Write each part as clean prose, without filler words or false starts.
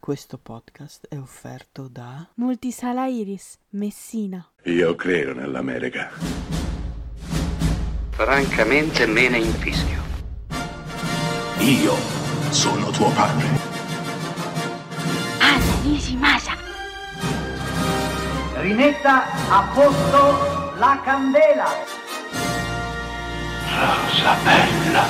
Questo podcast è offerto da Multisala Iris, Messina. Io credo nell'America. Francamente me ne infischio. Io sono tuo padre. Anna Nishimasa. Rimetta a posto la candela. Rosa bella.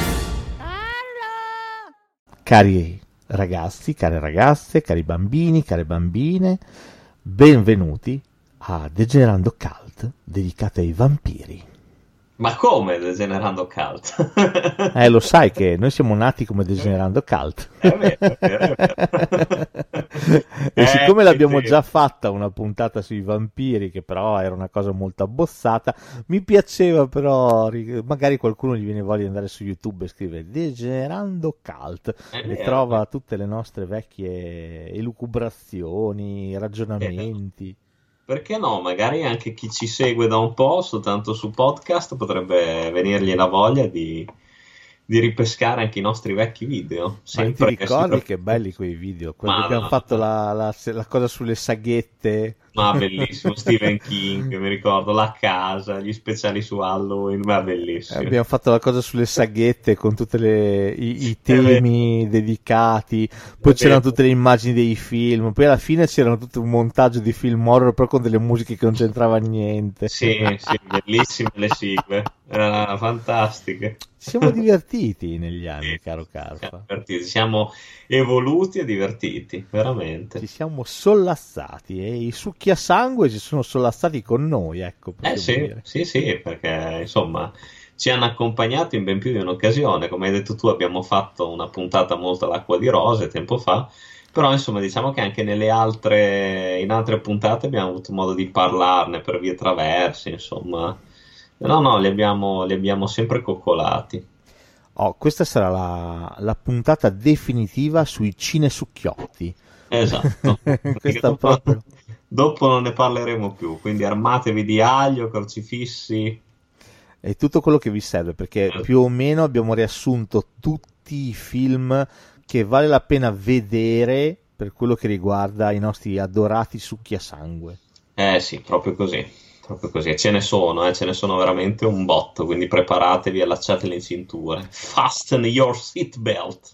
Cari ragazzi, care ragazze, cari bambini, care bambine, benvenuti a Degenerando Cult, dedicato ai vampiri. Ma come Degenerando Cult? Lo sai che noi siamo nati come Degenerando Cult. È vero. E siccome l'abbiamo già fatta una puntata sui vampiri, che però era una cosa molto abbozzata, mi piaceva però, magari qualcuno gli viene voglia di andare su YouTube e scrive Degenerando Cult e trova tutte le nostre vecchie elucubrazioni, ragionamenti. Perché no? Magari anche chi ci segue da un po', soltanto su podcast, potrebbe venirgli la voglia di ripescare anche i nostri vecchi video. Sempre. Ma ti ricordi che belli quei video? Quelli che abbiamo fatto la cosa sulle saghette. Ma bellissimo, Stephen King, mi ricordo, La casa, gli speciali su Halloween, ma bellissimo. Abbiamo fatto la cosa sulle saghette con tutti i temi dedicati, poi c'erano tutte le immagini dei film, poi alla fine c'erano tutto un montaggio di film horror però con delle musiche che non c'entrava niente. Sì, bellissime le sigle, erano fantastiche. Ci siamo divertiti negli anni, caro Carfa. Siamo evoluti e divertiti, veramente. Ci siamo sollassati e i succhiasangue si sono sollassati con noi, ecco. Sì, perché insomma ci hanno accompagnato in ben più di un'occasione. Come hai detto tu, abbiamo fatto una puntata molto all'acqua di rose tempo fa, però insomma diciamo che anche in altre puntate abbiamo avuto modo di parlarne per vie traverse, insomma. No, li abbiamo sempre coccolati. Questa sarà la puntata definitiva sui cinesucchiotti. Esatto. Dopo non ne parleremo più, quindi armatevi di aglio, crocifissi. E tutto quello che vi serve, perché più o meno abbiamo riassunto tutti i film che vale la pena vedere per quello che riguarda i nostri adorati succhiasangue. Sì, proprio così. Proprio così, ce ne sono veramente un botto, quindi preparatevi, allacciate le cinture. Fasten your seatbelt.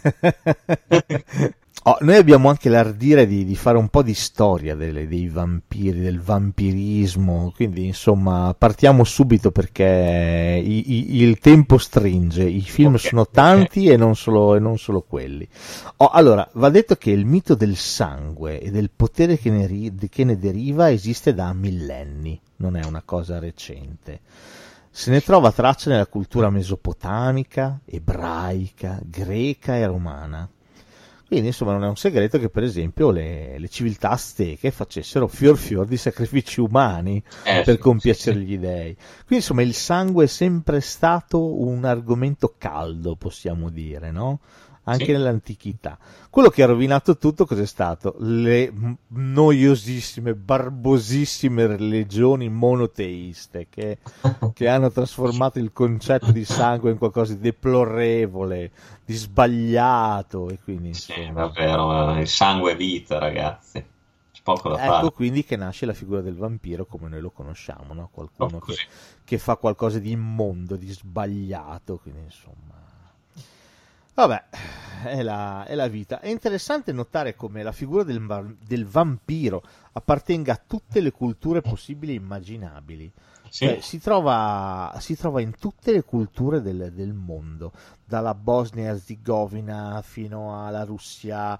Noi abbiamo anche l'ardire di fare un po' di storia dei vampiri, del vampirismo, quindi insomma partiamo subito perché il tempo stringe, i film sono tanti e non solo quelli. Allora, va detto che il mito del sangue e del potere che ne deriva esiste da millenni, non è una cosa recente. Se ne trova traccia nella cultura mesopotamica, ebraica, greca e romana. Quindi insomma non è un segreto che per esempio le civiltà azteche facessero fior di sacrifici umani per compiacere gli dei. Quindi insomma il sangue è sempre stato un argomento caldo, possiamo dire, no? Anche nell'antichità. Quello che ha rovinato tutto cos'è stato? Le noiosissime, barbosissime religioni monoteiste che hanno trasformato il concetto di sangue in qualcosa di deplorevole, di sbagliato, e quindi insomma, davvero, il sangue è vita, ragazzi. C'è poco da fare. Ecco quindi che nasce la figura del vampiro come noi lo conosciamo, no? Qualcuno che fa qualcosa di immondo, di sbagliato, quindi insomma. Vabbè, è la vita. È interessante notare come la figura del vampiro appartenga a tutte le culture possibili e immaginabili. Sì. Cioè, si trova in tutte le culture del mondo, dalla Bosnia e Erzegovina fino alla Russia,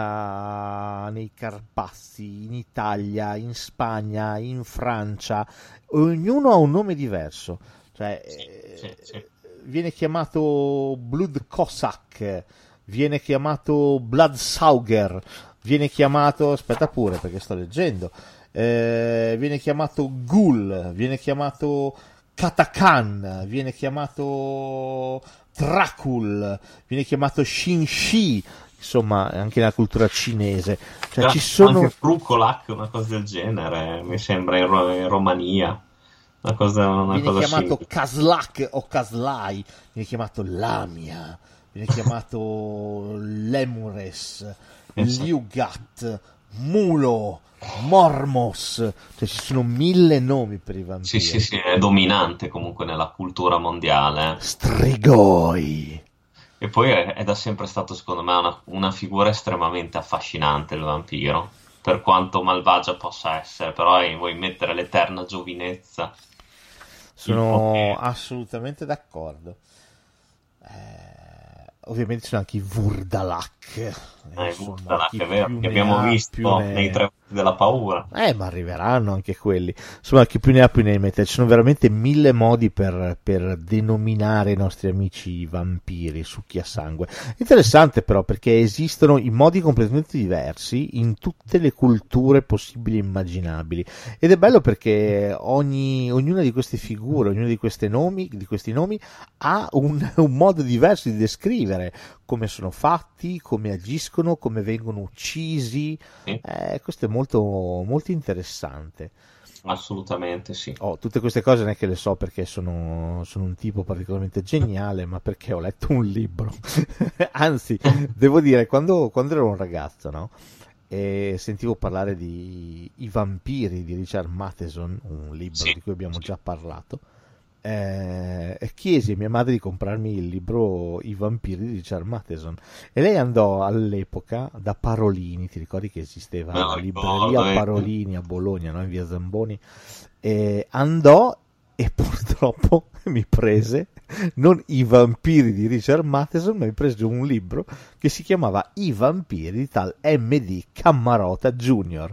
nei Carpazi, in Italia, in Spagna, in Francia. Ognuno ha un nome diverso. Cioè, sì. Viene chiamato Blood Cossack, viene chiamato Bloodsauger, viene chiamato, aspetta pure perché sto leggendo, viene chiamato Ghoul, viene chiamato Katakan, viene chiamato Dracul, viene chiamato Shinshi, insomma anche nella cultura cinese. Cioè, ci sono anche Frukolak, una cosa del genere, mi sembra in Romania. Viene chiamato Kaslak o Kaslai, viene chiamato Lamia, viene chiamato Lemures, Liugat, Mulo, Mormos, cioè ci sono 1000 nomi per i vampiri. Sì, è dominante comunque nella cultura mondiale. Strigoi. E poi è da sempre stato, secondo me, una figura estremamente affascinante il vampiro, per quanto malvagia possa essere, però vuoi mettere l'eterna giovinezza. Sono assolutamente d'accordo. Ovviamente ci sono anche i Vurdalak. Vurdalak è vero, che abbiamo visto nei tre della paura. Ma arriveranno anche quelli. Insomma, chi più ne ha più ne mette. Ci sono veramente 1000 modi per denominare i nostri amici vampiri, succhi a sangue. Interessante però, perché esistono in modi completamente diversi in tutte le culture possibili e immaginabili. Ed è bello perché ognuna di queste figure, ognuno di questi nomi ha un modo diverso di descrivere come sono fatti, come agiscono, come vengono uccisi. Questo è molto, molto interessante. Assolutamente sì. Tutte queste cose non è che le so perché sono un tipo particolarmente geniale, ma perché ho letto un libro. Anzi, devo dire, quando ero un ragazzo, no? E sentivo parlare di I vampiri di Richard Matheson, un libro di cui abbiamo già parlato. Chiesi a mia madre di comprarmi il libro I vampiri di Richard Matheson e lei andò all'epoca da Parolini, ti ricordi che esisteva la libreria Parolini a Bologna, no? In via Zamboni, e andò e purtroppo mi prese non I vampiri di Richard Matheson, ma mi prese un libro che si chiamava I vampiri di tal M.D. Cammarota Jr.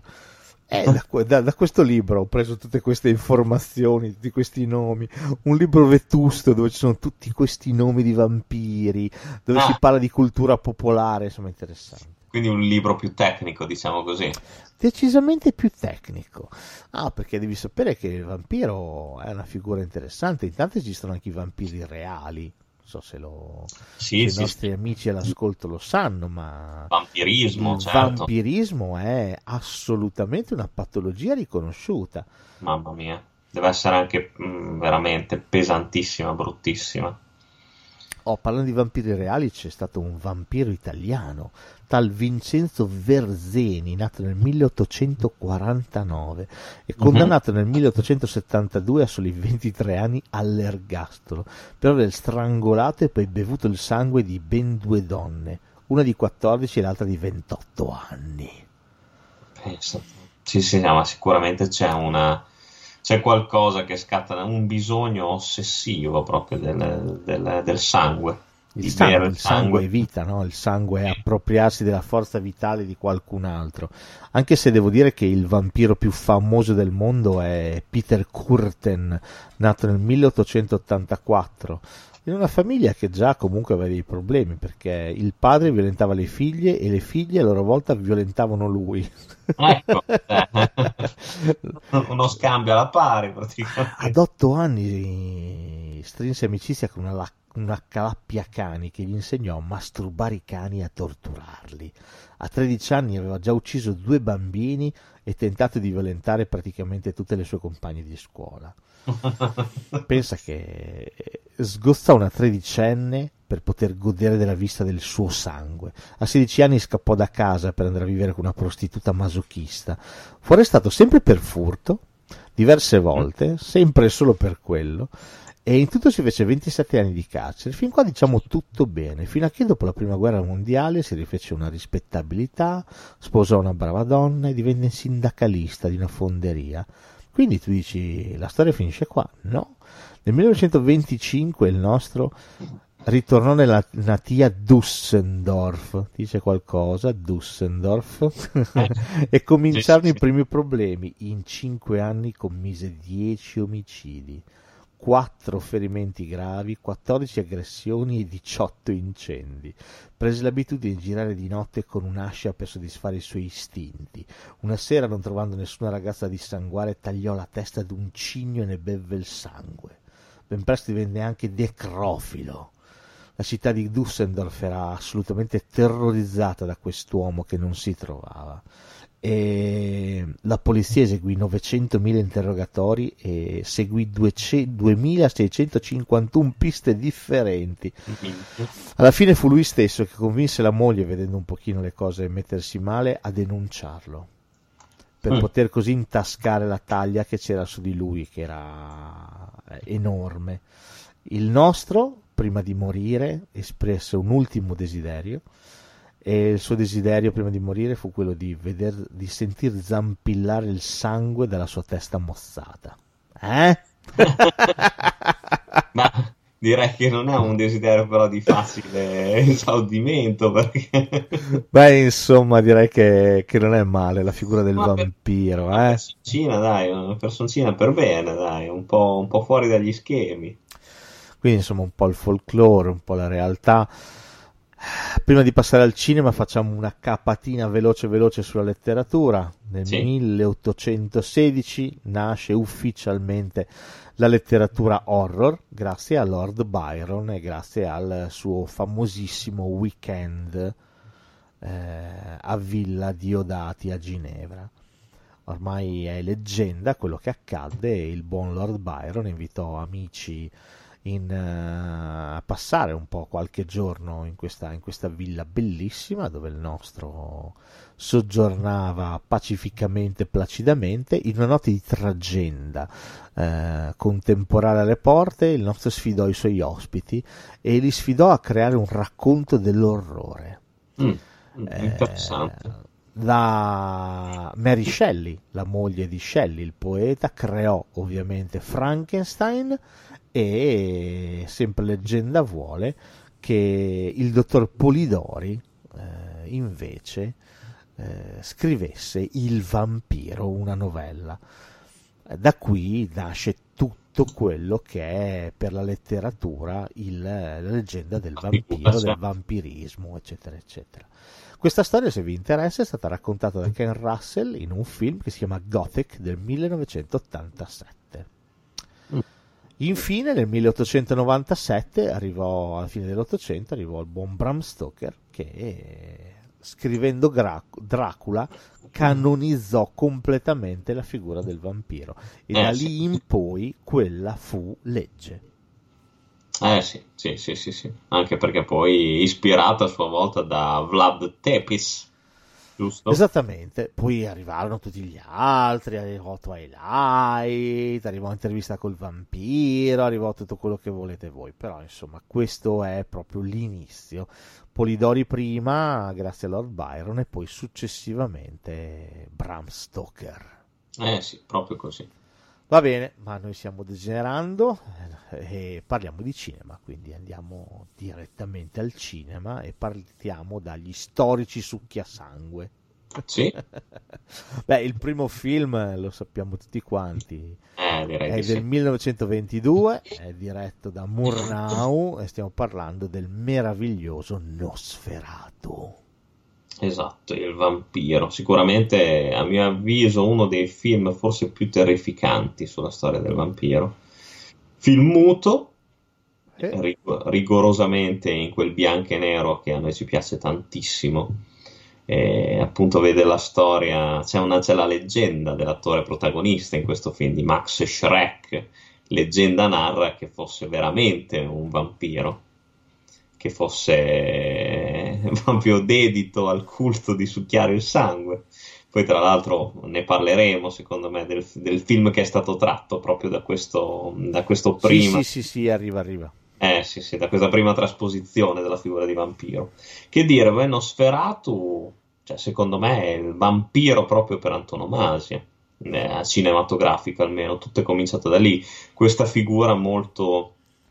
Da questo libro ho preso tutte queste informazioni, tutti questi nomi, un libro vetusto dove ci sono tutti questi nomi di vampiri, dove si parla di cultura popolare, insomma interessante. Quindi un libro più tecnico, diciamo così. Decisamente più tecnico. Perché devi sapere che il vampiro è una figura interessante, intanto esistono anche i vampiri reali. Non so se i nostri amici all'ascolto lo sanno, ma vampirismo, il vampirismo è assolutamente una patologia riconosciuta. Mamma mia, deve essere anche veramente pesantissima, bruttissima. Parlando di vampiri reali, c'è stato un vampiro italiano, tal Vincenzo Verzeni, nato nel 1849 e condannato nel 1872 a soli 23 anni all'ergastolo per aver strangolato e poi bevuto il sangue di ben 2 donne, una di 14 e l'altra di 28 anni. Sì, ma sicuramente c'è qualcosa che scatta un bisogno ossessivo proprio del sangue. Il sangue è vita, no? Il sangue è appropriarsi della forza vitale di qualcun altro. Anche se devo dire che il vampiro più famoso del mondo è Peter Kürten, nato nel 1884, in una famiglia che già comunque aveva dei problemi, perché il padre violentava le figlie e le figlie a loro volta violentavano lui. Ecco, uno scambio alla pari praticamente. Ad 8 anni strinse amicizia con una calappia cani che gli insegnò a masturbare i cani e a torturarli. A 13 anni aveva già ucciso 2 bambini e tentato di violentare praticamente tutte le sue compagne di scuola. Pensa che sgozzò una 13enne per poter godere della vista del suo sangue. A 16 anni scappò da casa per andare a vivere con una prostituta masochista. Fu arrestato sempre per furto, diverse volte, sempre e solo per quello, e in tutto si fece 27 anni di carcere. Fin qua diciamo tutto bene, fino a che dopo la prima guerra mondiale si rifece una rispettabilità, sposò una brava donna e divenne sindacalista di una fonderia. Quindi tu dici, la storia finisce qua? No. Nel 1925 il nostro ritornò nella natia Düsseldorf, dice qualcosa, Düsseldorf, e cominciarono i primi problemi. In 5 anni commise 10 omicidi, 4 ferimenti gravi, 14 aggressioni e 18 incendi. Prese l'abitudine di girare di notte con un'ascia per soddisfare i suoi istinti. Una sera, non trovando nessuna ragazza da dissanguare, tagliò la testa ad un cigno e ne bevve il sangue. Ben presto divenne anche necrofilo. La città di Düsseldorf era assolutamente terrorizzata da quest'uomo che non si trovava. E la polizia eseguì 900.000 interrogatori e seguì 2.651 piste differenti. Alla fine fu lui stesso che convinse la moglie, vedendo un pochino le cose mettersi male, a denunciarlo, per poter così intascare la taglia che c'era su di lui, che era enorme. Il nostro, prima di morire, espresse un ultimo desiderio, e il suo desiderio prima di morire fu quello di sentir zampillare il sangue dalla sua testa mozzata. Ma direi che non è un desiderio però di facile esaudimento, perché beh, insomma, direi che non è male la figura del vampiro, una personcina, dai, una personcina per bene, dai, un po' fuori dagli schemi. Quindi insomma un po' il folklore, un po' la realtà. Prima di passare al cinema facciamo una capatina veloce sulla letteratura. Nel 1816 nasce ufficialmente la letteratura horror grazie a Lord Byron e grazie al suo famosissimo weekend a Villa Diodati a Ginevra. Ormai è leggenda quello che accadde e il buon Lord Byron invitò amici a passare un po' qualche giorno in questa villa bellissima dove il nostro soggiornava pacificamente, placidamente. In una notte di traggenda con temporale alle porte, il nostro sfidò i suoi ospiti e li sfidò a creare un racconto dell'orrore. Interessante. La Mary Shelley, la moglie di Shelley, il poeta, creò ovviamente Frankenstein, e sempre leggenda vuole che il dottor Polidori invece scrivesse Il vampiro, una novella. Da qui nasce tutto quello che è per la letteratura la leggenda del vampiro, del vampirismo, eccetera eccetera. Questa storia, se vi interessa, è stata raccontata da Ken Russell in un film che si chiama Gothic del 1987. Infine nel 1897 alla fine dell'Ottocento arrivò il buon Bram Stoker che, scrivendo Dracula, canonizzò completamente la figura del vampiro e da lì in poi quella fu legge. Sì, anche perché poi ispirata a sua volta da Vlad Tepes, giusto? Esattamente, poi arrivarono tutti gli altri, arrivò Twilight, arrivò Intervista col vampiro, arrivò tutto quello che volete voi, però insomma questo è proprio l'inizio. Polidori prima, grazie a Lord Byron, e poi successivamente Bram Stoker. Sì, proprio così. Va bene, ma noi stiamo degenerando e parliamo di cinema, quindi andiamo direttamente al cinema e partiamo dagli storici succhiasangue. Sì. Beh, il primo film lo sappiamo tutti quanti, direi è del 1922, è diretto da Murnau e stiamo parlando del meraviglioso Nosferatu. Esatto, il vampiro, sicuramente a mio avviso uno dei film forse più terrificanti sulla storia del vampiro. Film muto, rigorosamente in quel bianco e nero che a noi ci piace tantissimo. Appunto vede la storia, c'è la leggenda dell'attore protagonista in questo film, di Max Schreck. Leggenda narra che fosse veramente un vampiro, che fosse proprio dedito al culto di succhiare il sangue. Poi tra l'altro ne parleremo, secondo me, del film che è stato tratto proprio da questo prima. Sì, arriva. Sì, da questa prima trasposizione della figura di vampiro. Che dire, Nosferatu, cioè, secondo me è il vampiro proprio per antonomasia, cinematografica almeno, tutto è cominciato da lì. Questa figura molto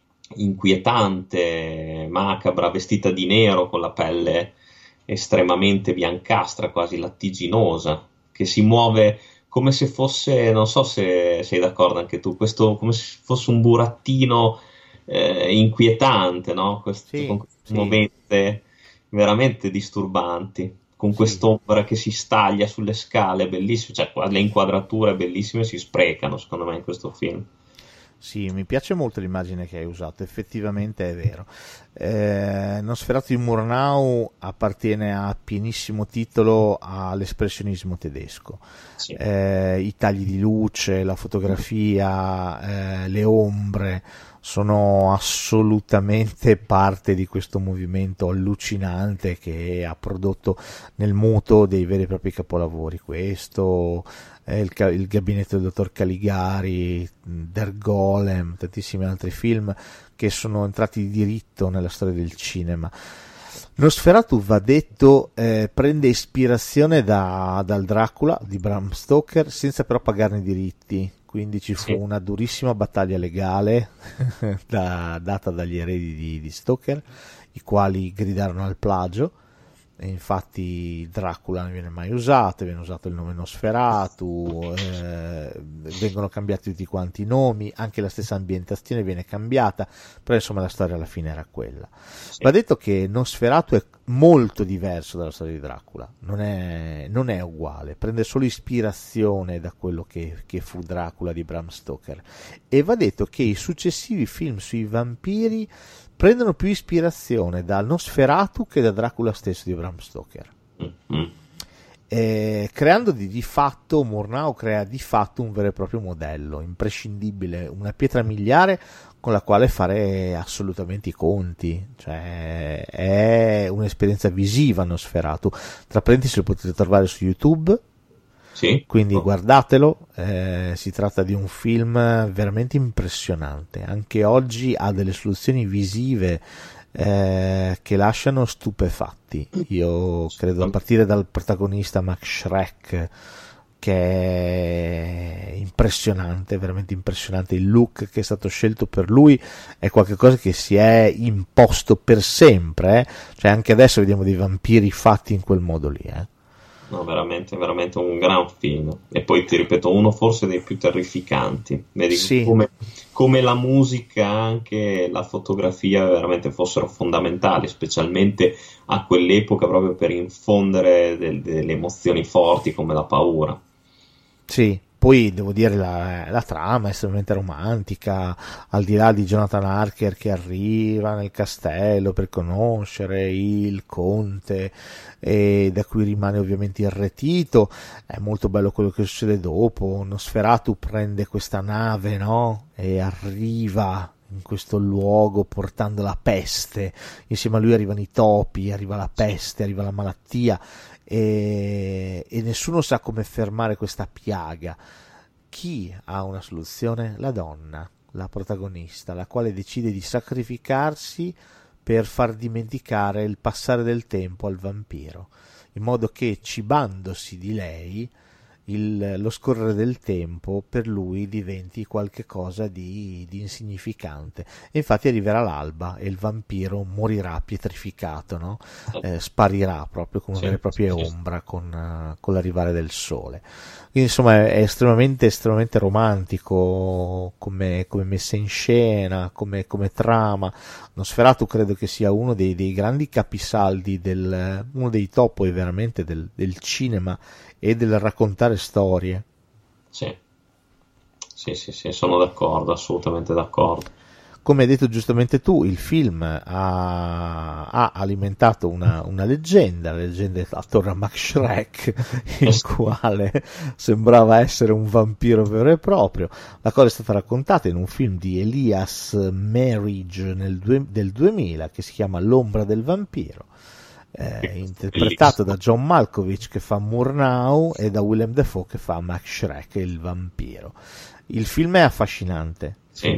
inquietante, macabra, vestita di nero, con la pelle estremamente biancastra, quasi lattiginosa, che si muove come se fosse, non so se sei d'accordo anche tu, questo come se fosse un burattino inquietante, no? Con queste movenze veramente disturbanti, con quest'ombra che si staglia sulle scale, bellissime, cioè le inquadrature bellissime si sprecano secondo me in questo film. Sì, mi piace molto l'immagine che hai usato, effettivamente è vero. Nosferatu di Murnau appartiene a pienissimo titolo all'espressionismo tedesco. Sì. I tagli di luce, la fotografia, le ombre sono assolutamente parte di questo movimento allucinante che ha prodotto nel muto dei veri e propri capolavori. Questo il gabinetto del dottor Caligari, Der Golem, tantissimi altri film che sono entrati di diritto nella storia del cinema. Nosferatu, va detto, prende ispirazione dal Dracula di Bram Stoker senza però pagarne i diritti, quindi ci fu una durissima battaglia legale data dagli eredi di Stoker, i quali gridarono al plagio. E infatti Dracula non viene mai usato, viene usato il nome Nosferatu, vengono cambiati tutti quanti i nomi, anche la stessa ambientazione viene cambiata, però insomma la storia alla fine era quella. Va detto che Nosferatu è molto diverso dalla storia di Dracula, non è uguale, prende solo ispirazione da quello che fu Dracula di Bram Stoker, e va detto che i successivi film sui vampiri prendono più ispirazione da Nosferatu che da Dracula stesso di Bram Stoker. Creando di fatto, Murnau crea di fatto un vero e proprio modello imprescindibile, una pietra miliare con la quale fare assolutamente i conti, cioè è un'esperienza visiva Nosferatu. Tra parentesi lo potete trovare su YouTube. Sì. Quindi guardatelo, si tratta di un film veramente impressionante, anche oggi ha delle soluzioni visive che lasciano stupefatti. Io credo, a partire dal protagonista Max Schreck, che è impressionante, veramente impressionante. Il look che è stato scelto per lui è qualcosa che si è imposto per sempre, cioè anche adesso vediamo dei vampiri fatti in quel modo lì. No, veramente, veramente un gran film. E poi ti ripeto, uno forse dei più terrificanti. Vedi, sì. come la musica, anche la fotografia veramente fossero fondamentali, specialmente a quell'epoca, proprio per infondere delle emozioni forti come la paura. Sì. Poi devo dire la trama è estremamente romantica, al di là di Jonathan Harker che arriva nel castello per conoscere il conte e da cui rimane ovviamente irretito. È molto bello quello che succede dopo. Nosferatu prende questa nave, no? E arriva in questo luogo portando la peste, insieme a lui arrivano i topi, arriva la peste, arriva la malattia. E nessuno sa come fermare questa piaga. Chi ha una soluzione? La donna, la protagonista, la quale decide di sacrificarsi per far dimenticare il passare del tempo al vampiro, in modo che, cibandosi di lei, lo scorrere del tempo per lui diventi qualche cosa di insignificante. E infatti arriverà l'alba e il vampiro morirà pietrificato, no? Sparirà proprio come una vera e propria ombra con l'arrivare del sole. Quindi insomma è estremamente romantico come messa in scena, come trama. Nosferatu credo che sia uno dei grandi capisaldi, uno dei top veramente del cinema e del raccontare storie. Sì, sono d'accordo, assolutamente d'accordo. Come hai detto giustamente tu, il film ha alimentato una leggenda, la leggenda attorno a Max Schreck, il quale sembrava essere un vampiro vero e proprio. La cosa è stata raccontata in un film di Elias Merridge del 2000 che si chiama L'ombra del vampiro. Interpretato da John Malkovich che fa Murnau e da Willem Dafoe che fa Max Schreck, il vampiro. Il film è affascinante,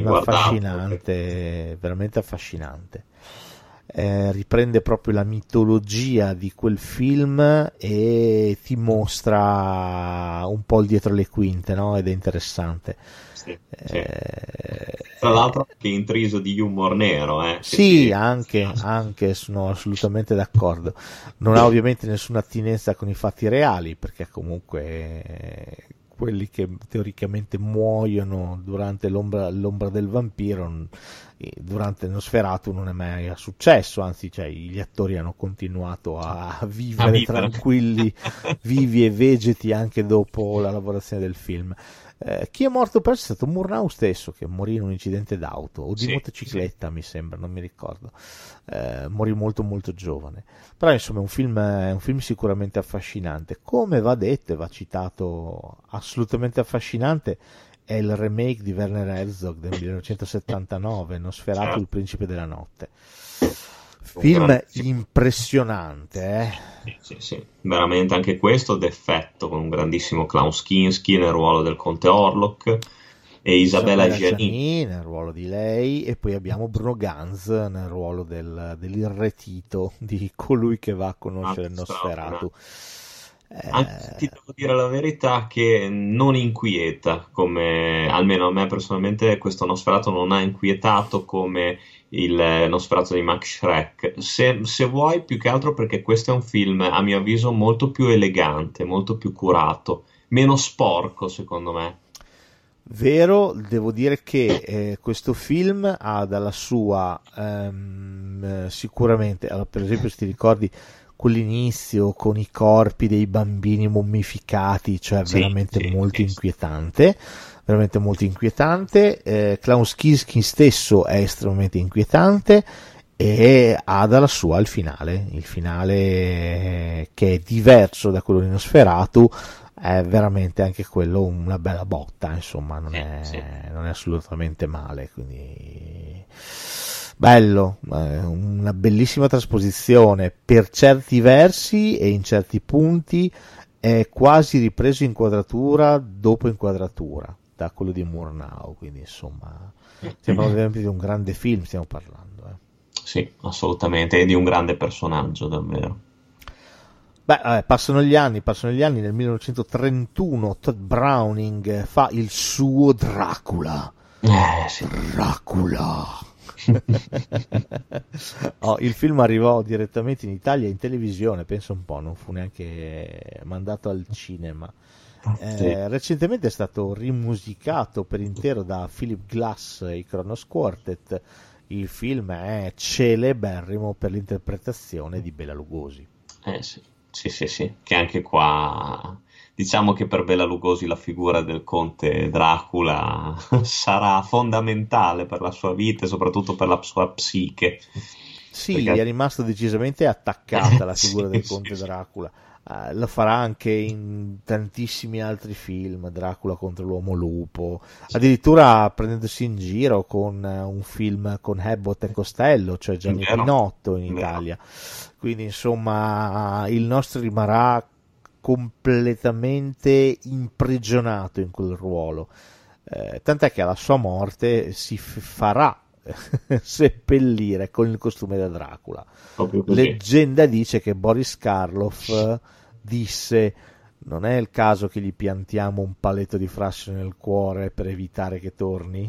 veramente affascinante. Riprende proprio la mitologia di quel film e ti mostra un po' il dietro le quinte, no? Ed è interessante. Sì. Tra l'altro anche intriso di humor nero. Sì, anche sono assolutamente d'accordo. Non ha ovviamente nessuna attinenza con i fatti reali, perché comunque quelli che teoricamente muoiono durante l'ombra del vampiro durante Nosferatu non è mai successo, anzi, cioè, gli attori hanno continuato a vivere tranquilli, vivi e vegeti anche dopo la lavorazione del film. Chi è morto presto è stato Murnau stesso, che morì in un incidente d'auto o di motocicletta, mi sembra, non mi ricordo. Morì molto molto giovane. Però insomma è un film sicuramente affascinante. Come va detto e va citato, assolutamente affascinante, è il remake di Werner Herzog del 1979, Nosferatu, il principe della notte. Film impressionante, Sì, veramente anche questo d'effetto, con un grandissimo Klaus Kinski nel ruolo del conte Orlok e Isabella Gianni nel ruolo di lei, e poi abbiamo Bruno Ganz nel ruolo dell'irretito, di colui che va a conoscere Nosferatu. Anche ti devo dire la verità che non inquieta, come almeno a me personalmente questo Nosferatu non ha inquietato come il Nosferatu di Max Schreck, se vuoi, più che altro perché questo è un film a mio avviso molto più elegante, molto più curato, meno sporco secondo me. Vero, devo dire che questo film ha dalla sua sicuramente, allora, per esempio, se ti ricordi quell'inizio con i corpi dei bambini mummificati, cioè veramente molto inquietante, veramente molto inquietante. Klaus Kinski stesso è estremamente inquietante, e ha dalla sua il finale che è diverso da quello di Nosferatu, è veramente anche quello una bella botta, insomma, non è assolutamente male, quindi bello, una bellissima trasposizione per certi versi, e in certi punti è quasi ripreso inquadratura dopo inquadratura da quello di Murnau, quindi insomma stiamo ovviamente di un grande film, stiamo parlando. Sì, assolutamente, e di un grande personaggio davvero. Passano gli anni, nel 1931 Todd Browning fa il suo Dracula. Dracula. Il film arrivò direttamente in Italia in televisione, penso un po', non fu neanche mandato al cinema. Recentemente è stato rimusicato per intero da Philip Glass e i Kronos Quartet. Il film è celeberrimo per l'interpretazione di Bela Lugosi. Sì, che anche qua diciamo che per Bela Lugosi la figura del conte Dracula sarà fondamentale per la sua vita e soprattutto per la sua psiche. Sì, perché gli è rimasto decisamente attaccata la figura del conte Dracula. Lo farà anche in tantissimi altri film, Dracula contro l'uomo lupo, addirittura prendendosi in giro con un film con Abbott e Costello, cioè Gianni Pinotto in Italia. Quindi insomma il nostro rimarrà completamente imprigionato in quel ruolo, tant'è che alla sua morte si farà seppellire con il costume da Dracula. Leggenda dice che Boris Karloff disse: non è il caso che gli piantiamo un paletto di frassine nel cuore per evitare che torni?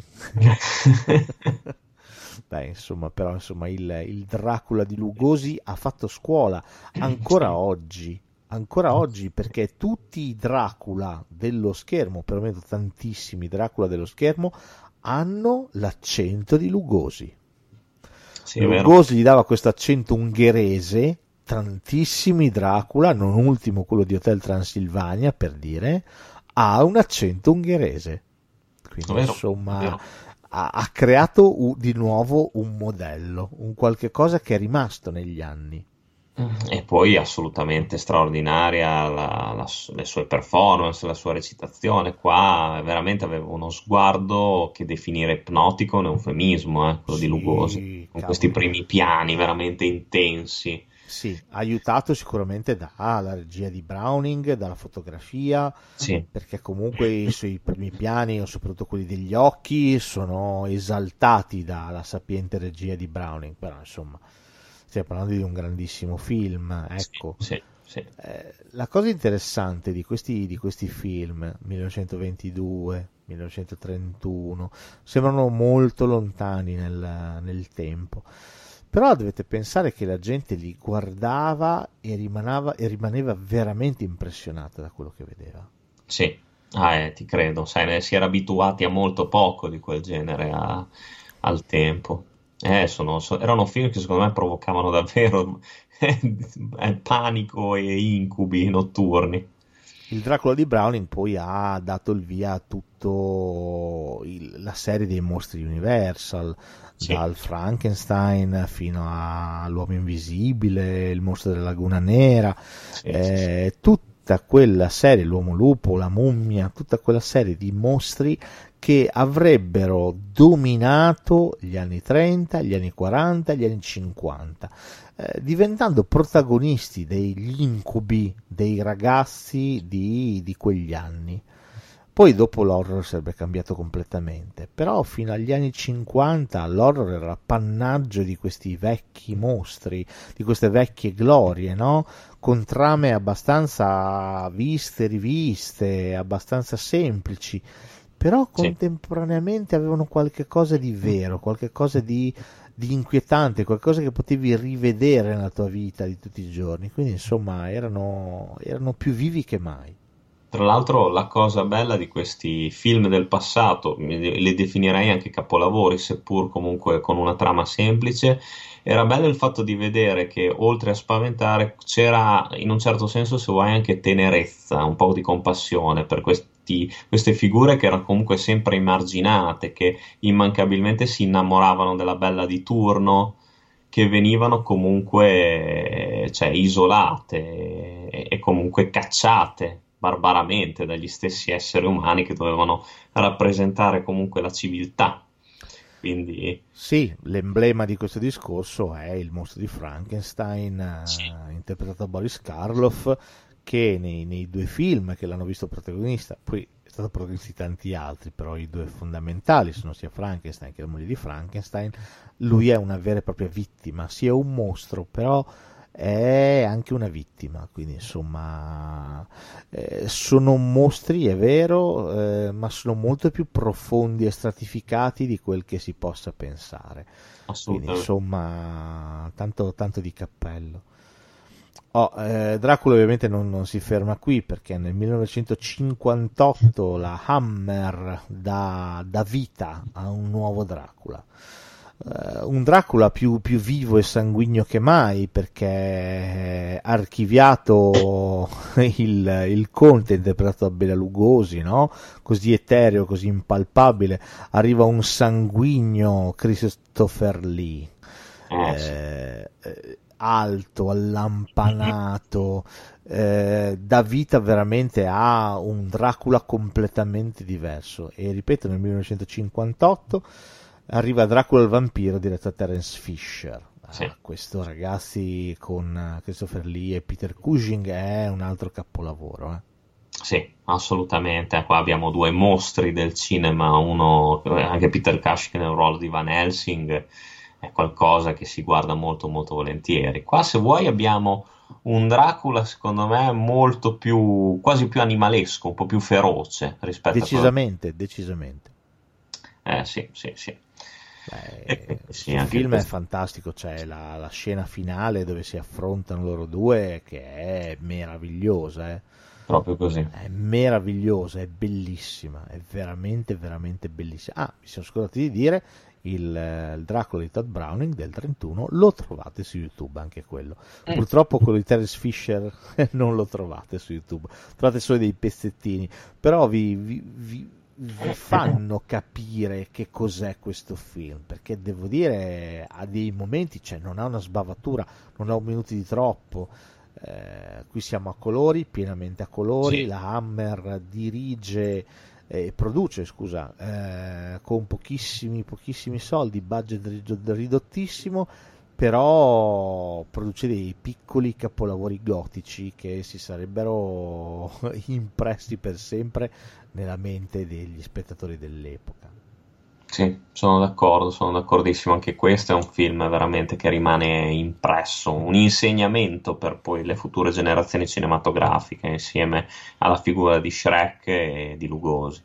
Insomma, il Dracula di Lugosi ha fatto scuola ancora oggi, perché tutti i Dracula dello schermo, perlomeno tantissimi Dracula dello schermo, hanno l'accento di Lugosi. Lugosi gli dava questo accento ungherese. Tantissimi Dracula, non ultimo quello di Hotel Transilvania, per dire, ha un accento ungherese. Quindi insomma ha creato di nuovo un modello, un qualche cosa che è rimasto negli anni. E poi assolutamente straordinaria le sue performance, la sua recitazione. Qua veramente aveva uno sguardo che definire ipnotico è un eufemismo, quello di Lugosi, con questi primi piani veramente intensi. Sì, aiutato sicuramente dalla regia di Browning, dalla fotografia, perché comunque i suoi primi piani, soprattutto quelli degli occhi, sono esaltati dalla sapiente regia di Browning, però insomma stiamo parlando di un grandissimo film, ecco. Sì. La cosa interessante di questi film, 1922, 1931, sembrano molto lontani nel tempo. Però dovete pensare che la gente li guardava e rimaneva veramente impressionata da quello che vedeva. Sì, ti credo, sai, si era abituati a molto poco di quel genere, a al tempo. Erano film che secondo me provocavano davvero panico e incubi notturni. Il Dracula di Browning poi ha dato il via a la serie dei mostri Universal, Sì, dal Frankenstein fino all'Uomo Invisibile, il mostro della Laguna Nera, sì. tutta quella serie, l'Uomo Lupo, la Mummia, tutta quella serie di mostri che avrebbero dominato gli anni 30, gli anni 40, gli anni 50, diventando protagonisti degli incubi dei ragazzi di quegli anni. Poi dopo l'horror sarebbe cambiato completamente, però fino agli anni 50 l'horror era appannaggio di questi vecchi mostri, di queste vecchie glorie, no? Con trame abbastanza viste, riviste, abbastanza semplici, però Sì. contemporaneamente avevano qualche cosa di vero, qualche cosa di inquietante, qualcosa che potevi rivedere nella tua vita di tutti i giorni. Quindi insomma erano più vivi che mai. Tra l'altro, la cosa bella di questi film del passato, li definirei anche capolavori, seppur comunque con una trama semplice, era bello il fatto di vedere che oltre a spaventare c'era in un certo senso, se vuoi, anche tenerezza, un po' di compassione per queste figure che erano comunque sempre emarginate, che immancabilmente si innamoravano della bella di turno, che venivano comunque, cioè, isolate e comunque cacciate barbaramente dagli stessi esseri umani che dovevano rappresentare comunque la civiltà. Quindi Sì, l'emblema di questo discorso è il mostro di Frankenstein, sì, interpretato da Boris Karloff, che nei due film che l'hanno visto protagonista, poi è stato protagonista di tanti altri, però i due fondamentali sono sia Frankenstein che la moglie di Frankenstein. Lui è una vera e propria vittima, sia un mostro, però è anche una vittima, quindi insomma sono mostri, è vero, ma sono molto più profondi e stratificati di quel che si possa pensare. Quindi assolutamente. insomma tanto, tanto di cappello. Dracula ovviamente non si ferma qui, perché nel 1958 la Hammer dà vita a un nuovo Dracula. Un Dracula più vivo e sanguigno che mai, perché archiviato il conte interpretato da Bela Lugosi, no? Così etereo, così impalpabile, arriva un sanguigno Christopher Lee, Sì. alto, allampanato, dà vita veramente a un Dracula completamente diverso. E ripeto, nel 1958 arriva Dracula il vampiro, diretto da Terence Fisher. Sì. Questo, ragazzi, con Christopher Lee e Peter Cushing, è un altro capolavoro. Sì, assolutamente. Qua abbiamo due mostri del cinema, uno, anche Peter Cushing nel ruolo di Van Helsing, è qualcosa che si guarda molto molto volentieri. Qua, se vuoi, abbiamo un Dracula, secondo me, molto più, quasi più animalesco, un po' più feroce rispetto a quello. Decisamente, decisamente. Sì, sì, sì. Sì, Questo anche film è questo. fantastico, c'è la scena finale dove si affrontano loro due, che è meravigliosa, Proprio così. è meravigliosa, è bellissima, è veramente veramente bellissima. Ah, mi sono scordato di dire, il Dracula di Todd Browning del 31 lo trovate su YouTube, anche quello. Purtroppo quello di Terence Fisher non lo trovate su YouTube, trovate solo dei pezzettini, però vi fanno capire che cos'è questo film, perché devo dire, ha dei momenti, cioè non ha una sbavatura, non ha un minuto di troppo. Qui siamo a colori, pienamente a colori. Sì. La Hammer dirige e produce, scusa, con pochissimi soldi, budget ridottissimo, però produce dei piccoli capolavori gotici che si sarebbero impressi per sempre nella mente degli spettatori dell'epoca. Sì, sono d'accordissimo. Anche questo è un film veramente che rimane impresso, un insegnamento per poi le future generazioni cinematografiche, insieme alla figura di Shrek e di Lugosi.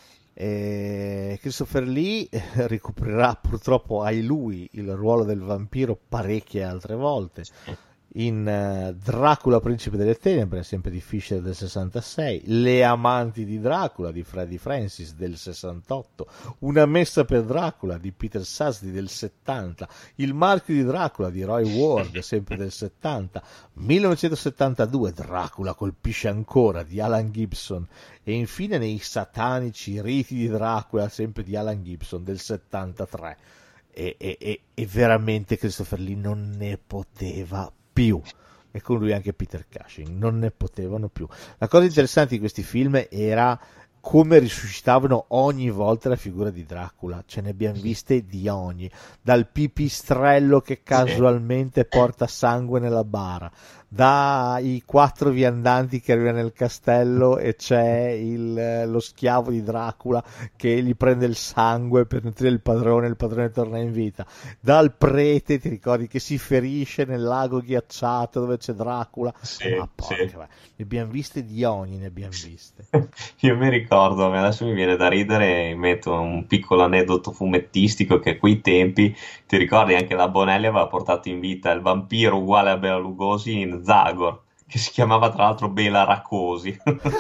Christopher Lee ricoprirà, purtroppo ai lui, il ruolo del vampiro parecchie altre volte. in Dracula Principe delle Tenebre, sempre di Fisher del 66, Le amanti di Dracula di Freddie Francis del 68, Una messa per Dracula di Peter Sasdy del 70, Il marchio di Dracula di Roy Ward sempre del 70, 1972 Dracula colpisce ancora di Alan Gibson, e infine Nei satanici riti di Dracula sempre di Alan Gibson del 73. E veramente Christopher Lee non ne poteva più, e con lui anche Peter Cushing non ne potevano più. La cosa interessante di questi film era come risuscitavano ogni volta la figura di Dracula. Ce ne abbiamo viste di ogni, dal pipistrello che casualmente porta sangue nella bara, dai 4 viandanti che arrivano nel castello e c'è lo schiavo di Dracula che gli prende il sangue per nutrire il padrone torna in vita, dal prete, ti ricordi, che si ferisce nel lago ghiacciato dove c'è Dracula. Ma porca, ne abbiamo viste di ogni, ne abbiamo viste. Io mi ricordo, adesso mi viene da ridere, metto un piccolo aneddoto fumettistico, che a quei tempi, ti ricordi, anche la Bonelli aveva portato in vita il vampiro uguale a Bela Lugosi in Zagor, che si chiamava tra l'altro Bela Racosi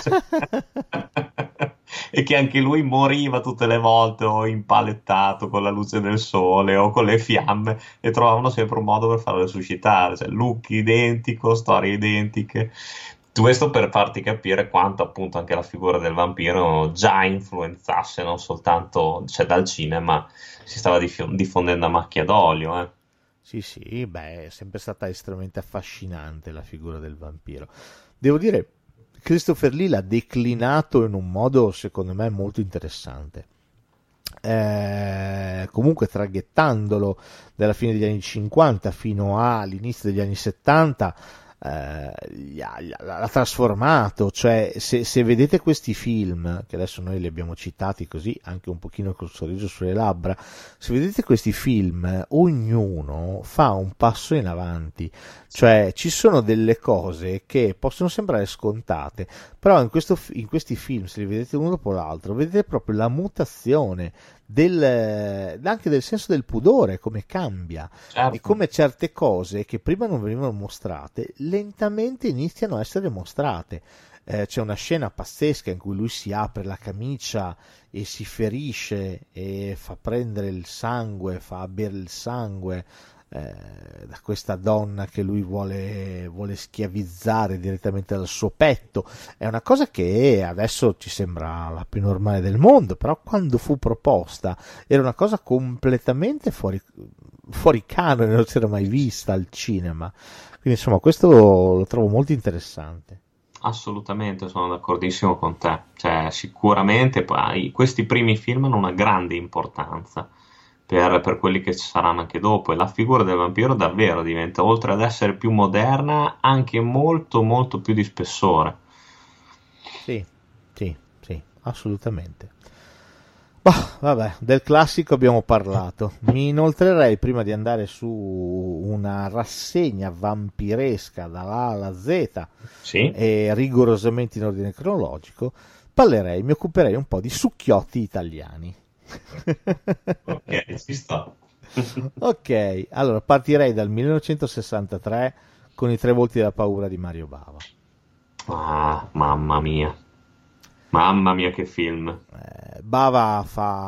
e che anche lui moriva tutte le volte o impalettato con la luce del sole o con le fiamme, e trovavano sempre un modo per farlo resuscitare, cioè look identico, storie identiche. Questo per farti capire quanto appunto anche la figura del vampiro già influenzasse non soltanto, cioè, dal cinema, si stava diffondendo a macchia d'olio. Sì, beh, è sempre stata estremamente affascinante la figura del vampiro. Devo dire, Christopher Lee l'ha declinato in un modo secondo me molto interessante. Comunque traghettandolo dalla fine degli anni 50 fino all'inizio degli anni 70, l'ha trasformato. Cioè, se vedete questi film, che adesso noi li abbiamo citati così anche un pochino col sorriso sulle labbra, se vedete questi film, ognuno fa un passo in avanti. Cioè, ci sono delle cose che possono sembrare scontate, però in questi film, se li vedete uno dopo l'altro, vedete proprio la mutazione anche del senso del pudore, come cambia, Certo. e come certe cose che prima non venivano mostrate lentamente iniziano a essere mostrate. C'è una scena pazzesca in cui lui si apre la camicia e si ferisce e fa prendere il sangue, fa bere il sangue da questa donna che lui vuole schiavizzare direttamente dal suo petto. È una cosa che adesso ci sembra la più normale del mondo, però quando fu proposta era una cosa completamente fuori canone, non si era mai vista al cinema. Quindi insomma, questo lo trovo molto interessante. Assolutamente, sono d'accordissimo con te. Cioè, sicuramente questi primi film hanno una grande importanza per quelli che ci saranno anche dopo, e la figura del vampiro davvero diventa, oltre ad essere più moderna, anche molto molto più di spessore. Sì, assolutamente. Vabbè, del classico abbiamo parlato. Mi inoltrerei, prima di andare su una rassegna vampiresca dalla A alla Z, Sì. e rigorosamente in ordine cronologico, mi occuperei un po' di succhiotti italiani. Ok, ci sta. Ok, allora partirei dal 1963 con I Tre volti della paura di Mario Bava. Ah, mamma mia che film. Bava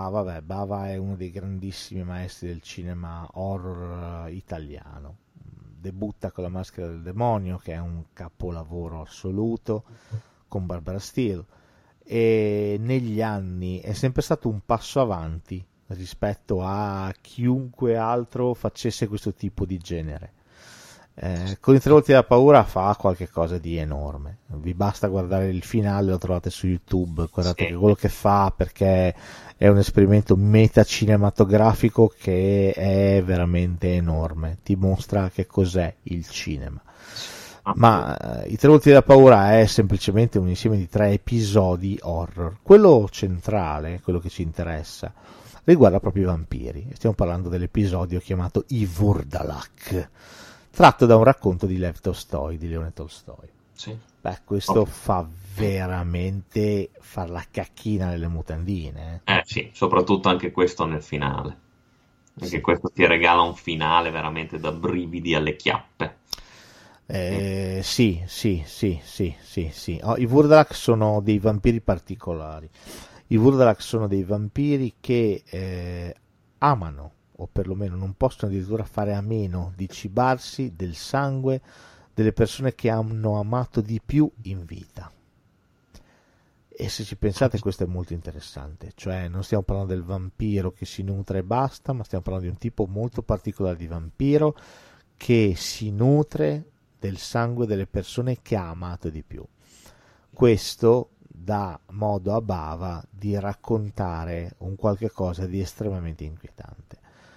è uno dei grandissimi maestri del cinema horror italiano. Debutta con La maschera del demonio, che è un capolavoro assoluto, con Barbara Steele, e negli anni è sempre stato un passo avanti rispetto a chiunque altro facesse questo tipo di genere. Con I Tre volti della paura fa qualche cosa di enorme. Vi basta guardare il finale, lo trovate su YouTube, guardate Sì. quello che fa, perché è un esperimento metacinematografico che è veramente enorme, ti mostra che cos'è il cinema. Ma I Tre volti della paura è semplicemente un insieme di 3 episodi horror. Quello centrale, quello che ci interessa, riguarda proprio i vampiri. Stiamo parlando dell'episodio chiamato I Vurdalak, tratto da un racconto di Lev Tolstoi, di Leone Tolstoi. Sì. Beh, questo fa veramente far la cacchina nelle mutandine. Sì, soprattutto anche questo nel finale. Anche Sì. questo ti regala un finale veramente da brividi alle chiappe. Sì, sì, sì, sì, sì, sì. I Vurdalak sono dei vampiri particolari. I Vurdalak sono dei vampiri che amano, o perlomeno non possono addirittura fare a meno di cibarsi del sangue delle persone che hanno amato di più in vita. E se ci pensate, questo è molto interessante, cioè non stiamo parlando del vampiro che si nutre e basta, ma stiamo parlando di un tipo molto particolare di vampiro che si nutre del sangue delle persone che ha amato di più. Questo dà modo a Bava di raccontare un qualche cosa di estremamente inquietante.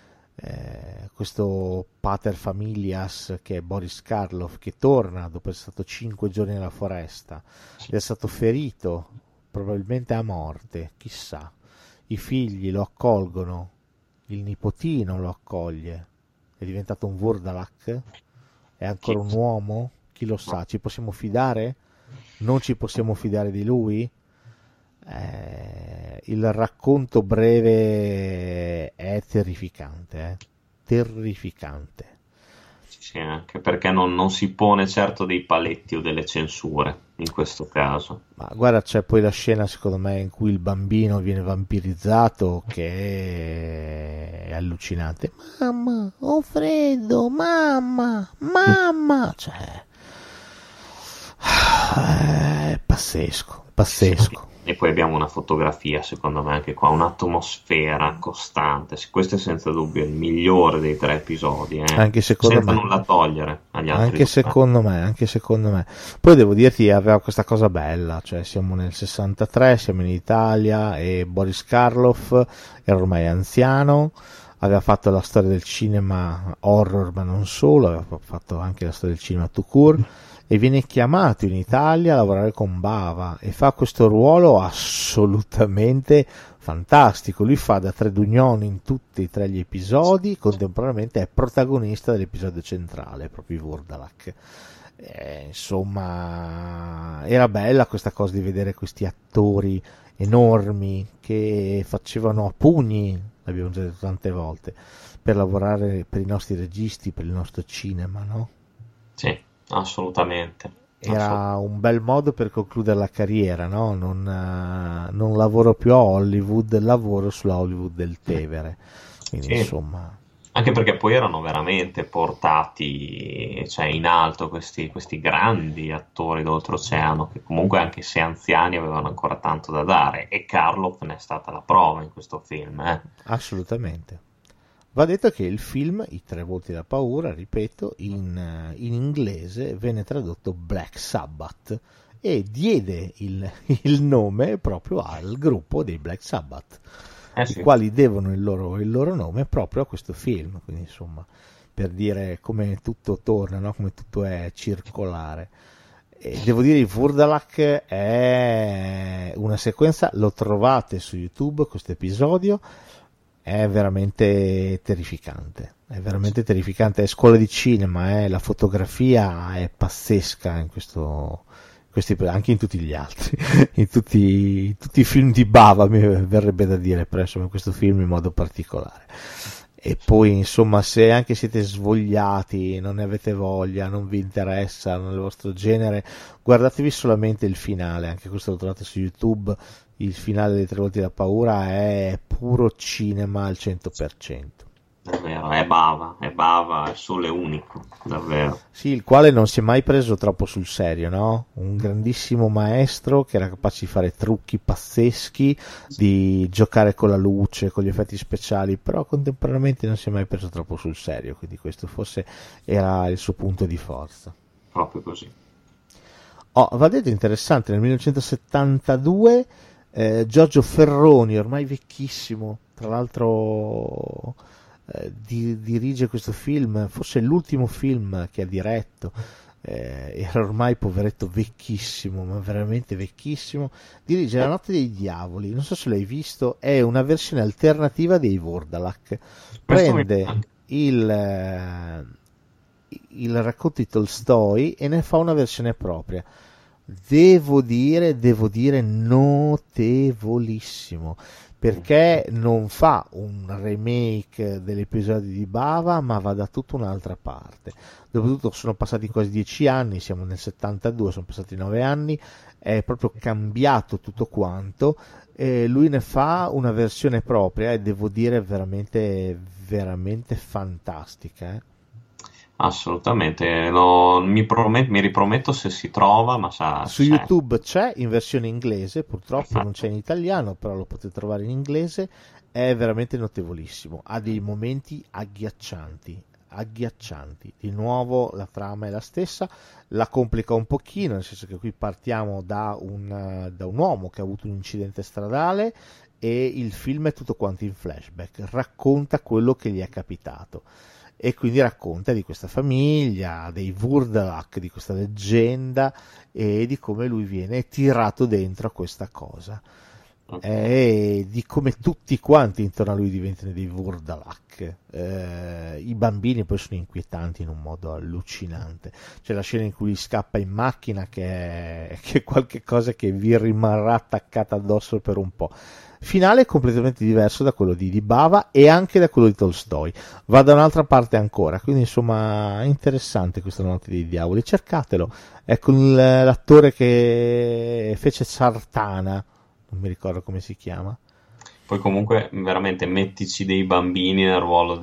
Questo pater familias che è Boris Karloff, che torna dopo essere stato 5 giorni nella foresta, è stato ferito probabilmente a morte, chissà. I figli lo accolgono, il nipotino lo accoglie, è diventato un Vurdalak, è ancora un uomo, chi lo sa, ci possiamo fidare? Non ci possiamo fidare di lui? Il racconto breve è terrificante, terrificante. Sì, anche perché non si pone certo dei paletti o delle censure in questo caso. Ma guarda, c'è poi la scena secondo me in cui il bambino viene vampirizzato, che è allucinante. Mamma, ho freddo, mamma, mamma, è pazzesco, pazzesco. E poi abbiamo una fotografia, secondo me, anche qua, un'atmosfera costante. Questo è senza dubbio il migliore dei 3 episodi, anche secondo senza me. nulla togliere agli altri. Anche secondo me. Poi devo dirti, aveva questa cosa bella, cioè siamo nel 63, siamo in Italia e Boris Karloff era ormai anziano, aveva fatto la storia del cinema horror, ma non solo, aveva fatto anche la storia del cinema tout court, e viene chiamato in Italia a lavorare con Bava e fa questo ruolo assolutamente fantastico. Lui fa da Tredugnon in tutti e 3 gli episodi, contemporaneamente è protagonista dell'episodio centrale, proprio i Vurdalak. Insomma, era bella questa cosa di vedere questi attori enormi che facevano a pugni, l'abbiamo già detto tante volte, per lavorare per i nostri registi, per il nostro cinema, no? Sì. Assolutamente. Era un bel modo per concludere la carriera, no? Non lavoro più a Hollywood, lavoro sulla Hollywood del Tevere. Quindi, sì. Insomma, anche perché poi erano veramente portati, cioè, in alto questi grandi attori d'oltreoceano che comunque, anche se anziani, avevano ancora tanto da dare, e Karloff ne è stata la prova in questo film. Assolutamente. Va detto che il film, I 3 volti da paura, ripeto, in inglese venne tradotto Black Sabbath e diede il nome proprio al gruppo dei Black Sabbath, Sì. I quali devono il loro nome proprio a questo film. Quindi, insomma, per dire come tutto torna, no? Come tutto è circolare. E devo dire, i Vurdalak è una sequenza, lo trovate su YouTube questo episodio. È veramente terrificante, è scuola di cinema, la fotografia è pazzesca in questi, anche in tutti gli altri, in tutti i film di Bava mi verrebbe da dire, però insomma in questo film in modo particolare. E poi insomma, se anche siete svogliati, non ne avete voglia, non vi interessa, non è il vostro genere, guardatevi solamente il finale, anche questo lo trovate su YouTube. Il finale dei 3 volti da paura è puro cinema al 100%. Davvero, è Bava, è solo e unico, davvero. Sì, il quale non si è mai preso troppo sul serio, no? Un grandissimo maestro che era capace di fare trucchi pazzeschi, di giocare con la luce, con gli effetti speciali, però contemporaneamente non si è mai preso troppo sul serio, quindi questo forse era il suo punto di forza. Proprio così. Va detto, interessante, nel 1972 Giorgio Ferroni, ormai vecchissimo, tra l'altro dirige questo film, forse è l'ultimo film che ha diretto, era ormai poveretto vecchissimo, ma veramente vecchissimo, dirige La notte dei diavoli, non so se l'hai visto, è una versione alternativa dei Vurdalak, prende il racconto di Tolstoi e ne fa una versione propria. devo dire notevolissimo, perché non fa un remake dell'episodio di Bava, ma va da tutta un'altra parte. Dopotutto sono passati quasi 10 anni, siamo nel 72, sono passati 9 anni, è proprio cambiato tutto quanto, e lui ne fa una versione propria e devo dire veramente, veramente fantastica. Assolutamente, mi riprometto se si trova, ma Su c'è. YouTube c'è in versione inglese, purtroppo non c'è in italiano, però lo potete trovare in inglese, è veramente notevolissimo, ha dei momenti agghiaccianti. Di nuovo la trama è la stessa, la complica un pochino, nel senso che qui partiamo da un uomo che ha avuto un incidente stradale e il film è tutto quanto in flashback, racconta quello che gli è capitato. E quindi racconta di questa famiglia, dei Vurdalak, di questa leggenda e di come lui viene tirato dentro a questa cosa. E di come tutti quanti intorno a lui diventano dei Vurdalak. I bambini poi sono inquietanti in un modo allucinante. C'è la scena in cui lui scappa in macchina che è qualche cosa che vi rimarrà attaccata addosso per un po'. Finale completamente diverso da quello di Bava e anche da quello di Tolstoi, va da un'altra parte ancora, quindi insomma è interessante questa Notte dei Diavoli, cercatelo, è con l'attore che fece Sartana, non mi ricordo come si chiama. Poi comunque veramente mettici dei bambini nel ruolo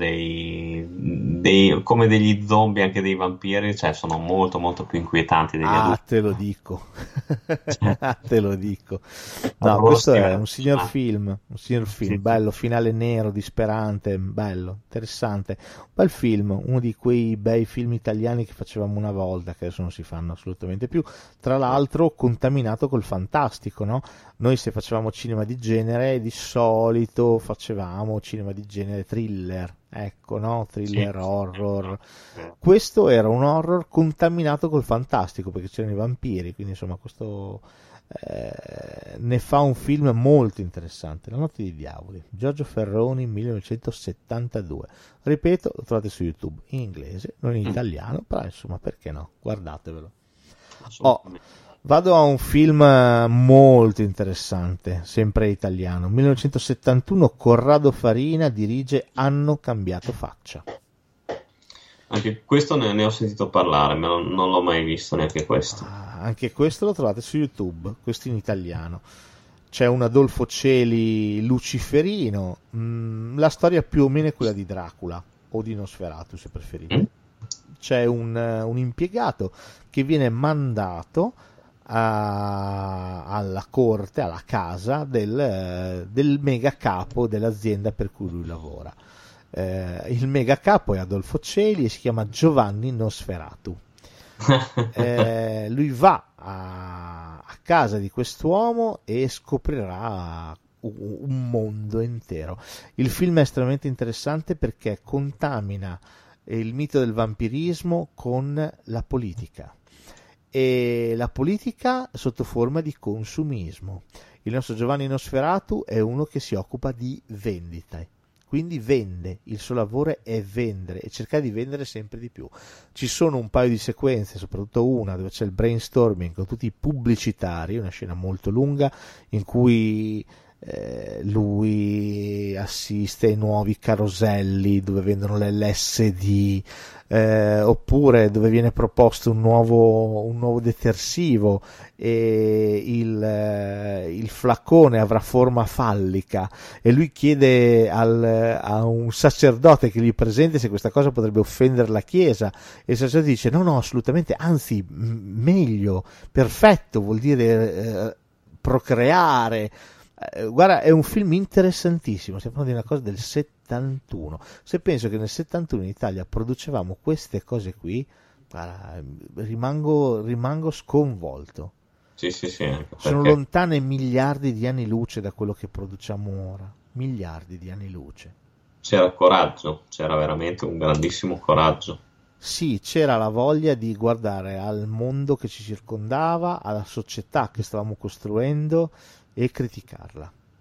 come degli zombie, anche dei vampiri, cioè sono molto molto più inquietanti degli adulti. Te lo dico. Te lo dico. No, questo è un signor film, sì. Bello, finale nero, disperante, bello, interessante. Un bel film, uno di quei bei film italiani che facevamo una volta, che adesso non si fanno assolutamente più. Tra l'altro contaminato col fantastico, no? Noi se facevamo cinema di genere, di solito facevamo cinema di genere thriller, ecco, no? Thriller, sì. Horror. Questo era un horror contaminato col fantastico, perché c'erano i vampiri, quindi insomma questo ne fa un film molto interessante. La Notte dei Diavoli, Giorgio Ferroni, 1972. Ripeto, lo trovate su YouTube in inglese, non in italiano, però insomma perché no? Guardatevelo. Vado a un film molto interessante, sempre italiano, 1971, Corrado Farina dirige Hanno cambiato faccia. Anche questo ne ho sentito parlare, ma non l'ho mai visto neanche questo. Anche questo lo trovate su YouTube, questo in italiano. C'è un Adolfo Celi luciferino, la storia più o meno è quella di Dracula, o di Nosferatu se preferite. C'è un impiegato che viene mandato alla corte, alla casa del mega capo dell'azienda per cui lui lavora. Il mega capo è Adolfo Celi e si chiama Giovanni Nosferatu. Lui va a casa di quest'uomo e scoprirà un mondo intero. Il film è estremamente interessante perché contamina il mito del vampirismo con la politica, e la politica sotto forma di consumismo. Il nostro Giovanni Nosferatu è uno che si occupa di vendita, quindi vende, il suo lavoro è vendere e cercare di vendere sempre di più. Ci sono un paio di sequenze, soprattutto una dove c'è il brainstorming con tutti i pubblicitari, una scena molto lunga in cui lui assiste ai nuovi caroselli dove vendono l'LSD, oppure dove viene proposto un nuovo detersivo e il flacone avrà forma fallica e lui chiede a un sacerdote che gli presenti se questa cosa potrebbe offendere la chiesa, e il sacerdote dice no assolutamente, anzi meglio, perfetto, vuol dire procreare. Guarda, è un film interessantissimo, stiamo parlando di una cosa del 71. Se penso che nel 71 in Italia producevamo queste cose qui, guarda, rimango sconvolto. Sì, sono lontane miliardi di anni luce da quello che produciamo ora, miliardi di anni luce. C'era coraggio, c'era veramente un grandissimo coraggio. Sì, c'era la voglia di guardare al mondo che ci circondava, alla società che stavamo costruendo e criticarla.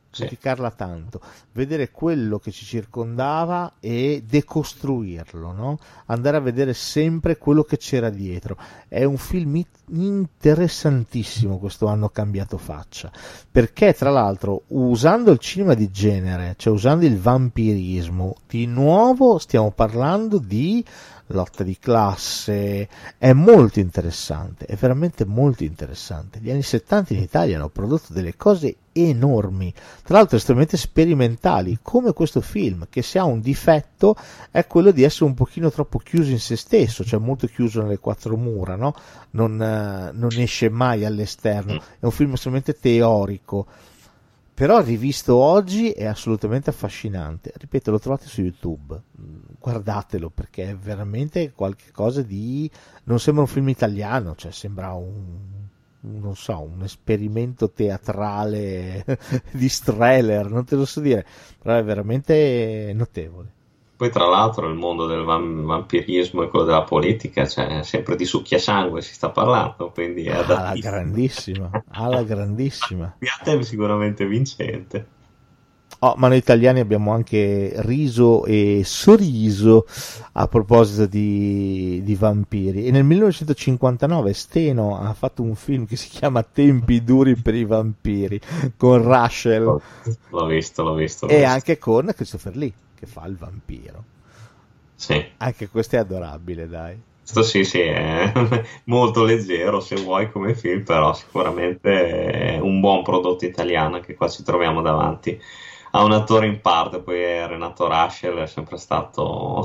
Sì. criticarla tanto, vedere quello che ci circondava e decostruirlo, no? Andare a vedere sempre quello che c'era dietro. È un film interessantissimo, questo Hanno cambiato faccia, perché tra l'altro usando il cinema di genere, cioè usando il vampirismo, di nuovo stiamo parlando di lotta di classe, è molto interessante, è veramente molto interessante. Gli anni 70 in Italia hanno prodotto delle cose enormi, tra l'altro estremamente sperimentali, come questo film, che se ha un difetto è quello di essere un pochino troppo chiuso in se stesso, cioè molto chiuso nelle quattro mura, no? Non esce mai all'esterno, è un film estremamente teorico, però rivisto oggi è assolutamente affascinante. Ripeto, lo trovate su YouTube, guardatelo, perché è veramente qualcosa di... non sembra un film italiano, cioè sembra non so, un esperimento teatrale di Strehler, non te lo so dire, però è veramente notevole. Poi tra l'altro il mondo del vampirismo e quello della politica, cioè sempre di succhiasangue si sta parlando, quindi è alla grandissima, alla grandissima. È sicuramente vincente. Oh, ma noi italiani abbiamo anche riso e sorriso a proposito di vampiri. E nel 1959 Steno ha fatto un film che si chiama Tempi duri per i vampiri, con Russell. L'ho visto. E anche con Christopher Lee, che fa il vampiro. Sì. Anche questo è adorabile, dai. Questo sì, è molto leggero se vuoi come film, però sicuramente è un buon prodotto italiano che qua ci troviamo davanti a un attore in parte. Poi Renato Russell è sempre stato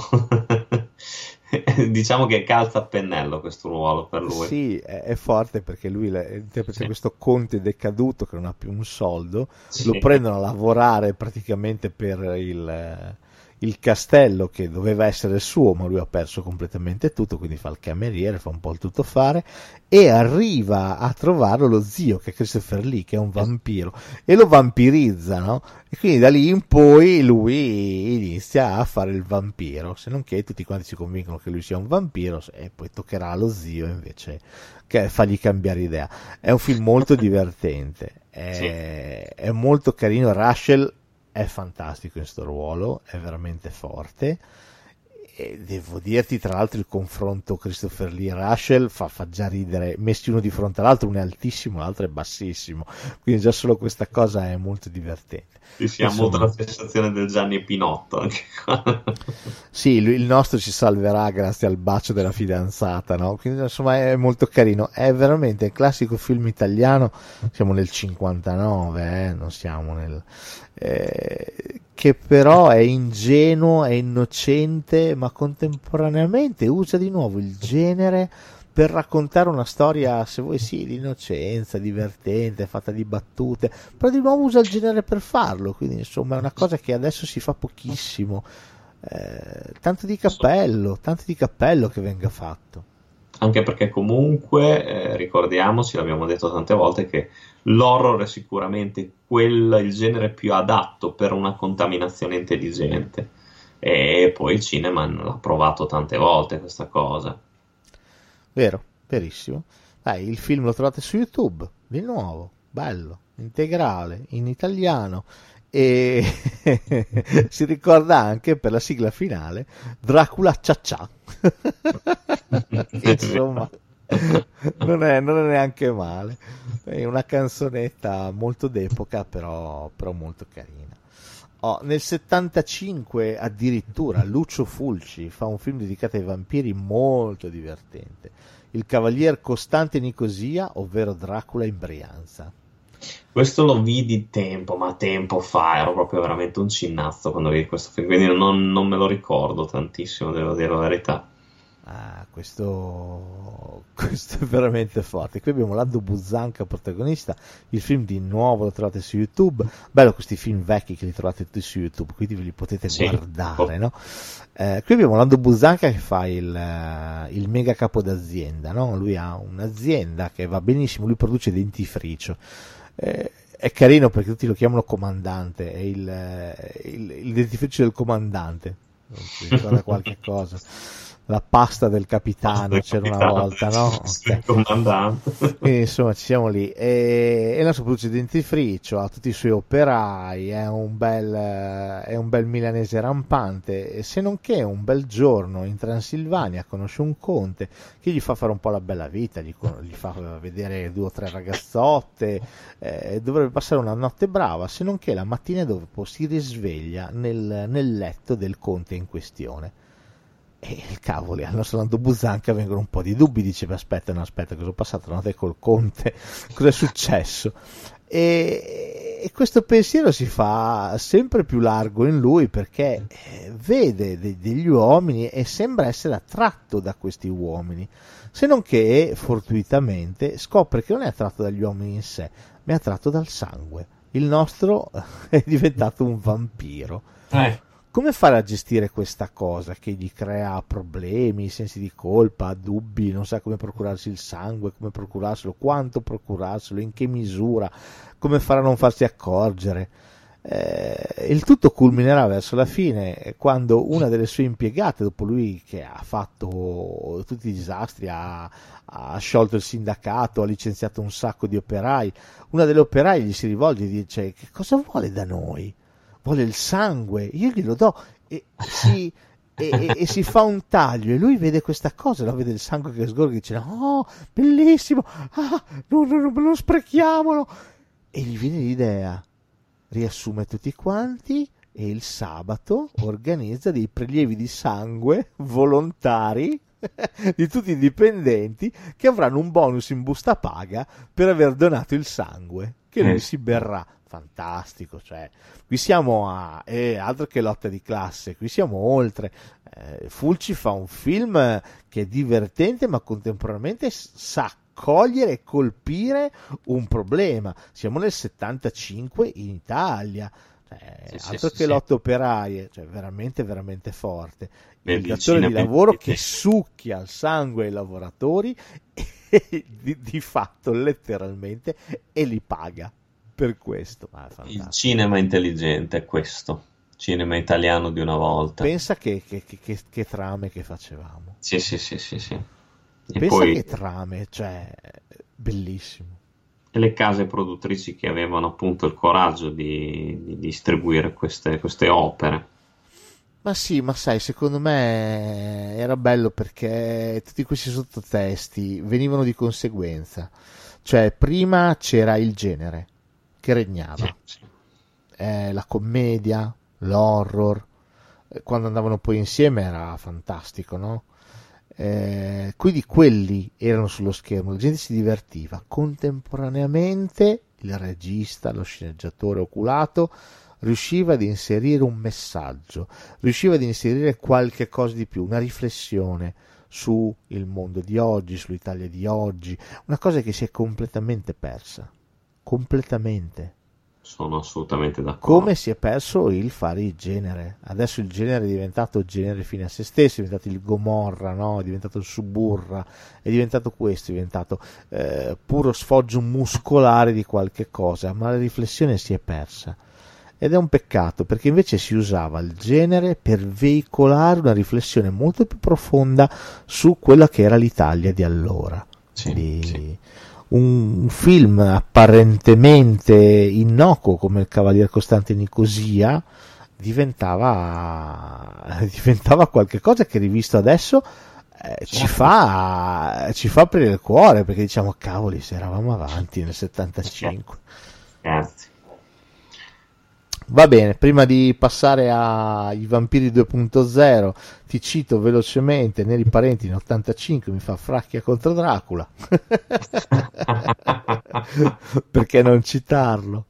diciamo che calza a pennello questo ruolo per lui. Sì, è forte, perché lui interpreta questo conte decaduto che non ha più un soldo, lo prendono a lavorare praticamente per il castello che doveva essere suo, ma lui ha perso completamente tutto, quindi fa il cameriere, fa un po' il tuttofare, e arriva a trovarlo lo zio, che è Christopher Lee, che è un vampiro, e lo vampirizza, no? E quindi da lì in poi lui inizia a fare il vampiro, se non che tutti quanti si convincono che lui sia un vampiro, e poi toccherà allo zio invece che fargli cambiare idea. È un film molto divertente, è molto carino. Russell è fantastico in sto ruolo, è veramente forte, e devo dirti, tra l'altro, il confronto Christopher Lee e Russell fa già ridere, messi uno di fronte all'altro, uno è altissimo, l'altro è bassissimo, quindi già solo questa cosa è molto divertente. Si ha molto la sensazione del Gianni e Pinotto anche qua. Sì, il nostro ci salverà grazie al bacio della fidanzata, no? Quindi insomma è molto carino, è veramente il classico film italiano. Siamo nel 59, non siamo nel... che però è ingenuo, è innocente, ma contemporaneamente usa di nuovo il genere per raccontare una storia, se vuoi sì, di innocenza, divertente, fatta di battute, però di nuovo usa il genere per farlo, quindi insomma è una cosa che adesso si fa pochissimo. Tanto di cappello che venga fatto. Anche perché comunque ricordiamoci, l'abbiamo detto tante volte, che l'horror è sicuramente il genere più adatto per una contaminazione intelligente, e poi il cinema l'ha provato tante volte questa cosa. Vero, verissimo. Dai, il film lo trovate su YouTube, di nuovo, bello, integrale, in italiano, e si ricorda anche per la sigla finale Dracula Cia-Cia. Insomma, non è neanche male, è una canzonetta molto d'epoca, però molto carina. Nel 75 addirittura Lucio Fulci fa un film dedicato ai vampiri molto divertente, Il Cavalier Costante Nicosia, ovvero Dracula in Brianza. Questo lo vidi tempo fa, ero proprio veramente un cinnazzo quando vidi questo film, quindi non me lo ricordo tantissimo, devo dire la verità. Questo è veramente forte. Qui abbiamo Lando Buzzanca protagonista. Il film di nuovo lo trovate su YouTube. Bello questi film vecchi che li trovate tutti su YouTube, quindi ve li potete guardare, no? Qui abbiamo Lando Buzzanca che fa il mega capo d'azienda, no? Lui ha un'azienda che va benissimo, lui produce dentifricio. È carino perché tutti lo chiamano comandante, è il dentifricio del comandante, non si ricorda qualche cosa. la pasta del capitano, c'era una volta, no? Il comandante. Quindi insomma ci siamo lì, e il nostro produce dentifricio ha tutti i suoi operai, è un bel milanese rampante, e se non che un bel giorno in Transilvania conosce un conte che gli fa fare un po' la bella vita, gli fa vedere 2 o 3 ragazzotte, dovrebbe passare una notte brava, se non che la mattina dopo si risveglia nel letto del conte in questione. E il cavoli, al nostro Lando Buzzanca vengono un po' di dubbi, dice aspetta, cosa ho passato la notte col conte, cosa è successo? E questo pensiero si fa sempre più largo in lui, perché vede degli uomini e sembra essere attratto da questi uomini, se non che fortuitamente scopre che non è attratto dagli uomini in sé, ma è attratto dal sangue. Il nostro è diventato un vampiro. Come fare a gestire questa cosa che gli crea problemi, sensi di colpa, dubbi, non sa come procurarsi il sangue, come procurarselo, quanto procurarselo, in che misura, come fare a non farsi accorgere? Il tutto culminerà verso la fine, quando una delle sue impiegate, dopo lui che ha fatto tutti i disastri, ha sciolto il sindacato, ha licenziato un sacco di operai, una delle operaie gli si rivolge e dice: che cosa vuole da noi? Vuole il sangue, io glielo do, e si fa un taglio, e lui vede questa cosa, vede il sangue che sgorga e dice: oh, bellissimo, non sprechiamolo, e gli viene l'idea, riassume tutti quanti e il sabato organizza dei prelievi di sangue volontari di tutti i dipendenti, che avranno un bonus in busta paga per aver donato il sangue, che lui si berrà. Fantastico, cioè qui siamo altro che lotta di classe, qui siamo oltre. Fulci fa un film che è divertente, ma contemporaneamente sa cogliere e colpire un problema. Siamo nel 75 in Italia, altro che lotte operaie, cioè veramente veramente forte. Il datore di lavoro che succhia il sangue ai lavoratori e di fatto letteralmente, e li paga per questo. Il cinema intelligente è questo, cinema italiano di una volta. Pensa che trame che facevamo. Sì. E pensa poi che trame, cioè bellissimo. E le case produttrici che avevano appunto il coraggio di distribuire queste opere. Ma sì, ma sai, secondo me era bello perché tutti questi sottotesti venivano di conseguenza. Cioè prima c'era il genere che regnava, la commedia, l'horror, quando andavano poi insieme era fantastico, no? Quindi quelli erano sullo schermo, la gente si divertiva. Contemporaneamente il regista, lo sceneggiatore oculato riusciva ad inserire un messaggio, riusciva ad inserire qualche cosa di più, una riflessione su il mondo di oggi, sull'Italia di oggi, una cosa che si è completamente persa. Completamente. Sono assolutamente d'accordo. Come si è perso il fare il genere. Adesso il genere è diventato genere fine a se stesso, è diventato il Gomorra, no? È diventato il Suburra, è diventato questo, è diventato puro sfoggio muscolare di qualche cosa, ma la riflessione si è persa. Ed è un peccato, perché invece si usava il genere per veicolare una riflessione molto più profonda su quella che era l'Italia di allora. Sì. Un film apparentemente innocuo come Il Cavaliere Costante Nicosia diventava qualche cosa che rivisto adesso ci fa aprire il cuore, perché diciamo cavoli, se eravamo avanti nel 75. Grazie. Va bene, prima di passare ai Vampiri 2.0 ti cito velocemente Neri Parenti in 85 mi fa Fracchia contro Dracula. Perché non citarlo?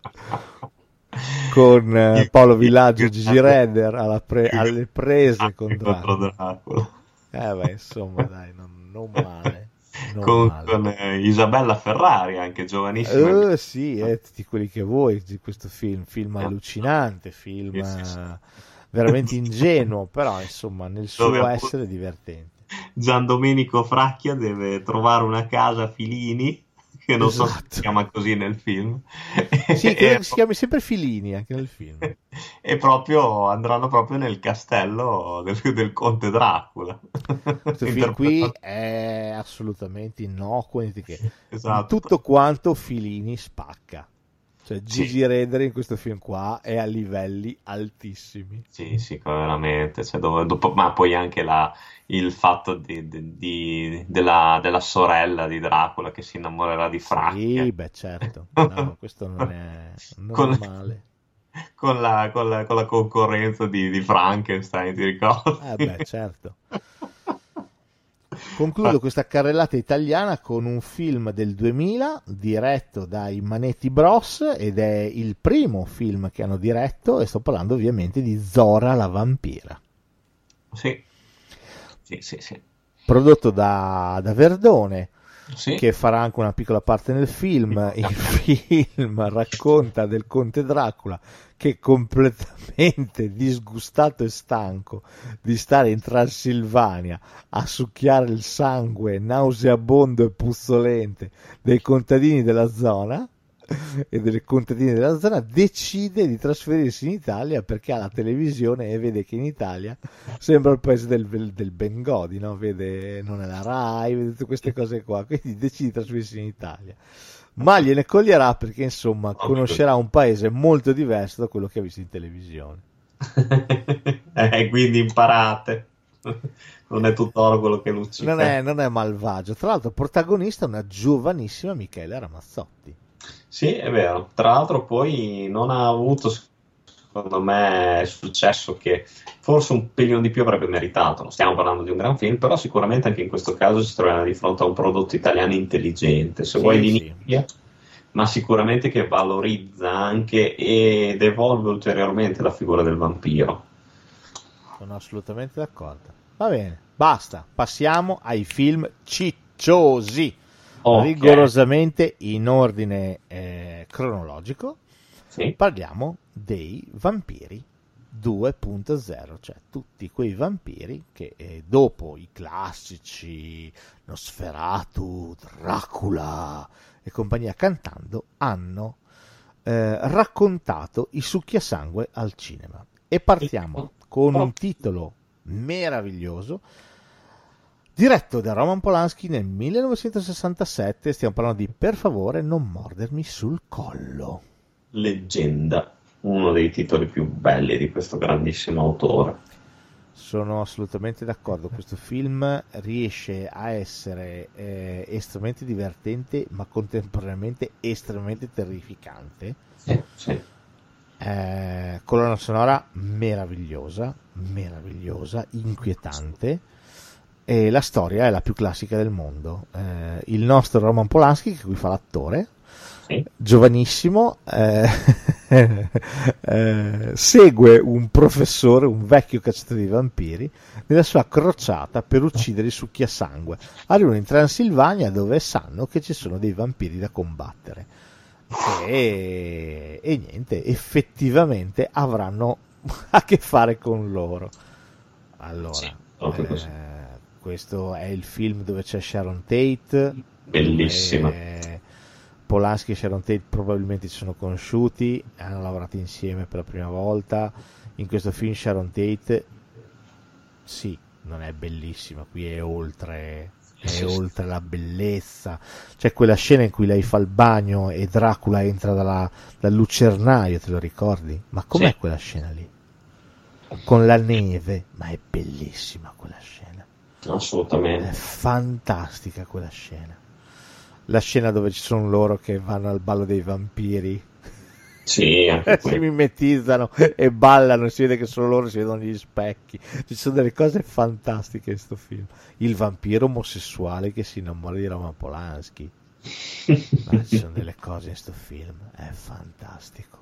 Con Paolo Villaggio e Gigi Redder alle prese con Dracula. Insomma dai, non male. Con Isabella Ferrari, anche giovanissima. Sì, tutti quelli che vuoi di questo film allucinante, film veramente ingenuo, però insomma nel suo essere divertente. Gian Domenico Fracchia deve trovare una casa a Filini, che non so se si chiama così nel film. Sì, credo che si chiami sempre Filini anche nel film. E proprio andranno proprio nel castello del conte Dracula. Questo film qui è assolutamente innocuo, che Esatto. tutto quanto Filini spacca. Cioè Gigi Sì. Redere in questo film qua è a livelli altissimi. Sì, sì, veramente. Cioè, ma poi anche il fatto della sorella di Dracula che si innamorerà di Fracchia. Sì, beh certo, no, questo non è Con- male. con la concorrenza di Frankenstein, ti ricordi? Beh certo. Concludo questa carrellata italiana con un film del 2000 diretto dai Manetti Bros ed è il primo film che hanno diretto e sto parlando ovviamente di Zora la vampira. Sì, sì, sì, sì. Prodotto da Verdone, Sì. che farà anche una piccola parte nel film. Il film racconta del conte Dracula che, completamente disgustato e stanco di stare in Transilvania a succhiare il sangue nauseabondo e puzzolente dei contadini della zona e delle contadine della zona, decide di trasferirsi in Italia perché ha la televisione e vede che in Italia sembra il paese del Bengodi, no? Vede, non è la Rai, vede tutte queste cose qua, quindi decide di trasferirsi in Italia, ma gliene coglierà perché insomma conoscerà un paese molto diverso da quello che ha visto in televisione. Quindi imparate. Non è tutt'oro quello che luccica. Non è malvagio. Tra l'altro protagonista una giovanissima Michela Ramazzotti. Sì, è vero. Tra l'altro poi non ha avuto, secondo me, il successo che forse un pelino di più avrebbe meritato. Non stiamo parlando di un gran film, però sicuramente anche in questo caso ci troviamo di fronte a un prodotto italiano intelligente, se vuoi di nicchia, ma sicuramente che valorizza anche ed evolve ulteriormente la figura del vampiro. Sono assolutamente d'accordo. Va bene, basta. Passiamo ai film cicciosi. Okay. Rigorosamente in ordine cronologico. Sì. Parliamo dei vampiri 2.0, cioè tutti quei vampiri che dopo i classici Nosferatu, Dracula e compagnia cantando hanno raccontato i succhiasangue al cinema. E partiamo con un titolo meraviglioso diretto da Roman Polanski nel 1967. Stiamo parlando di Per favore non mordermi sul collo. Leggenda, uno dei titoli più belli di questo grandissimo autore. Sono assolutamente d'accordo. Questo film riesce a essere estremamente divertente, ma contemporaneamente estremamente terrificante. Sì. Colonna sonora meravigliosa, inquietante. E la storia è la più classica del mondo. Il nostro Roman Polanski, che qui fa l'attore, giovanissimo, segue un professore, un vecchio cacciatore di vampiri, nella sua crociata per uccidere i succhiasangue. Arrivano in Transilvania dove sanno che ci sono dei vampiri da combattere e niente, effettivamente avranno a che fare con loro. Allora, questo è il film dove c'è Sharon Tate, bellissima. Polanski e Sharon Tate probabilmente si sono conosciuti, hanno lavorato insieme per la prima volta. In questo film Sharon Tate sì, non è bellissima, qui è oltre la bellezza. C'è quella scena in cui lei fa il bagno e Dracula entra dal lucernaio, te lo ricordi? Ma com'è quella scena lì? Con la neve, ma è bellissima quella scena. Assolutamente. È fantastica quella scena. La scena dove ci sono loro che vanno al ballo dei vampiri. Sì, anche si mimetizzano e ballano, si vede che solo loro si vedono negli specchi. Ci sono delle cose fantastiche in questo film. Il vampiro omosessuale che si innamora di Roman Polanski. Ma ci sono delle cose in questo film, è fantastico.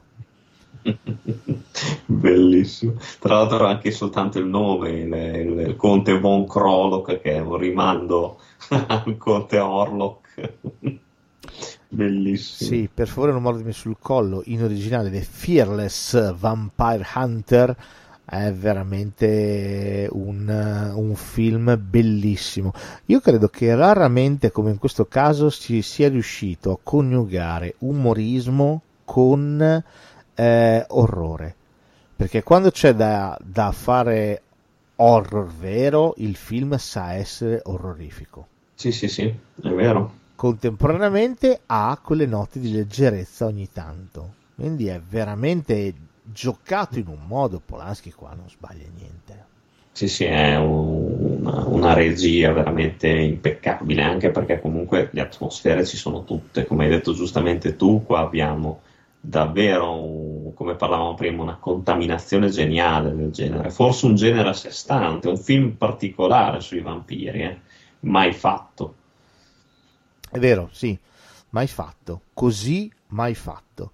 Bellissimo. Tra l'altro anche soltanto il nome, il conte von Krolok, che è un rimando al conte Orlok. Bellissimo. Sì, per favore non mordermi sul collo, in originale The Fearless Vampire Hunter, è veramente un film bellissimo. Io credo che raramente, come in questo caso, si sia riuscito a coniugare umorismo con orrore. perché quando c'è da fare horror vero, il film sa essere orrorifico. Sì, è vero. Contemporaneamente ha quelle note di leggerezza ogni tanto, quindi è veramente giocato in un modo. Polanski qua non sbaglia niente. Sì, è una regia veramente impeccabile, anche perché comunque le atmosfere ci sono tutte, come hai detto giustamente tu, qua abbiamo davvero, come parlavamo prima, una contaminazione geniale del genere, forse un genere a sé stante, un film particolare sui vampiri, mai fatto. È vero, sì, mai fatto, così mai fatto.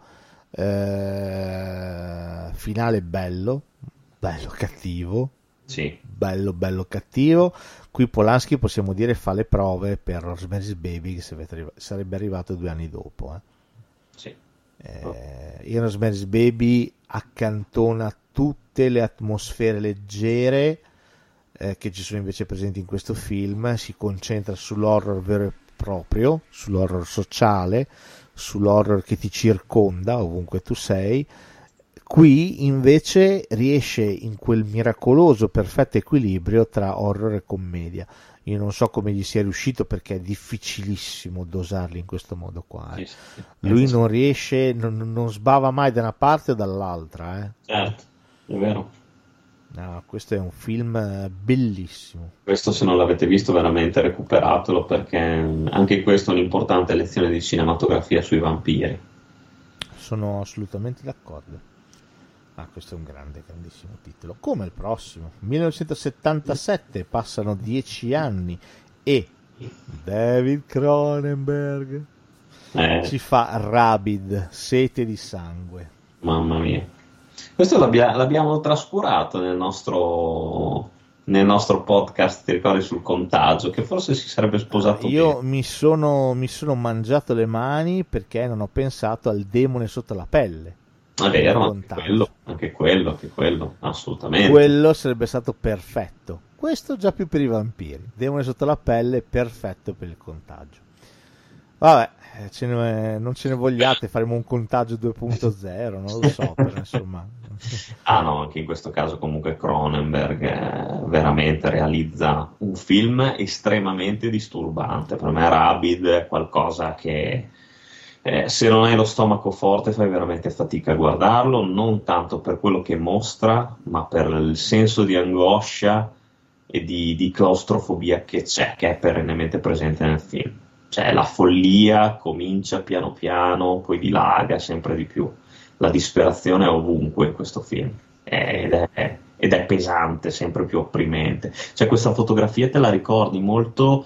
Finale bello cattivo. Sì. Bello cattivo. Qui Polanski, possiamo dire, fa le prove per Rosemary's Baby, che sarebbe arrivato 2 anni dopo. Sì. In Rosemary's Baby accantona tutte le atmosfere leggere che ci sono invece presenti in questo film, si concentra sull'horror vero e proprio, sull'horror sociale, sull'horror che ti circonda ovunque tu sei. Qui invece riesce in quel miracoloso perfetto equilibrio tra horror e commedia. Io non so come gli sia riuscito, perché è difficilissimo dosarli in questo modo qua. Sì. Lui non riesce, non sbava mai da una parte o dall'altra. Certo, è vero. No, questo è un film bellissimo. Questo, se non l'avete visto, veramente recuperatelo, perché anche questo è un'importante lezione di cinematografia sui vampiri. Sono assolutamente d'accordo. Questo è un grandissimo titolo. Come il prossimo, 1977, passano 10 anni e David Cronenberg ci fa Rabid, Sete di sangue. Mamma mia, questo l'abbiamo trascurato nel nostro podcast, ti ricordi, sul contagio, che forse si sarebbe sposato io bene. mi sono mangiato le mani perché non ho pensato al demone sotto la pelle. È vero, anche quello, assolutamente. Quello sarebbe stato perfetto. Questo già più per i vampiri. Demone sotto la pelle, perfetto per il contagio. Vabbè, non ce ne vogliate, faremo un contagio 2.0, non lo so, però insomma. No, anche in questo caso comunque Cronenberg veramente realizza un film estremamente disturbante. Per me Rabid è qualcosa che... se non hai lo stomaco forte fai veramente fatica a guardarlo, non tanto per quello che mostra, ma per il senso di angoscia e di claustrofobia che c'è, che è perennemente presente nel film. Cioè la follia comincia piano piano, poi dilaga sempre di più. La disperazione è ovunque in questo film ed è pesante, sempre più opprimente. Cioè questa fotografia te la ricordi molto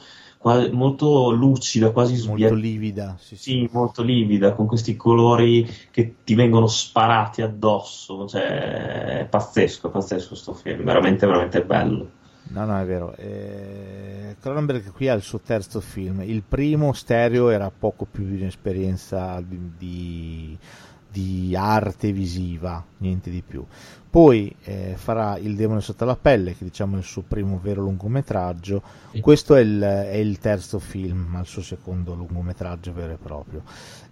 lucida, quasi molto livida, sì, molto livida, con questi colori che ti vengono sparati addosso. Cioè è pazzesco sto film, veramente bello. No, è vero. Cronenberg qui ha il suo terzo film. Il primo, Stereo, era poco più di un'esperienza di arte visiva, niente di più. Poi farà Il demone sotto la pelle, che diciamo è il suo primo vero lungometraggio. Questo è il terzo film, ma il suo secondo lungometraggio vero e proprio.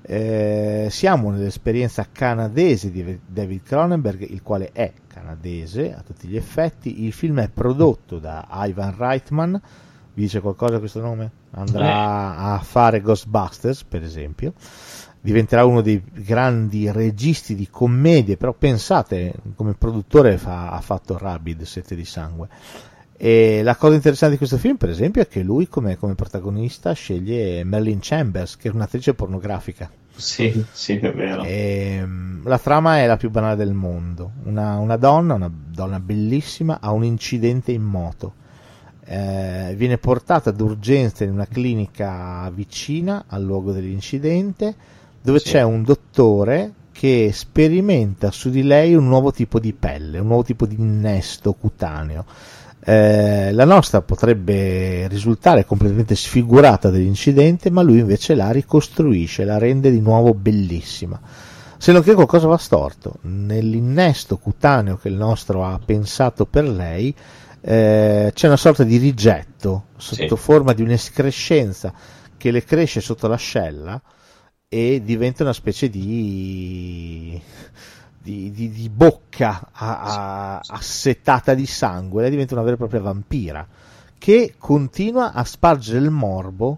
Siamo nell'esperienza canadese di David Cronenberg, il quale è canadese a tutti gli effetti. Il film è prodotto da Ivan Reitman. Vi dice qualcosa questo nome? Andrà a fare Ghostbusters, per esempio. Diventerà uno dei grandi registi di commedie, però pensate, come produttore ha fatto Rabid, Sete di sangue. E la cosa interessante di questo film, per esempio, è che lui come protagonista sceglie Marilyn Chambers, che è un'attrice pornografica. Sì, è vero. E la trama è la più banale del mondo. Una donna bellissima, ha un incidente in moto. Viene portata d'urgenza in una clinica vicina al luogo dell'incidente, dove c'è un dottore che sperimenta su di lei un nuovo tipo di pelle, un nuovo tipo di innesto cutaneo. La nostra potrebbe risultare completamente sfigurata dall'incidente, ma lui invece la ricostruisce, la rende di nuovo bellissima. Se non che qualcosa va storto. Nell'innesto cutaneo che il nostro ha pensato per lei c'è una sorta di rigetto sotto forma di un'escrescenza che le cresce sotto l'ascella e diventa una specie di di bocca assetata di sangue, lei diventa una vera e propria vampira che continua a spargere il morbo,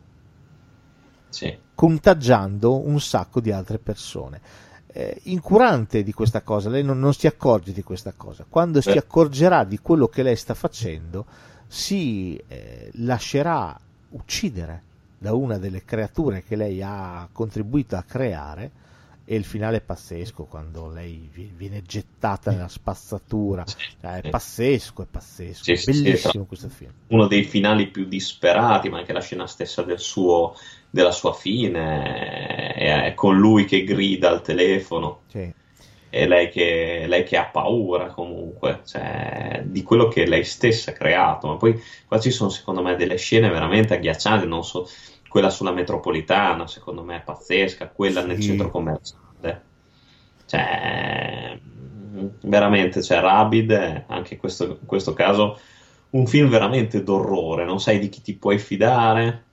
Sì. contagiando un sacco di altre persone. Incurante di questa cosa, lei non si accorge di questa cosa. Quando si accorgerà di quello che lei sta facendo, si lascerà uccidere da una delle creature che lei ha contribuito a creare, e il finale è pazzesco quando lei viene gettata nella spazzatura. È pazzesco, Sì, bellissimo questo film. Uno dei finali più disperati, ma anche la scena stessa della sua fine, è con lui che grida al telefono. Sì. E lei che ha paura comunque, cioè, di quello che lei stessa ha creato. Ma poi qua ci sono secondo me delle scene veramente agghiaccianti, non so, quella sulla metropolitana secondo me è pazzesca, quella nel centro commerciale, cioè veramente, c'è Rabid, anche in questo caso un film veramente d'orrore, non sai di chi ti puoi fidare,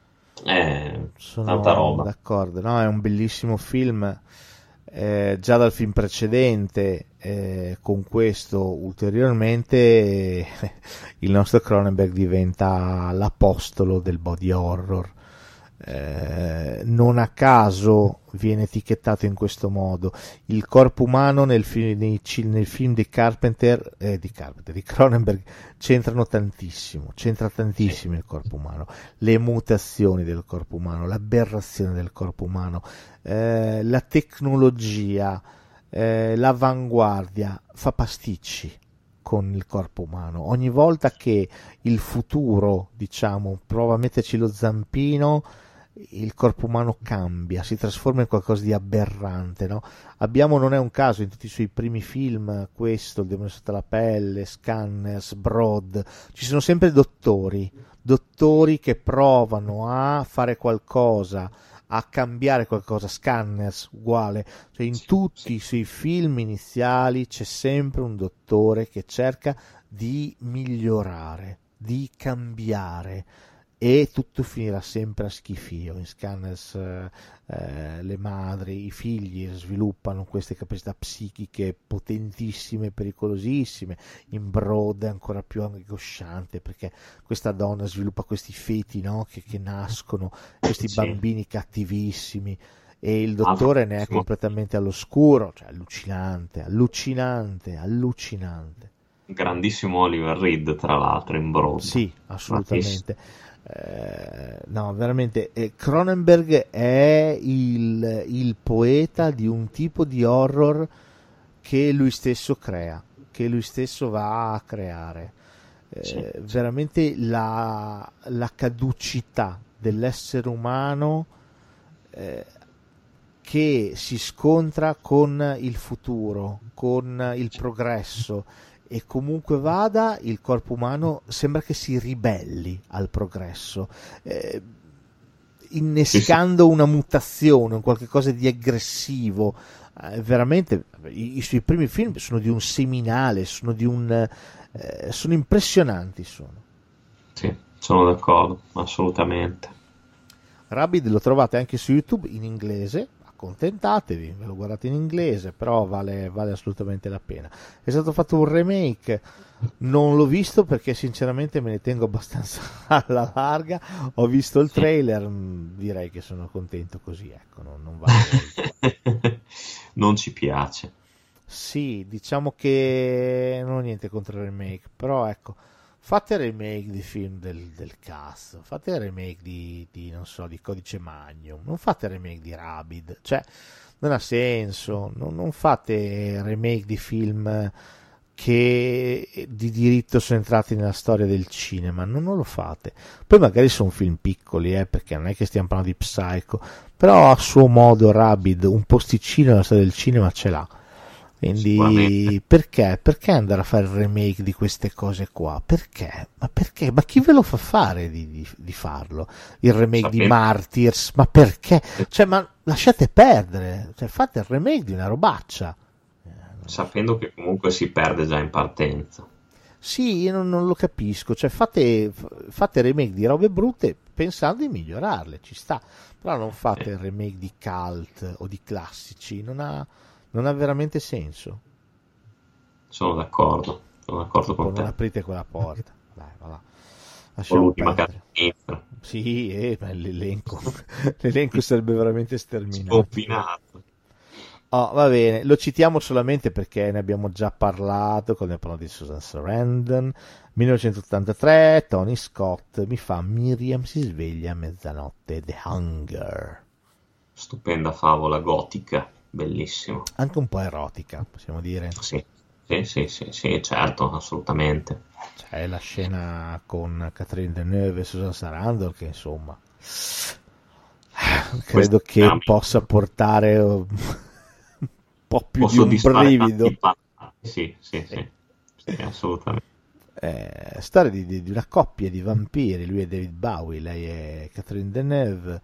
Sono tanta roba. d'accordo, no, è un bellissimo film. Già dal film precedente, con questo ulteriormente il nostro Cronenberg diventa l'apostolo del body horror. Non a caso viene etichettato in questo modo. Il corpo umano nel film di Cronenberg c'entra tantissimo il corpo umano, le mutazioni del corpo umano, l'aberrazione del corpo umano, la tecnologia, l'avanguardia fa pasticci con il corpo umano. Ogni volta che il futuro, diciamo, prova a metterci lo zampino, il corpo umano cambia, si trasforma in qualcosa di aberrante, no? Abbiamo, non è un caso, in tutti i suoi primi film, questo, Il demone sotto la pelle, Scanners, Brood, ci sono sempre dottori che provano a fare qualcosa, a cambiare qualcosa. Scanners uguale, cioè in tutti i suoi film iniziali c'è sempre un dottore che cerca di migliorare, di cambiare, e tutto finirà sempre a schifio. In Scanners le madri, i figli sviluppano queste capacità psichiche potentissime, pericolosissime. In Brood è ancora più angosciante, perché questa donna sviluppa questi feti, no? che nascono, questi bambini cattivissimi, e il dottore ne è completamente all'oscuro. Cioè allucinante. Grandissimo Oliver Reed, tra l'altro, in Brood. Sì, assolutamente. No, veramente, Cronenberg è il poeta di un tipo di horror che lui stesso crea, che lui stesso va a creare. Veramente la caducità dell'essere umano che si scontra con il futuro, con il progresso, e comunque vada, il corpo umano sembra che si ribelli al progresso, innescando una mutazione, un qualche cosa di aggressivo. Veramente i suoi primi film sono di un seminale, sono impressionanti. Sì, sono d'accordo, assolutamente. Rabid lo trovate anche su YouTube in inglese, accontentatevi, ve lo guardate in inglese, però vale assolutamente la pena. È stato fatto un remake, non l'ho visto perché sinceramente me ne tengo abbastanza alla larga. Ho visto il trailer, direi che sono contento così, ecco, non vale. Non ci piace. Sì, diciamo che non ho niente contro il remake, però ecco, fate remake di film del cazzo, fate remake di non so, di Codice Magnum, non fate remake di Rabid, cioè non ha senso. Non fate remake di film che di diritto sono entrati nella storia del cinema, non lo fate. Poi magari sono film piccoli, perché non è che stiamo parlando di Psycho, però a suo modo Rabid un posticino nella storia del cinema ce l'ha. Quindi perché andare a fare il remake di queste cose qua? Perché? Ma chi ve lo fa fare di farlo? Il remake di Martyrs? Ma perché? Cioè, ma lasciate perdere, cioè, fate il remake di una robaccia. Sapendo che comunque si perde già in partenza. Sì, io non lo capisco, cioè fate remake di robe brutte pensando di migliorarle, ci sta, però non fate il remake di cult o di classici, non ha non ha veramente senso. Sono d'accordo con Non te. aprite quella porta. Dai, va là. Con Lasciamo l'ultima perdere. sinistra. Sì, ma l'elenco sarebbe veramente sterminato. Sconfinato. Oh, va bene, lo citiamo solamente perché ne abbiamo già parlato quando ne parlo di Susan Sarandon. 1983, Tony Scott mi fa Miriam si sveglia a mezzanotte, The Hunger. Stupenda favola gotica, bellissimo. Anche un po' erotica, possiamo dire. Sì, certo, assolutamente. C'è la scena con Catherine Deneuve e Susan Sarandon che insomma credo che veramente possa portare un po' più può di un soddisfare brivido. tanti sì, assolutamente. Storia di una coppia di vampiri, lui è David Bowie, lei è Catherine Deneuve,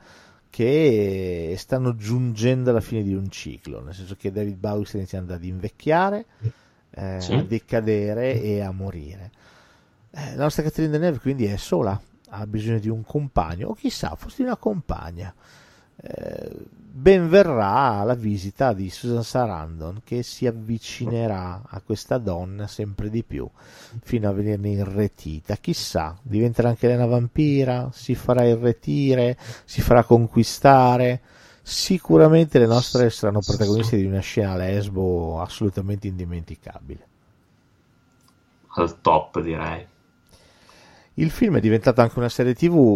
che stanno giungendo alla fine di un ciclo, nel senso che David Bowie sta iniziando ad invecchiare, a decadere e a morire. La nostra Catherine Deneuve quindi è sola, ha bisogno di un compagno, o chissà, forse di una compagna. Ben verrà la visita di Susan Sarandon, che si avvicinerà a questa donna sempre di più fino a venirne irretita. Chissà, diventerà anche lei una vampira, si farà irretire, si farà conquistare. Sicuramente le nostre saranno protagoniste di una scena lesbo assolutamente indimenticabile. Al top, direi. Il film è diventato anche una serie TV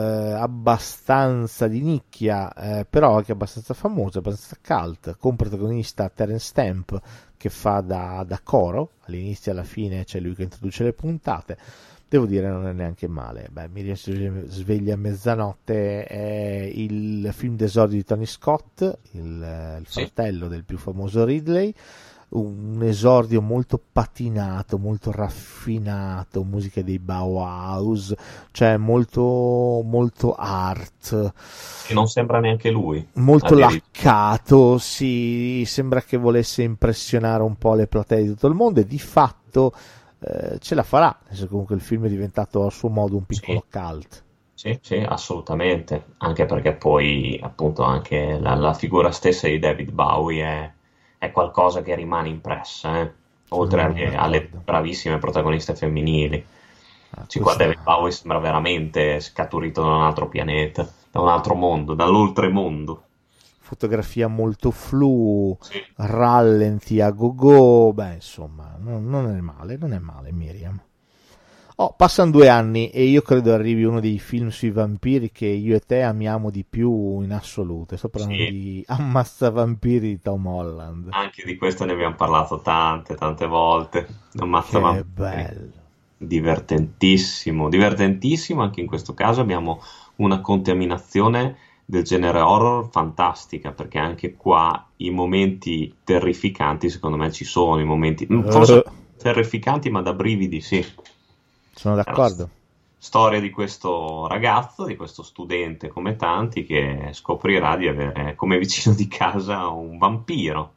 abbastanza di nicchia, però anche abbastanza famosa, abbastanza cult, con protagonista Terence Stamp che fa da coro, all'inizio e alla fine c'è lui che introduce le puntate. Devo dire non è neanche male. Miriam si sveglia a mezzanotte è il film d'esordio di Tony Scott, il fratello del più famoso Ridley. Un esordio molto patinato, molto raffinato, musica dei Bauhaus, cioè molto art, E non sembra neanche lui. molto laccato, sì, sembra che volesse impressionare un po' le platee di tutto il mondo e di fatto ce la farà, nel senso che comunque il film è diventato a suo modo un piccolo cult. Sì, assolutamente, anche perché poi appunto anche la figura stessa di David Bowie è qualcosa che rimane impressa, oltre alle bravissime protagoniste femminili. Qua David Bowie sembra veramente scaturito da un altro pianeta, da un altro mondo, dall'oltremondo. Fotografia molto flu, rallenti a go-go, insomma, non è male Miriam. Passano 2 anni e io credo arrivi uno dei film sui vampiri che io e te amiamo di più in assoluto. Sto parlando di Ammazza vampiri di Tom Holland. Anche di questo ne abbiamo parlato tante volte. Ammazza vampiri. Bello. Divertentissimo, anche in questo caso abbiamo una contaminazione del genere horror fantastica, perché anche qua i momenti terrificanti secondo me ci sono, i momenti forse terrificanti ma da brividi, sì. Sono d'accordo. Storia di questo ragazzo, di questo studente come tanti, che scoprirà di avere come vicino di casa un vampiro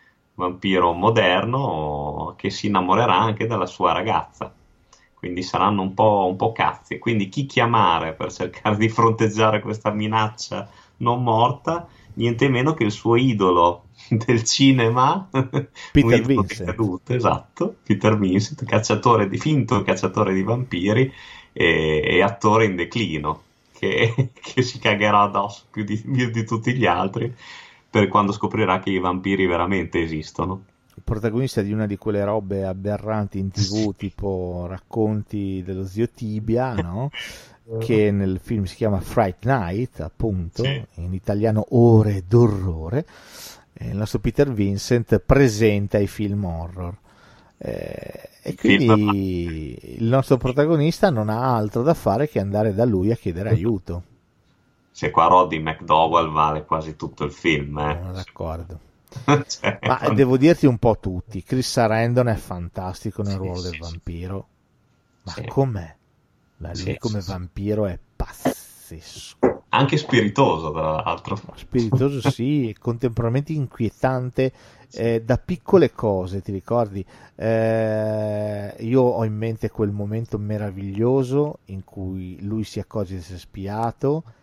moderno che si innamorerà anche della sua ragazza. Quindi saranno un po' cazzi. Quindi chi chiamare per cercare di fronteggiare questa minaccia non morta? Niente meno che il suo idolo del cinema, Peter Vincent. Caduto, esatto, Peter Vincent, finto cacciatore di vampiri e attore in declino, che si cagherà addosso più di tutti gli altri per quando scoprirà che i vampiri veramente esistono. Protagonista di una di quelle robe aberranti in TV, tipo racconti dello zio Tibia, no? Che nel film si chiama Fright Night, appunto, in italiano Ore d'orrore. Il nostro Peter Vincent presenta i film horror. E quindi il nostro protagonista non ha altro da fare che andare da lui a chiedere aiuto. Se qua Roddy McDowell vale quasi tutto il film. Sono d'accordo. Ma devo dirti un po' tutti. Chris Sarandon è fantastico nel ruolo del vampiro. Ma com'è? Lui come vampiro è pazzesco. Anche spiritoso, tra l'altro. Spiritoso sì, e contemporaneamente inquietante, da piccole cose, ti ricordi? Io ho in mente quel momento meraviglioso in cui lui si accorge di essere spiato,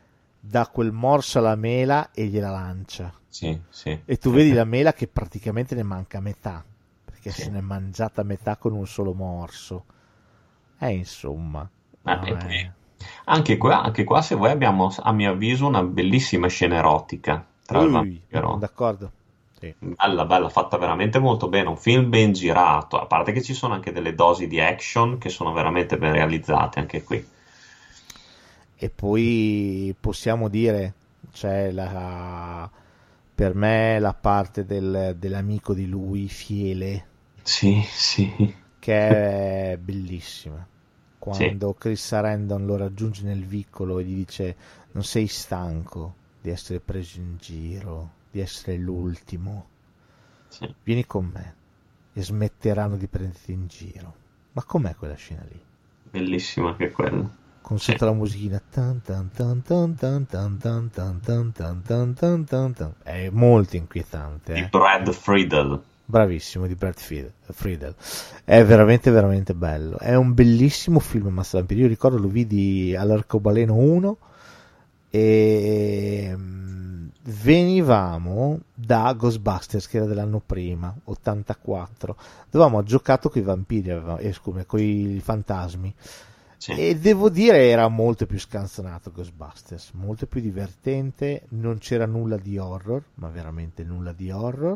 dà quel morso alla mela e gliela lancia. Sì, sì. E tu vedi la mela che praticamente ne manca metà, perché Sì. se n'è mangiata metà con un solo morso. Insomma. E poi, anche qua, se vuoi, abbiamo, a mio avviso, una bellissima scena erotica tra il vampiro. D'accordo. Sì. Bella, bella, fatta veramente molto bene. Un film ben girato. A parte che ci sono anche delle dosi di action che sono veramente ben realizzate anche qui. E poi possiamo dire, c'è per me la parte dell'amico di lui, Fiele, Sì, sì. che è bellissima. Quando Chris Sarandon lo raggiunge nel vicolo e gli dice: non sei stanco di essere preso in giro, di essere l'ultimo, Sì. vieni con me e smetteranno di prenderti in giro. Ma com'è quella scena lì? Bellissima anche quella. Con sotto la musichina è molto inquietante, Di Brad Friedel. bravissimo, di Brad Friedel. È veramente veramente bello, è un bellissimo film Massa Vampiri. Io ricordo lo vidi all'Arcobaleno 1 e venivamo da Ghostbusters, che era dell'anno prima, 84, dove avevamo giocato con i vampiri, con i fantasmi. Sì. E devo dire era molto più scanzonato Ghostbusters, molto più divertente, non c'era nulla di horror, ma veramente nulla di horror,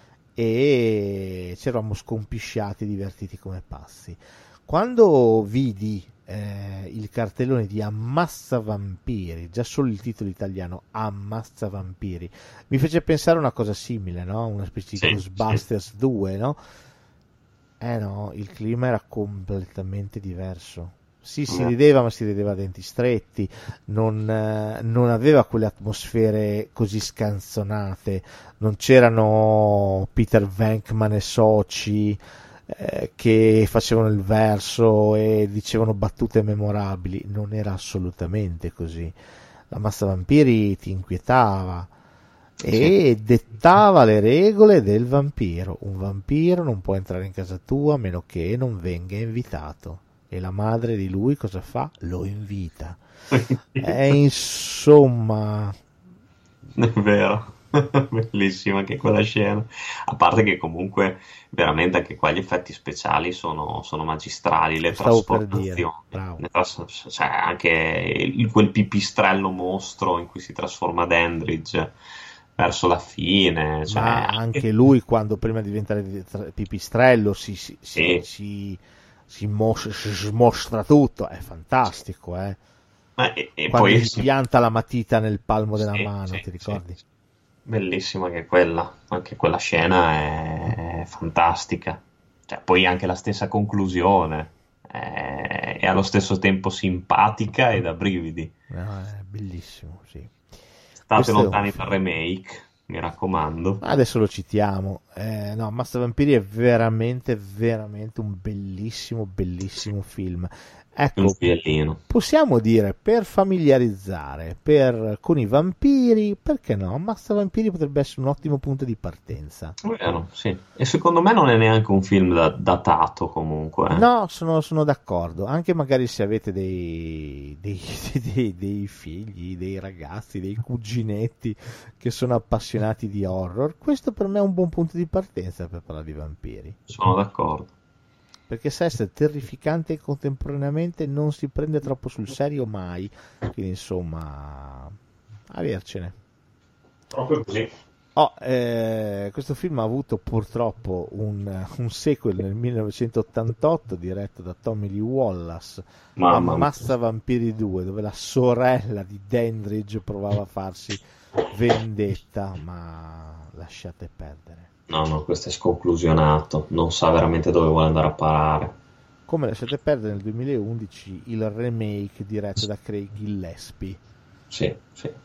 e ci eravamo scompisciati, divertiti come pazzi. Quando vidi il cartellone di Ammazza Vampiri, già solo il titolo italiano Ammazza Vampiri, mi fece pensare a una cosa simile, no? Una specie di Ghostbusters 2, no? No, il clima era completamente diverso. Sì, si rideva, ma si rideva a denti stretti, non aveva quelle atmosfere così scanzonate, non c'erano Peter Venkman e soci che facevano il verso e dicevano battute memorabili, non era assolutamente così. La Massa Vampiri ti inquietava e dettava le regole del vampiro. Un vampiro non può entrare in casa tua a meno che non venga invitato. E la madre di lui cosa fa? Lo invita. Insomma, È vero. Bellissima anche quella scena. A parte che comunque veramente anche qua gli effetti speciali sono magistrali, le stavo per trasformazioni. dire, bravo. Cioè anche quel pipistrello mostro in cui si trasforma Dandridge verso la fine. Cioè, ma anche lui, quando prima di diventare pipistrello si smostra tutto, è fantastico, e quando poi gli pianta la matita nel palmo della mano, sì, ti ricordi? sì. Bellissima anche quella scena è fantastica. Cioè, poi anche la stessa conclusione è allo stesso tempo simpatica e da brividi. È bellissimo, sì. State lontani dal remake, mi raccomando. Adesso lo citiamo. No, Massa Vampiri è veramente veramente un bellissimo bellissimo film. Ecco, Un fiellino. possiamo dire, per familiarizzare con i vampiri, perché no? Massa Vampiri potrebbe essere un ottimo punto di partenza. Vero, sì. E secondo me non è neanche un film datato comunque. No, sono d'accordo. Anche magari se avete dei figli, dei ragazzi, dei cuginetti che sono appassionati di horror, questo per me è un buon punto di partenza per parlare di vampiri. Sono d'accordo. Perché sa essere terrificante e contemporaneamente non si prende troppo sul serio mai. Quindi insomma, avercene. Proprio così. Questo film ha avuto purtroppo un sequel nel 1988 diretto da Tommy Lee Wallace, Massa Vampiri 2, dove la sorella di Dandridge provava a farsi vendetta, ma lasciate perdere. No, questo è sconclusionato, non sa veramente dove vuole andare a parare. Come lasciate perdere nel 2011 il remake diretto da Craig Gillespie, Sì.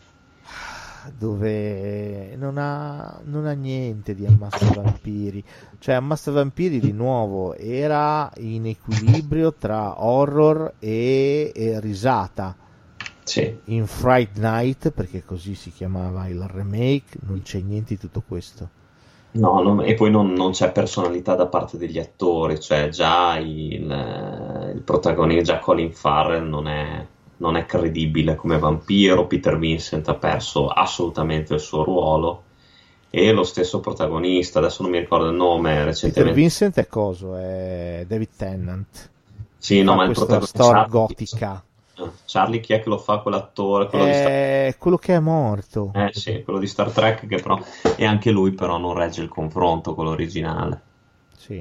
dove non ha niente di Ammazza Vampiri. Cioè Ammazza Vampiri di nuovo era in equilibrio tra horror e risata. Sì. In Fright Night, perché così si chiamava il remake, non c'è niente di tutto questo. No, e poi non c'è personalità da parte degli attori, cioè già il protagonista, già Colin Farrell non è non è credibile come vampiro. Peter Vincent ha perso assolutamente il suo ruolo, e lo stesso protagonista, adesso non mi ricordo il nome, Peter recentemente. Vincent è coso? È David Tennant. Sì, no, Fa ma il questa protagonista storia Charlie, gotica. Charlie, chi è che lo fa quell'attore? Quello di È quello che è morto. sì, quello di Star Trek, che però, e anche lui però non regge il confronto con l'originale. Sì.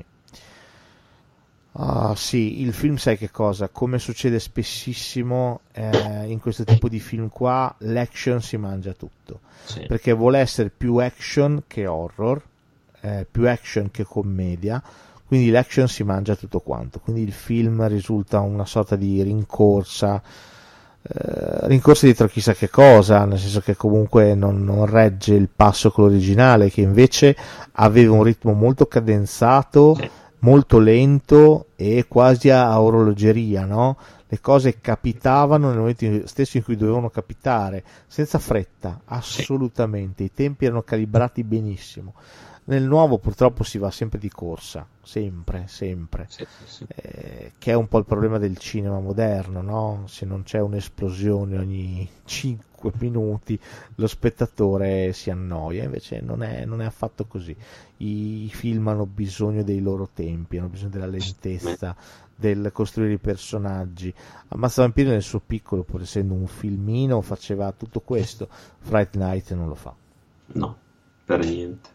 Ah, sì, il film, sai che cosa? Come succede spessissimo in questo tipo di film qua, l'action si mangia tutto. Sì. Perché vuole essere più action che horror, più action che commedia, quindi l'action si mangia tutto quanto. Quindi il film risulta una sorta di rincorsa dietro chissà che cosa, nel senso che comunque non regge il passo con l'originale, che invece aveva un ritmo molto cadenzato, Sì. molto lento e quasi a orologeria, no? Le cose capitavano nel momento stesso in cui dovevano capitare, senza fretta, assolutamente. I tempi erano calibrati benissimo. Nel nuovo purtroppo si va sempre di corsa, sempre, sempre. Sì. Che è un po' il problema del cinema moderno, no? Se non c'è un'esplosione ogni 5 minuti, lo spettatore si annoia. Invece non è affatto così. I film hanno bisogno dei loro tempi, hanno bisogno della lentezza, del costruire i personaggi. Ammazza Vampiri nel suo piccolo, pur essendo un filmino, faceva tutto questo. Fright Night non lo fa. No, per niente.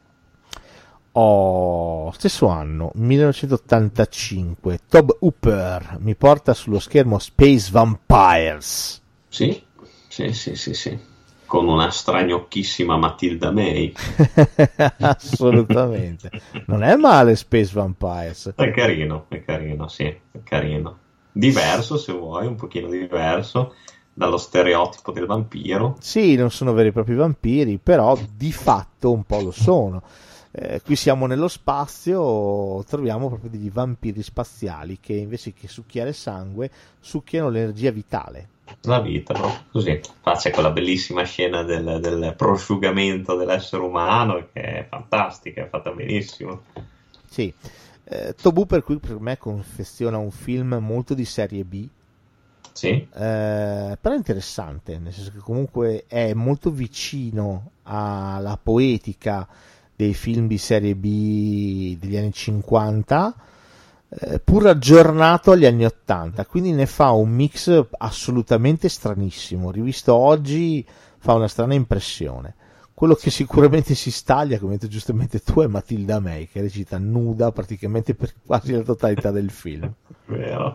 Stesso anno, 1985, Tobe Hooper mi porta sullo schermo Space Vampires. Sì. Con una stragnocchissima Matilda May. Assolutamente. Non è male Space Vampires. È carino, sì, è carino. Diverso, se vuoi, un pochino diverso dallo stereotipo del vampiro. Sì, non sono veri e propri vampiri, però di fatto un po' lo sono. Qui siamo nello spazio, troviamo proprio degli vampiri spaziali che invece che succhiare sangue succhiano l'energia vitale. La vita, no? Così. C'è quella bellissima scena del prosciugamento dell'essere umano, che è fantastica, è fatta benissimo. Sì. Tobu per cui per me confeziona un film molto di serie B. Sì. Però interessante, nel senso che comunque è molto vicino alla poetica dei film di serie B degli anni 50, pur aggiornato agli anni 80, quindi ne fa un mix assolutamente stranissimo. Rivisto oggi fa una strana impressione. Quello che sicuramente si staglia, come hai detto giustamente tu, è Matilda May, che recita nuda praticamente per quasi la totalità del film. Vero.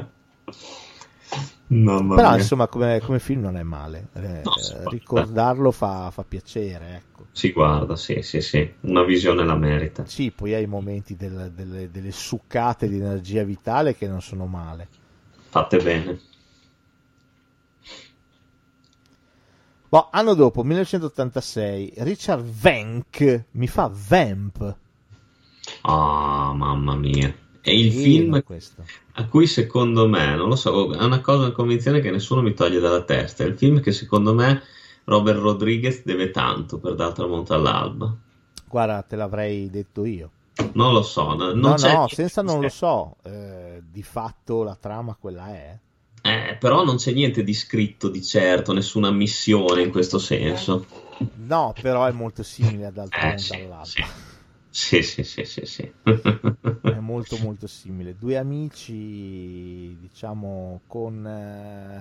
Però insomma come film non è male, No, ricordarlo fa piacere, ecco. Si guarda, sì, una visione la merita. Sì, poi hai i momenti delle succate di energia vitale che non sono male. Fatte bene. Anno dopo, 1986, Richard Wenk mi fa Vamp. Ah, mamma mia. È il film questo. a cui secondo me, non lo so, è una cosa, una convinzione che nessuno mi toglie dalla testa. È il film che secondo me Robert Rodriguez deve tanto per Dal tramonto all'alba. Guarda, te l'avrei detto io. Non lo so. No, senza non lo so. Di fatto la trama quella è. Però non c'è niente di scritto di certo, nessuna missione in questo senso. No, però è molto simile a Dal tramonto all'alba. Sì. È molto molto simile. Due amici, diciamo, con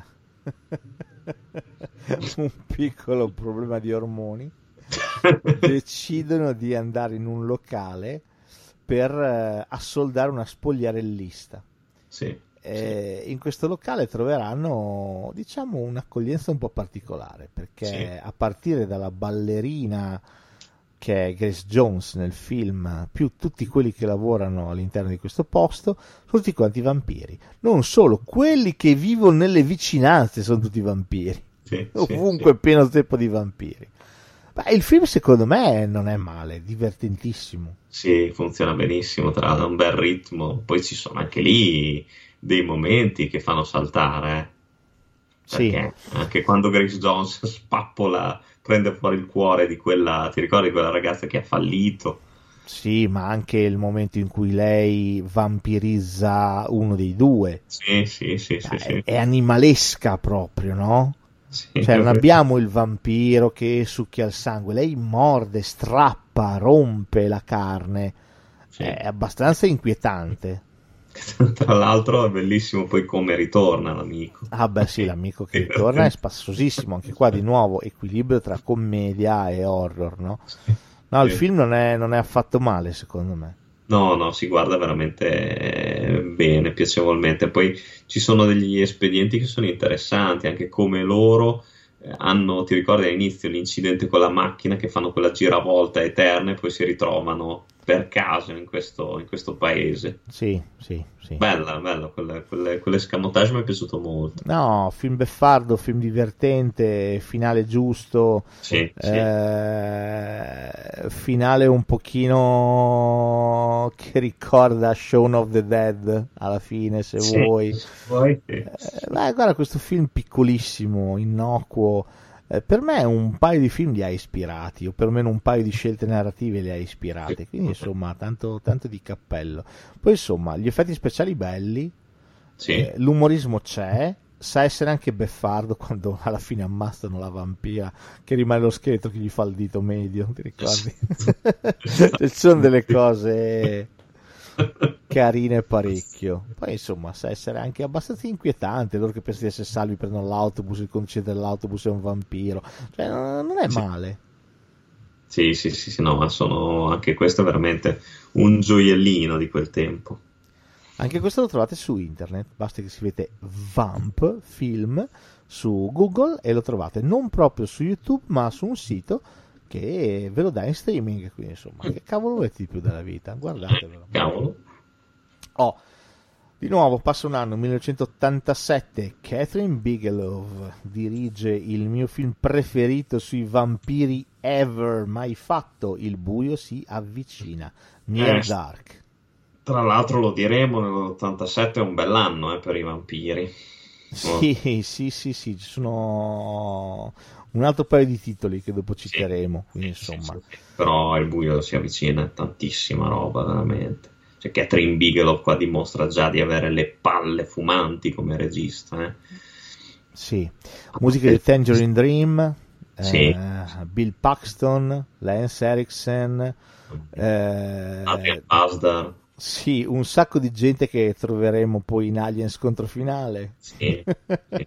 un piccolo problema di ormoni, decidono di andare in un locale per assoldare una spogliarellista. Sì. In questo locale troveranno, diciamo, un'accoglienza un po' particolare, perché a partire dalla ballerina che è Grace Jones nel film, più tutti quelli che lavorano all'interno di questo posto, sono tutti quanti vampiri. Non solo, quelli che vivono nelle vicinanze sono tutti vampiri. Ovunque è pieno zeppo di vampiri. Il film secondo me non è male, è divertentissimo. Sì, funziona benissimo, tra l'altro ha un bel ritmo. Poi ci sono anche lì dei momenti che fanno saltare. Perché anche quando Grace Jones spappola, prende fuori il cuore di quella, ti ricordi quella ragazza che ha fallito? Sì, ma anche il momento in cui lei vampirizza uno dei due. Sì, sì, sì, sì, È, sì. è animalesca proprio, no? Sì. Cioè non abbiamo il vampiro che succhia il sangue, lei morde, strappa, rompe la carne. Sì. È abbastanza inquietante. Tra l'altro è bellissimo poi come ritorna l'amico. Ah beh sì, l'amico che ritorna è spassosissimo, anche qua di nuovo equilibrio tra commedia e horror, no? No, il Sì. film non è affatto male secondo me. No, no, si guarda veramente bene, piacevolmente. Poi ci sono degli espedienti che sono interessanti, anche come loro hanno, ti ricordi all'inizio l'incidente con la macchina che fanno quella giravolta eterna e poi si ritrovano per caso in questo paese. Sì, sì, sì. Bella, bella, quell'escamotage mi è piaciuto molto. No, film beffardo, film divertente, finale giusto, Sì, sì. finale un pochino che ricorda Shaun of the Dead alla fine, se Sì. vuoi. Poi, Guarda, questo film piccolissimo, innocuo, per me un paio di film li ha ispirati, o perlomeno un paio di scelte narrative le ha ispirate, quindi insomma tanto, tanto di cappello. Poi insomma gli effetti speciali belli, sì. l'umorismo c'è, sa essere anche beffardo quando alla fine ammazzano la vampira che rimane lo scheletro che gli fa il dito medio, ti ricordi? Ci sono delle cose carine parecchio. Poi insomma sa essere anche abbastanza inquietante, loro che pensano di essere salvi, prendono l'autobus, il conducente dell'autobus è un vampiro, cioè non è male. Sì, sì, sì, sì, no, ma sono anche questo è veramente un gioiellino di quel tempo. Anche questo lo trovate su internet, basta che scrivete Vamp Film su Google e lo trovate non proprio su YouTube ma su un sito che ve lo dà in streaming, quindi insomma che cavolo volete di più dalla vita, guardatevelo. Cavolo. Oh, di nuovo passa un anno, 1987, Catherine Bigelow dirige il mio film preferito sui vampiri ever mai fatto, Il buio si avvicina, Near Dark. Tra l'altro lo diremo, nell'87 è un bell'anno per i vampiri. Sì, sì, sì, sì, ci sono un altro paio di titoli che dopo citeremo, quindi insomma. Sì. Però il buio si avvicina, è tantissima roba, veramente. Cioè, Catherine Bigelow qua dimostra già di avere le palle fumanti come regista. Sì, musica di Tangerine Dream, Sì. Bill Paxton, Lance Erickson, Adrian Pasdar. sì, un sacco di gente che troveremo poi in Alien Scontro Finale. Sì, sì.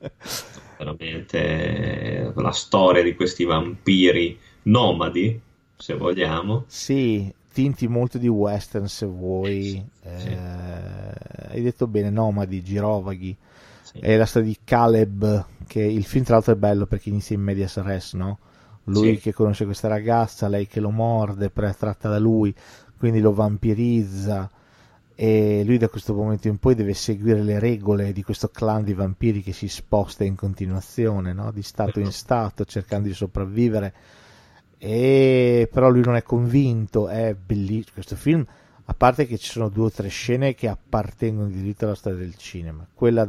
Veramente la storia di questi vampiri nomadi, se vogliamo. Sì, tinti molto di western se vuoi. Sì. Hai detto bene, nomadi, girovaghi. Sì. È la storia di Caleb, che il film tra l'altro è bello perché inizia in medias res, no? Lui Sì. che conosce questa ragazza, lei che lo morde, tratta da lui, quindi lo vampirizza e lui da questo momento in poi deve seguire le regole di questo clan di vampiri che si sposta in continuazione, no? Di stato in stato, cercando di sopravvivere. E però lui non è convinto, è bellissimo questo film, a parte che ci sono 2 o 3 scene che appartengono di diritto alla storia del cinema, quella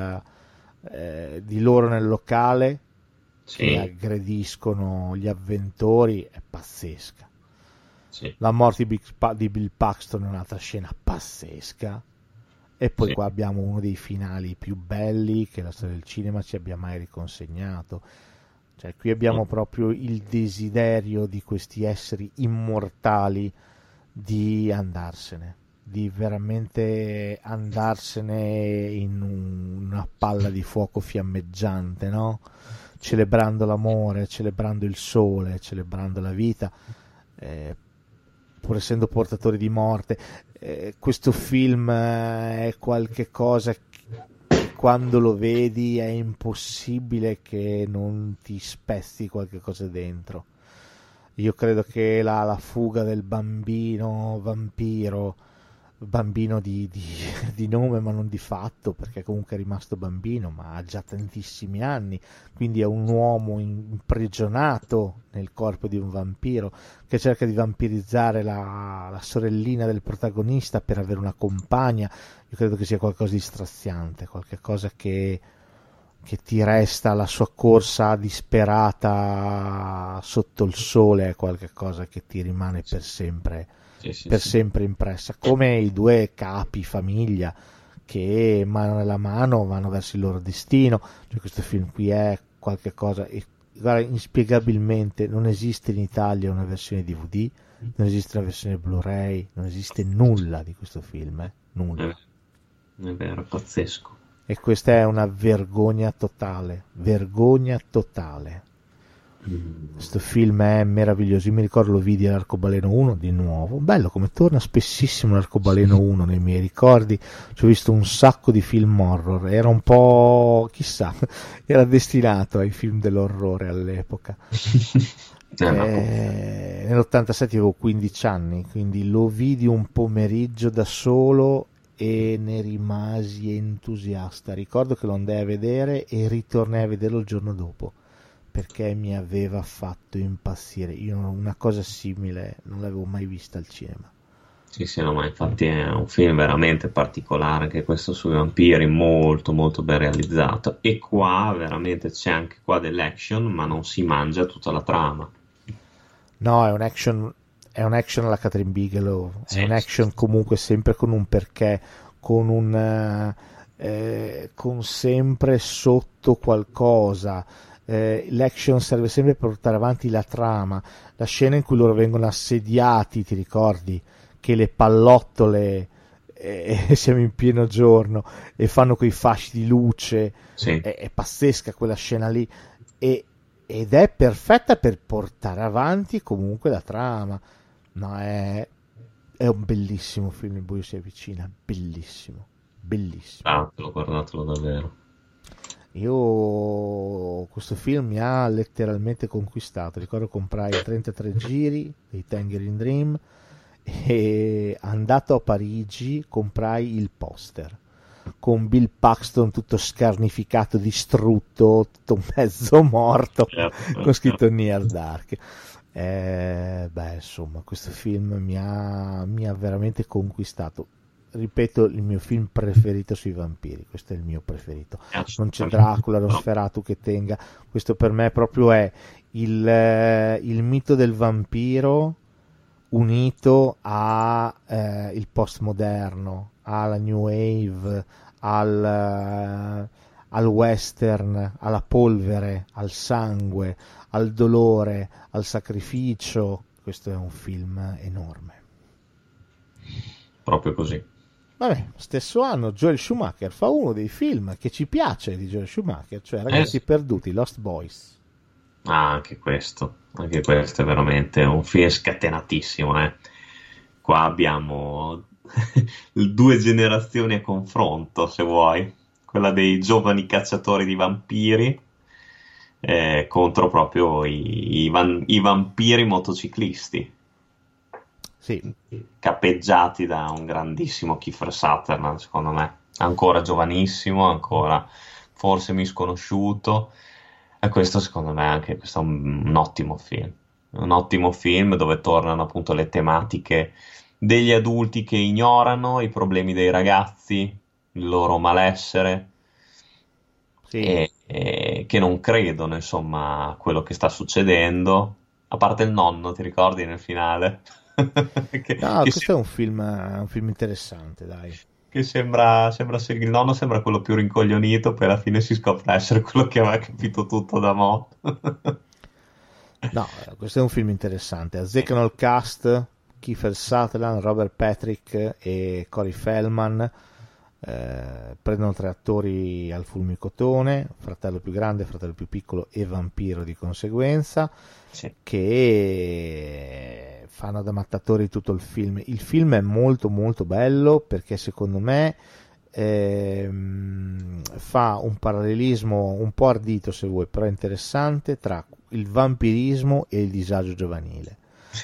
di loro nel locale Sì. che aggrediscono gli avventori è pazzesca. Sì. La morte di Bill Paxton è un'altra scena pazzesca. E poi Sì. qua abbiamo uno dei finali più belli che la storia del cinema ci abbia mai riconsegnato. Cioè, qui abbiamo proprio il desiderio di questi esseri immortali di andarsene, di veramente andarsene in una palla di fuoco fiammeggiante, no? Celebrando l'amore, celebrando il sole, celebrando la vita. Pur essendo portatori di morte, questo film è qualche cosa che quando lo vedi è impossibile che non ti spezzi qualche cosa dentro. Io credo che la fuga del bambino vampiro, bambino di nome ma non di fatto, perché comunque è rimasto bambino ma ha già tantissimi anni, quindi è un uomo imprigionato nel corpo di un vampiro che cerca di vampirizzare la sorellina del protagonista per avere una compagna. Io credo che sia qualcosa di straziante, qualche cosa che che ti resta la sua corsa disperata sotto il sole, è qualcosa che ti rimane per sempre, sempre impressa, come i due capi famiglia che mano nella mano vanno verso il loro destino. Cioè, questo film qui è qualcosa, e guarda, inspiegabilmente non esiste in Italia una versione DVD, non esiste una versione Blu-ray, non esiste nulla di questo film, nulla. È vero, pazzesco. E questa è una vergogna totale. Questo film è meraviglioso. Io mi ricordo, lo vidi all'Arcobaleno 1 di nuovo, bello come torna spessissimo l'Arcobaleno 1 nei miei ricordi. Ci ho visto un sacco di film horror, era un po', chissà, era destinato ai film dell'orrore all'epoca. Nell'87 avevo 15 anni, quindi lo vidi un pomeriggio da solo e ne rimasi entusiasta. Ricordo che lo andai a vedere e ritornai a vederlo il giorno dopo, perché mi aveva fatto impazzire. Io una cosa simile non l'avevo mai vista al cinema. Sì, no, ma infatti è un film veramente particolare, anche questo sui vampiri, molto molto ben realizzato. E qua veramente c'è anche qua dell'action, ma non si mangia tutta la trama. No, è un action alla Catherine Bigelow, è un action comunque sempre con un perché, con sempre sotto qualcosa. L'action serve sempre per portare avanti la trama. La scena in cui loro vengono assediati, ti ricordi? Che le pallottole, siamo in pieno giorno, e fanno quei fasci di luce, è pazzesca quella scena lì, ed è perfetta per portare avanti comunque la trama. No, è un bellissimo film. Il buio si avvicina, bellissimo. Guardatelo davvero. Io questo film mi ha letteralmente conquistato. Ricordo comprai 33 giri dei Tangerine Dream e, andato a Parigi, comprai il poster con Bill Paxton tutto scarnificato, distrutto, tutto mezzo morto, con scritto Near Dark. Insomma, questo film mi ha veramente conquistato. Ripeto, il mio film preferito sui vampiri, questo è il mio preferito. Non c'è Dracula, Nosferatu che tenga. Questo per me proprio è il mito del vampiro unito a il postmoderno, alla new wave, al western, alla polvere, al sangue, al dolore, al sacrificio. Questo è un film enorme. Proprio così. Vabbè, stesso anno Joel Schumacher fa uno dei film che ci piace di Joel Schumacher, cioè Ragazzi Perduti, Lost Boys. Anche questo è veramente un film scatenatissimo, Qua abbiamo due generazioni a confronto, se vuoi, quella dei giovani cacciatori di vampiri contro proprio i vampiri motociclisti, cappeggiati da un grandissimo Kiefer Sutherland, secondo me, ancora giovanissimo, ancora forse misconosciuto. E questo secondo me anche questo è un ottimo film dove tornano appunto le tematiche degli adulti che ignorano i problemi dei ragazzi, il loro malessere, e che non credono insomma a quello che sta succedendo, a parte il nonno, ti ricordi nel finale? Questo è un film interessante, dai. Che il nonno sembra quello più rincoglionito, poi alla fine si scopre essere quello che aveva capito tutto da mo'. No, questo è un film interessante. Azzeccano il cast: Kiefer Sutherland, Robert Patrick e Corey Feldman. Prendono 3 attori al fulmicotone: fratello più grande, fratello più piccolo e vampiro di conseguenza, che fanno da mattatori tutto il film. Il film è molto molto bello perché secondo me fa un parallelismo un po' ardito, se vuoi, però interessante, tra il vampirismo e il disagio giovanile.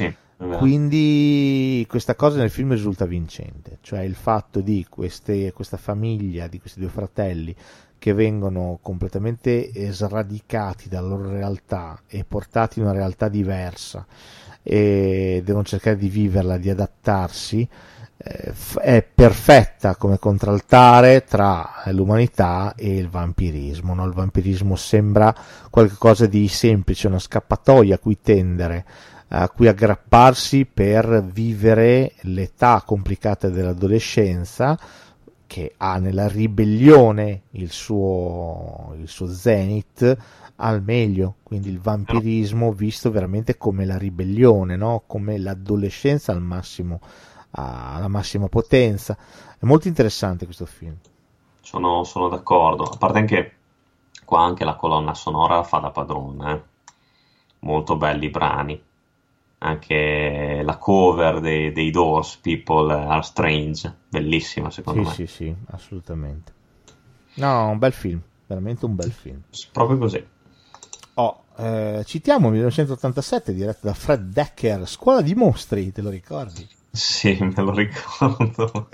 Quindi questa cosa nel film risulta vincente, cioè il fatto di questa famiglia, di questi 2 fratelli che vengono completamente sradicati dalla loro realtà e portati in una realtà diversa e devono cercare di viverla, di adattarsi. è perfetta come contraltare tra l'umanità e il vampirismo, no? Il vampirismo sembra qualcosa di semplice, una scappatoia a cui tendere, a cui aggrapparsi per vivere l'età complicata dell'adolescenza, che ha nella ribellione il suo zenith al meglio, quindi il vampirismo visto veramente come la ribellione, no? Come l'adolescenza al massimo, alla massima potenza. È molto interessante questo film. Sono d'accordo, a parte anche qua anche la colonna sonora la fa da padrone, molto belli i brani, anche la cover dei Doors, People Are Strange, bellissima secondo me. Sì, assolutamente. No, un bel film, veramente un bel film. Proprio così. Citiamo 1987, diretto da Fred Decker, Scuola di mostri, te lo ricordi? Sì, me lo ricordo.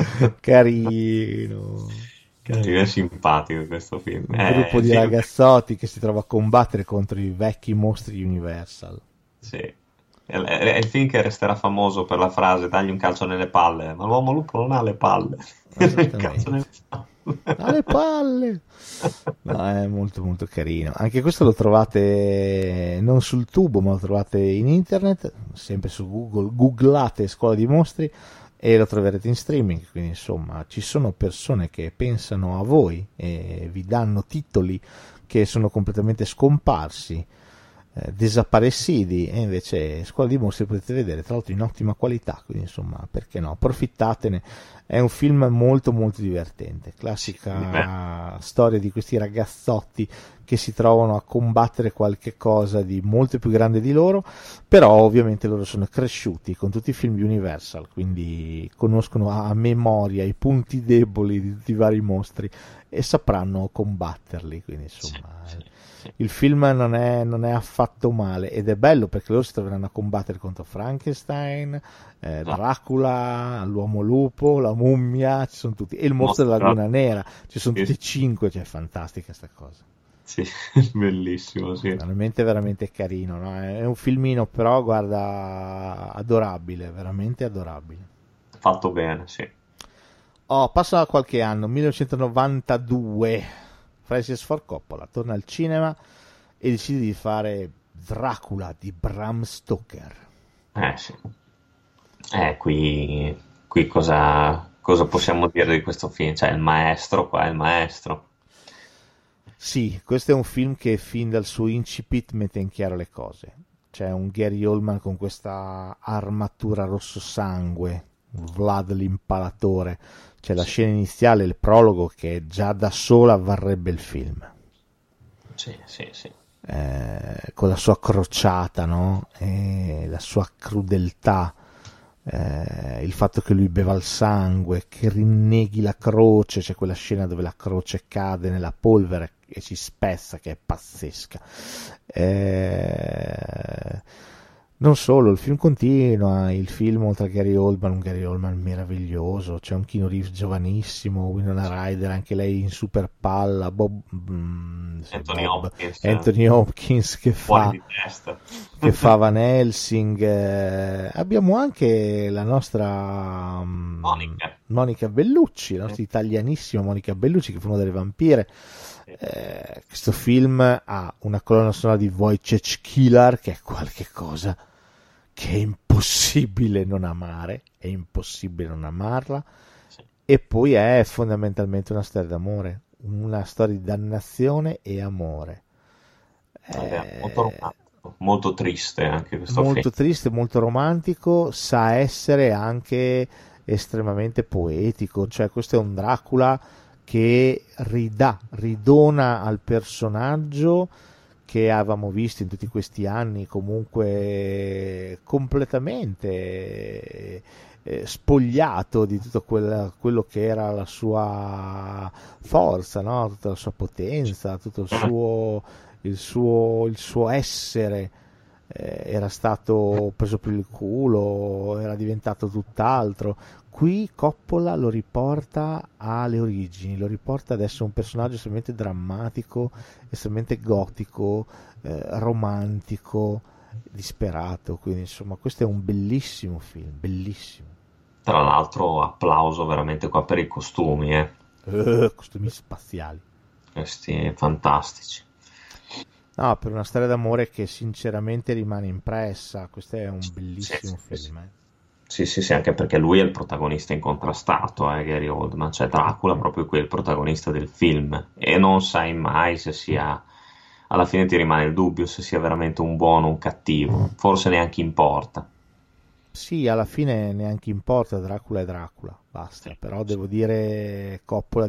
Carino. È simpatico questo film. Un gruppo di ragazzotti che si trova a combattere contro i vecchi mostri Universal. Sì. È il film che resterà famoso per la frase dagli un calcio nelle palle, ma l'uomo lupo non ha le palle. Calcio nelle palle. Ha le palle. No, è molto molto carino. Anche questo lo trovate non sul tubo, ma lo trovate in internet, sempre su Google. Googlate Scuola di mostri e lo troverete in streaming. Quindi insomma ci sono persone che pensano a voi e vi danno titoli che sono completamente scomparsi, desaparecidi, e invece Scuola di mostri potete vedere, tra l'altro in ottima qualità, quindi insomma perché no, approfittatene. È un film molto molto divertente, classica storia di questi ragazzotti che si trovano a combattere qualche cosa di molto più grande di loro, però ovviamente loro sono cresciuti con tutti i film di Universal, quindi conoscono a memoria i punti deboli di tutti i vari mostri e sapranno combatterli, quindi insomma il film non è affatto male, ed è bello perché loro si troveranno a combattere contro Frankenstein, Dracula, l'uomo lupo, la mummia, ci sono tutti, e il mostro della laguna nera, ci sono tutti e 5, cioè è fantastica sta cosa. Sì, bellissimo, sì. Veramente veramente carino, no? È un filmino però guarda adorabile, veramente adorabile. Fatto bene, sì. Passa qualche anno, 1992, Francis Ford Coppola torna al cinema e decide di fare Dracula di Bram Stoker. Sì. Qui cosa possiamo dire di questo film? Cioè il maestro qua è il maestro. Sì, questo è un film che fin dal suo incipit mette in chiaro le cose. C'è un Gary Oldman con questa armatura rosso sangue, Vlad l'impalatore. C'è la scena iniziale, il prologo, che già da sola varrebbe il film. Sì. Con la sua crociata, no? La sua crudeltà, il fatto che lui beva il sangue, che rinneghi la croce, c'è quella scena dove la croce cade nella polvere e si spezza, che è pazzesca. Non solo, il film continua, il film oltre a Gary Oldman, un Gary Oldman meraviglioso, c'è un Keanu Reeves giovanissimo, Winona Ryder, anche lei in super palla, Anthony Hopkins che fa Van Helsing, abbiamo anche la nostra Monica Bellucci, la nostra italianissima Monica Bellucci, che fu una delle vampire. Questo film ha una colonna sonora di Wojciech Kilar che è qualche cosa che è impossibile non amare, è impossibile non amarla, e poi è fondamentalmente una storia d'amore, una storia di dannazione e amore. Molto romantico, molto triste anche questo film. Molto triste, molto romantico, sa essere anche estremamente poetico, cioè questo è un Dracula che ridona al personaggio che avevamo visto in tutti questi anni comunque completamente spogliato di tutto quello che era la sua forza, no? Tutta la sua potenza, tutto il suo essere. Era stato preso per il culo, era diventato tutt'altro. Qui Coppola lo riporta alle origini, lo riporta ad essere un personaggio estremamente drammatico, estremamente gotico, romantico, disperato. Quindi insomma questo è un bellissimo film, bellissimo. Tra l'altro, applauso veramente qua per i costumi, Costumi spaziali. questi fantastici. No, per una storia d'amore che sinceramente rimane impressa. Questo è un bellissimo Sì, sì. film. Sì, sì, sì, anche perché lui è il protagonista incontrastato, Gary Oldman, cioè Dracula proprio qui è il protagonista del film e non sai mai se sia, alla fine ti rimane il dubbio se sia veramente un buono o un cattivo, forse neanche importa. Sì, alla fine neanche importa, Dracula è Dracula, basta. Sì, Però sì. devo dire, Coppola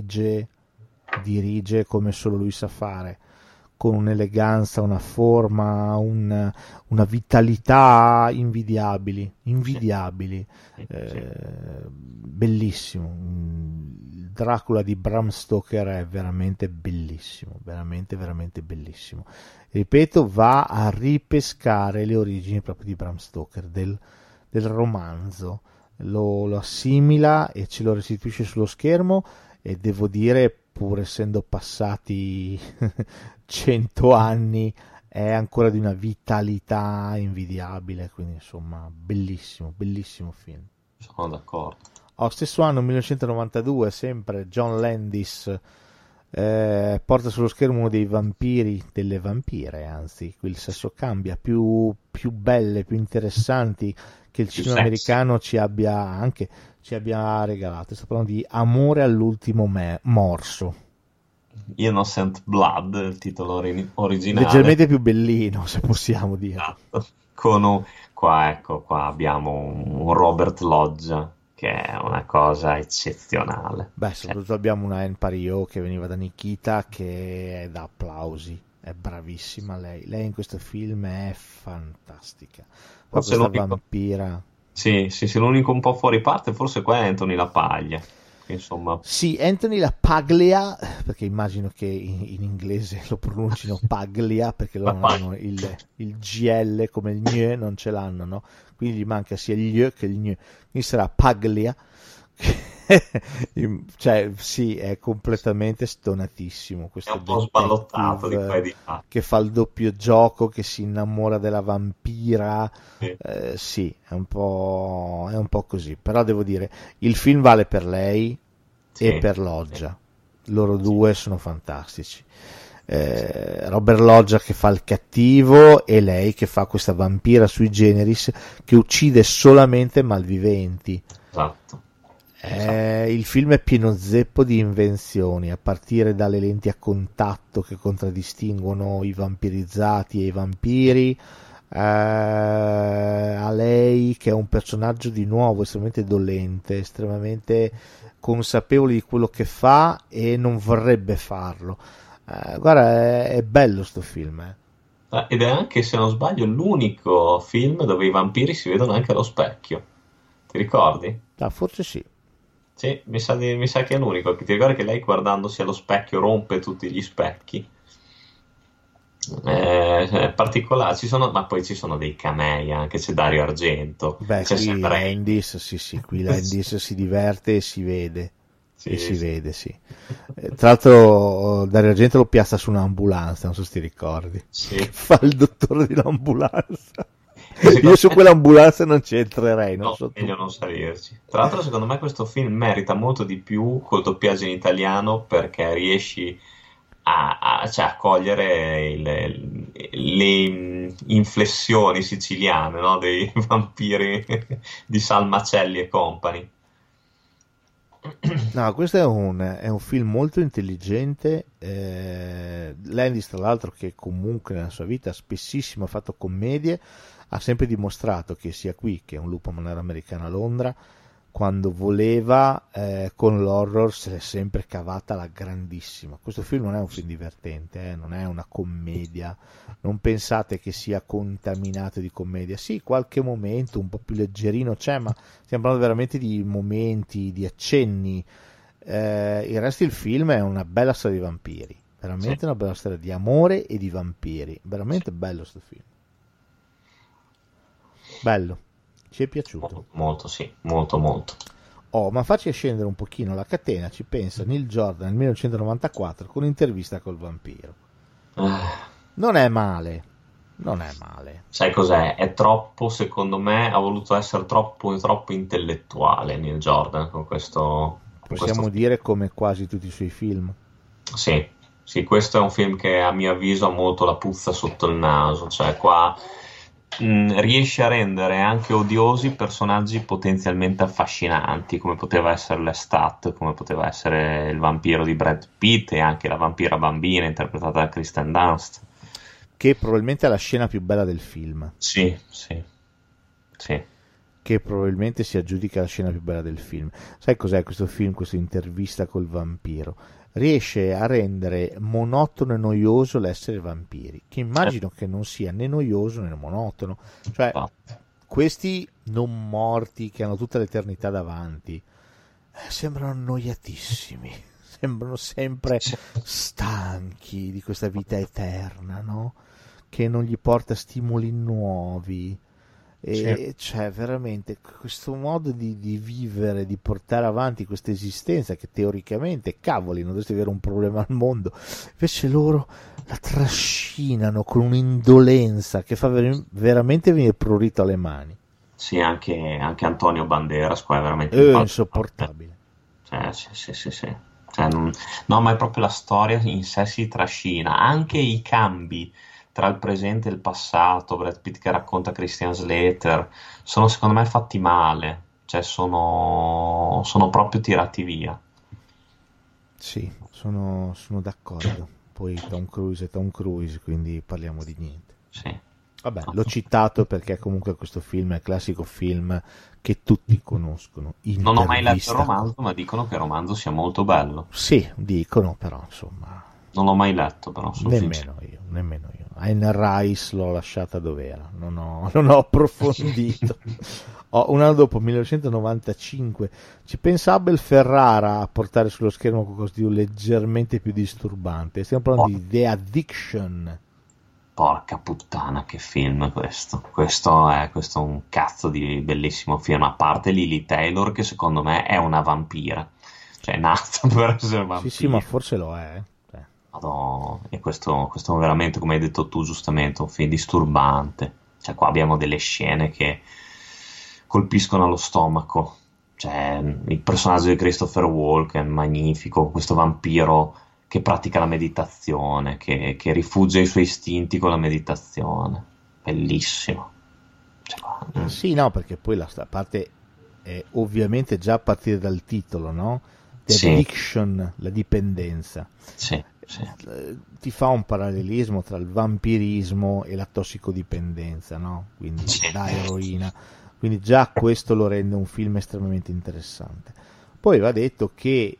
dirige come solo lui sa fare, con un'eleganza, una forma, una vitalità invidiabili. Sì, sì. Bellissimo. Il Dracula di Bram Stoker è veramente bellissimo, veramente, veramente bellissimo. Ripeto, va a ripescare le origini proprio di Bram Stoker, del romanzo, lo assimila e ce lo restituisce sullo schermo e devo dire, pur essendo passati 100 anni, è ancora di una vitalità invidiabile, quindi insomma, bellissimo, bellissimo film. Sono d'accordo. Stesso anno, 1992, sempre John Landis porta sullo schermo uno dei vampiri, delle vampire, anzi, qui il sesso cambia, più belle, più interessanti che il Più cinema sexy. americano ci abbia regalato. Sto parlando di Amore all'ultimo morso, Innocent Blood, il titolo originale. leggermente più bellino, se possiamo dire. Esatto. Ecco, qua abbiamo un Robert Loggia che è una cosa eccezionale. Beh, Cioè, soprattutto abbiamo una Anne Parillaud che veniva da Nikita, che è da applausi, è bravissima lei in questo film è fantastica, fa forse questa l'unico, vampira. sì, sì, sì, l'unico un po' fuori parte, forse qua è Anthony LaPaglia, che insomma, Sì, Anthony LaPaglia, perché immagino che in inglese lo pronuncino Paglia, perché loro non LaPaglia. hanno il GL come il gne, non ce l'hanno, no? Quindi gli manca sia il gl che il gne, quindi sarà Paglia. Cioè, sì, è completamente stonatissimo È questo un po' sballottato di qua e detective di là. che fa il doppio gioco, che si innamora della vampira. Sì, Sì, è un po' così, però devo dire, il film vale per lei e sì, per sì, Loggia, loro sì. due sono fantastici. Robert Loggia che fa il cattivo e lei che fa questa vampira sui generis che uccide solamente malviventi. Esatto, esatto. Il film è pieno zeppo di invenzioni, a partire dalle lenti a contatto che contraddistinguono i vampirizzati e i vampiri, a lei che è un personaggio di nuovo estremamente dolente, estremamente consapevole di quello che fa e non vorrebbe farlo. Guarda, è bello sto film. Ed è anche, se non sbaglio, l'unico film dove i vampiri si vedono anche allo specchio. Ti ricordi? Forse sì. Sì, mi sa che è l'unico. Ti ricordi che lei guardandosi allo specchio rompe tutti gli specchi? È particolare, ma poi ci sono dei camei anche, c'è Dario Argento, Beh, c'è qui sempre Landis, sì, qui Landis si diverte e si vede. sì, Si sì. vede, sì. Tra l'altro Dario Argento lo piazza su un'ambulanza, non so se ti ricordi. Sì. Fa il dottore di un'ambulanza. E secondo Io su me, quell'ambulanza non ci entrerei, non no, so tu. meglio non salirci. Tra l'altro, secondo me questo film merita molto di più col doppiaggio in italiano perché riesci cioè, a cogliere le inflessioni siciliane, no? Dei vampiri di Salmacelli e compagni. No, questo è un film molto intelligente. Landis, tra l'altro, che comunque nella sua vita spessissimo ha fatto commedie, ha sempre dimostrato che sia qui che è un lupo maniera americana a Londra, quando voleva con l'horror se l'è sempre cavata alla grandissima. Questo film non è un film divertente, non è una commedia, non pensate che sia contaminato di commedia. Sì, qualche momento un po' più leggerino c'è, ma stiamo parlando veramente di momenti, di accenni. Il resto del film è una bella storia di vampiri, veramente Sì, una bella storia di amore e di vampiri, sì. veramente bello sto film, bello, ci è piaciuto. Molto, sì, molto, molto. Ma facci scendere un pochino la catena, ci pensa Neil Jordan nel 1994 con un'intervista col vampiro. Ah, Non è male, Non è male. Sai cos'è? È troppo, secondo me, ha voluto essere troppo intellettuale Neil Jordan con questo. Possiamo dire come quasi tutti i suoi film. Sì, sì, questo è un film che a mio avviso ha molto la puzza sotto il naso, cioè qua riesce a rendere anche odiosi personaggi potenzialmente affascinanti, come poteva essere Lestat, come poteva essere il vampiro di Brad Pitt e anche la vampira bambina interpretata da Kristen Dunst. Che probabilmente è la scena più bella del film. Sì. Che probabilmente si aggiudica la scena più bella del film. Sai cos'è questo film, questa intervista col vampiro? Riesce a rendere monotono e noioso l'essere vampiri, che immagino che non sia né noioso né monotono. Cioè, questi non morti che hanno tutta l'eternità davanti sembrano annoiatissimi, sembrano sempre stanchi di questa vita eterna, no? Che non gli porta stimoli nuovi. E cioè veramente questo modo di vivere, di portare avanti questa esistenza che teoricamente, cavoli, non dovresti avere un problema al mondo, invece loro la trascinano con un'indolenza che fa veramente venire prurito alle mani. Sì, anche Antonio Banderas qua è veramente insopportabile. Sì. Cioè, no, ma è proprio la storia in sé si trascina, anche i cambi tra il presente e il passato, Brad Pitt che racconta Christian Slater, sono secondo me fatti male, cioè sono proprio tirati via. Sì, sono d'accordo. Poi Tom Cruise, quindi parliamo di niente. Sì. Vabbè, l'ho citato perché comunque questo film è il classico film che tutti conoscono. Non ho mai letto il romanzo, ma dicono che il romanzo sia molto bello. Sì, dicono, però insomma... Non l'ho mai letto, però. Nemmeno io. Anne Rice l'ho lasciata dov'era, non ho approfondito. Un anno dopo, 1995, ci pensa Abel Ferrara a portare sullo schermo qualcosa di leggermente più disturbante. Stiamo parlando di The Addiction. Porca puttana, che film questo. Questo è un cazzo di bellissimo film. A parte Lily Taylor, che secondo me è una vampira. Cioè, è nata per essere vampira. Sì, ma forse lo è. Madonna. E questo è veramente, come hai detto tu giustamente, un film disturbante. Cioè, qua abbiamo delle scene che colpiscono allo stomaco. Cioè, il personaggio di Christopher Walken, magnifico, questo vampiro che pratica la meditazione, che rifugge i suoi istinti con la meditazione. Bellissimo. Cioè, sì, no, perché poi la parte è ovviamente già a partire dal titolo, no? The Addiction, la dipendenza. Sì. Ti fa un parallelismo tra il vampirismo e la tossicodipendenza, no? Quindi da eroina. Quindi già questo lo rende un film estremamente interessante. Poi va detto che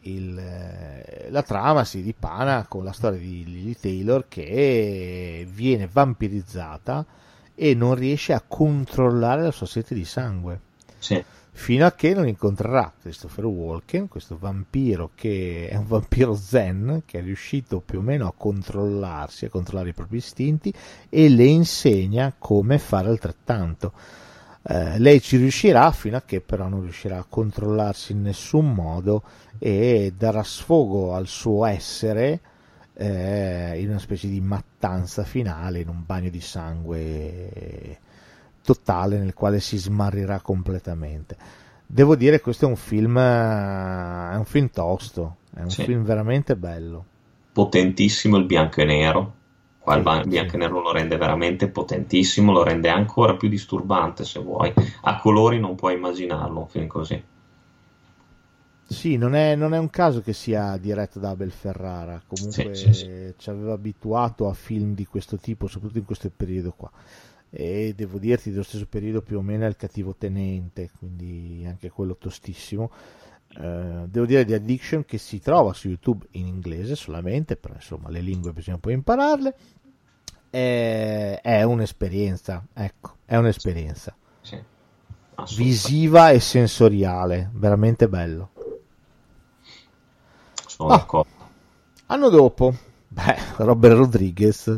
la trama si dipana con la storia di Lily Taylor che viene vampirizzata e non riesce a controllare la sua sete di sangue. Sì. Fino a che non incontrerà Christopher Walken, questo vampiro che è un vampiro zen, che è riuscito più o meno a controllarsi, a controllare i propri istinti, e le insegna come fare altrettanto. Lei ci riuscirà fino a che però non riuscirà a controllarsi in nessun modo e darà sfogo al suo essere in una specie di mattanza finale, in un bagno di sangue totale nel quale si smarrirà completamente. Devo dire che questo è un film tosto, è un film veramente bello, potentissimo il bianco e nero. Qua il bianco e nero lo rende veramente potentissimo, lo rende ancora più disturbante se vuoi. A colori non puoi immaginarlo un film così. Sì, non è un caso che sia diretto da Abel Ferrara, comunque ci aveva abituato a film di questo tipo, soprattutto in questo periodo qua. E devo dirti, dello stesso periodo più o meno è Il cattivo tenente, quindi anche quello tostissimo. Devo dire di Addiction, che si trova su YouTube in inglese solamente, però insomma le lingue bisogna poi impararle. È un'esperienza, ecco, è un'esperienza visiva e sensoriale, veramente bello. Sono d'accordo. Anno dopo, Robert Rodriguez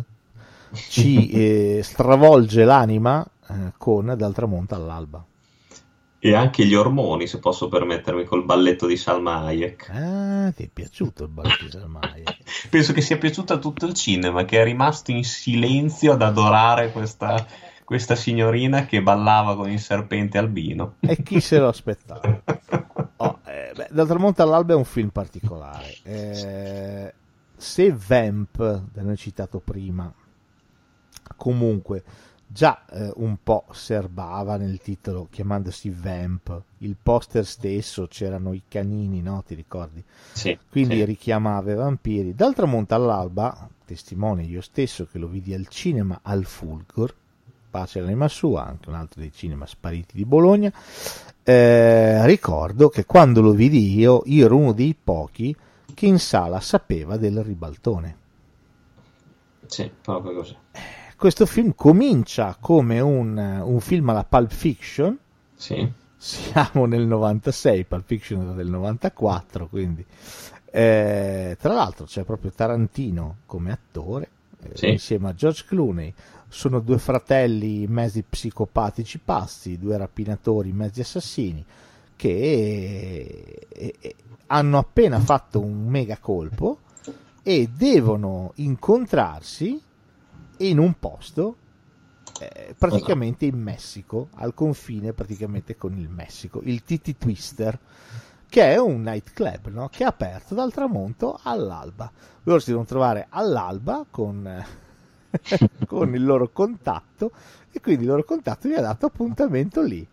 ci stravolge l'anima con Dal tramonto all'alba. E anche gli ormoni, se posso permettermi, col balletto di Salma Hayek. Ah, ti è piaciuto il balletto di Salma Hayek? Penso che sia piaciuto a tutto il cinema, che è rimasto in silenzio ad adorare questa signorina che ballava con il serpente albino. E chi se lo aspettava? Dal tramonto all'alba è un film particolare. Se Vamp, da noi citato prima, comunque già un po' serbava nel titolo chiamandosi Vamp, il poster stesso c'erano i canini, no? Ti ricordi? Sì, quindi sì. richiamava i vampiri. Dal tramonto all'alba, testimone io stesso che lo vidi al cinema al Fulgor, pace all'anima sua, anche un altro dei cinema spariti di Bologna, ricordo che quando lo vidi io ero uno dei pochi che in sala sapeva del ribaltone. Sì, proprio così. Questo film comincia come un film alla Pulp Fiction. Sì. Siamo nel 96, Pulp Fiction è del 94, quindi tra l'altro c'è proprio Tarantino come attore, sì, insieme a George Clooney. Sono due fratelli mezzi psicopatici pazzi, due rapinatori mezzi assassini che hanno appena fatto un mega colpo e devono incontrarsi in un posto praticamente in Messico, al confine praticamente con il Messico, il Titi Twister, che è un nightclub, no? Che è aperto dal tramonto all'alba. Loro si devono trovare all'alba con il loro contatto, e quindi il loro contatto gli ha dato appuntamento lì.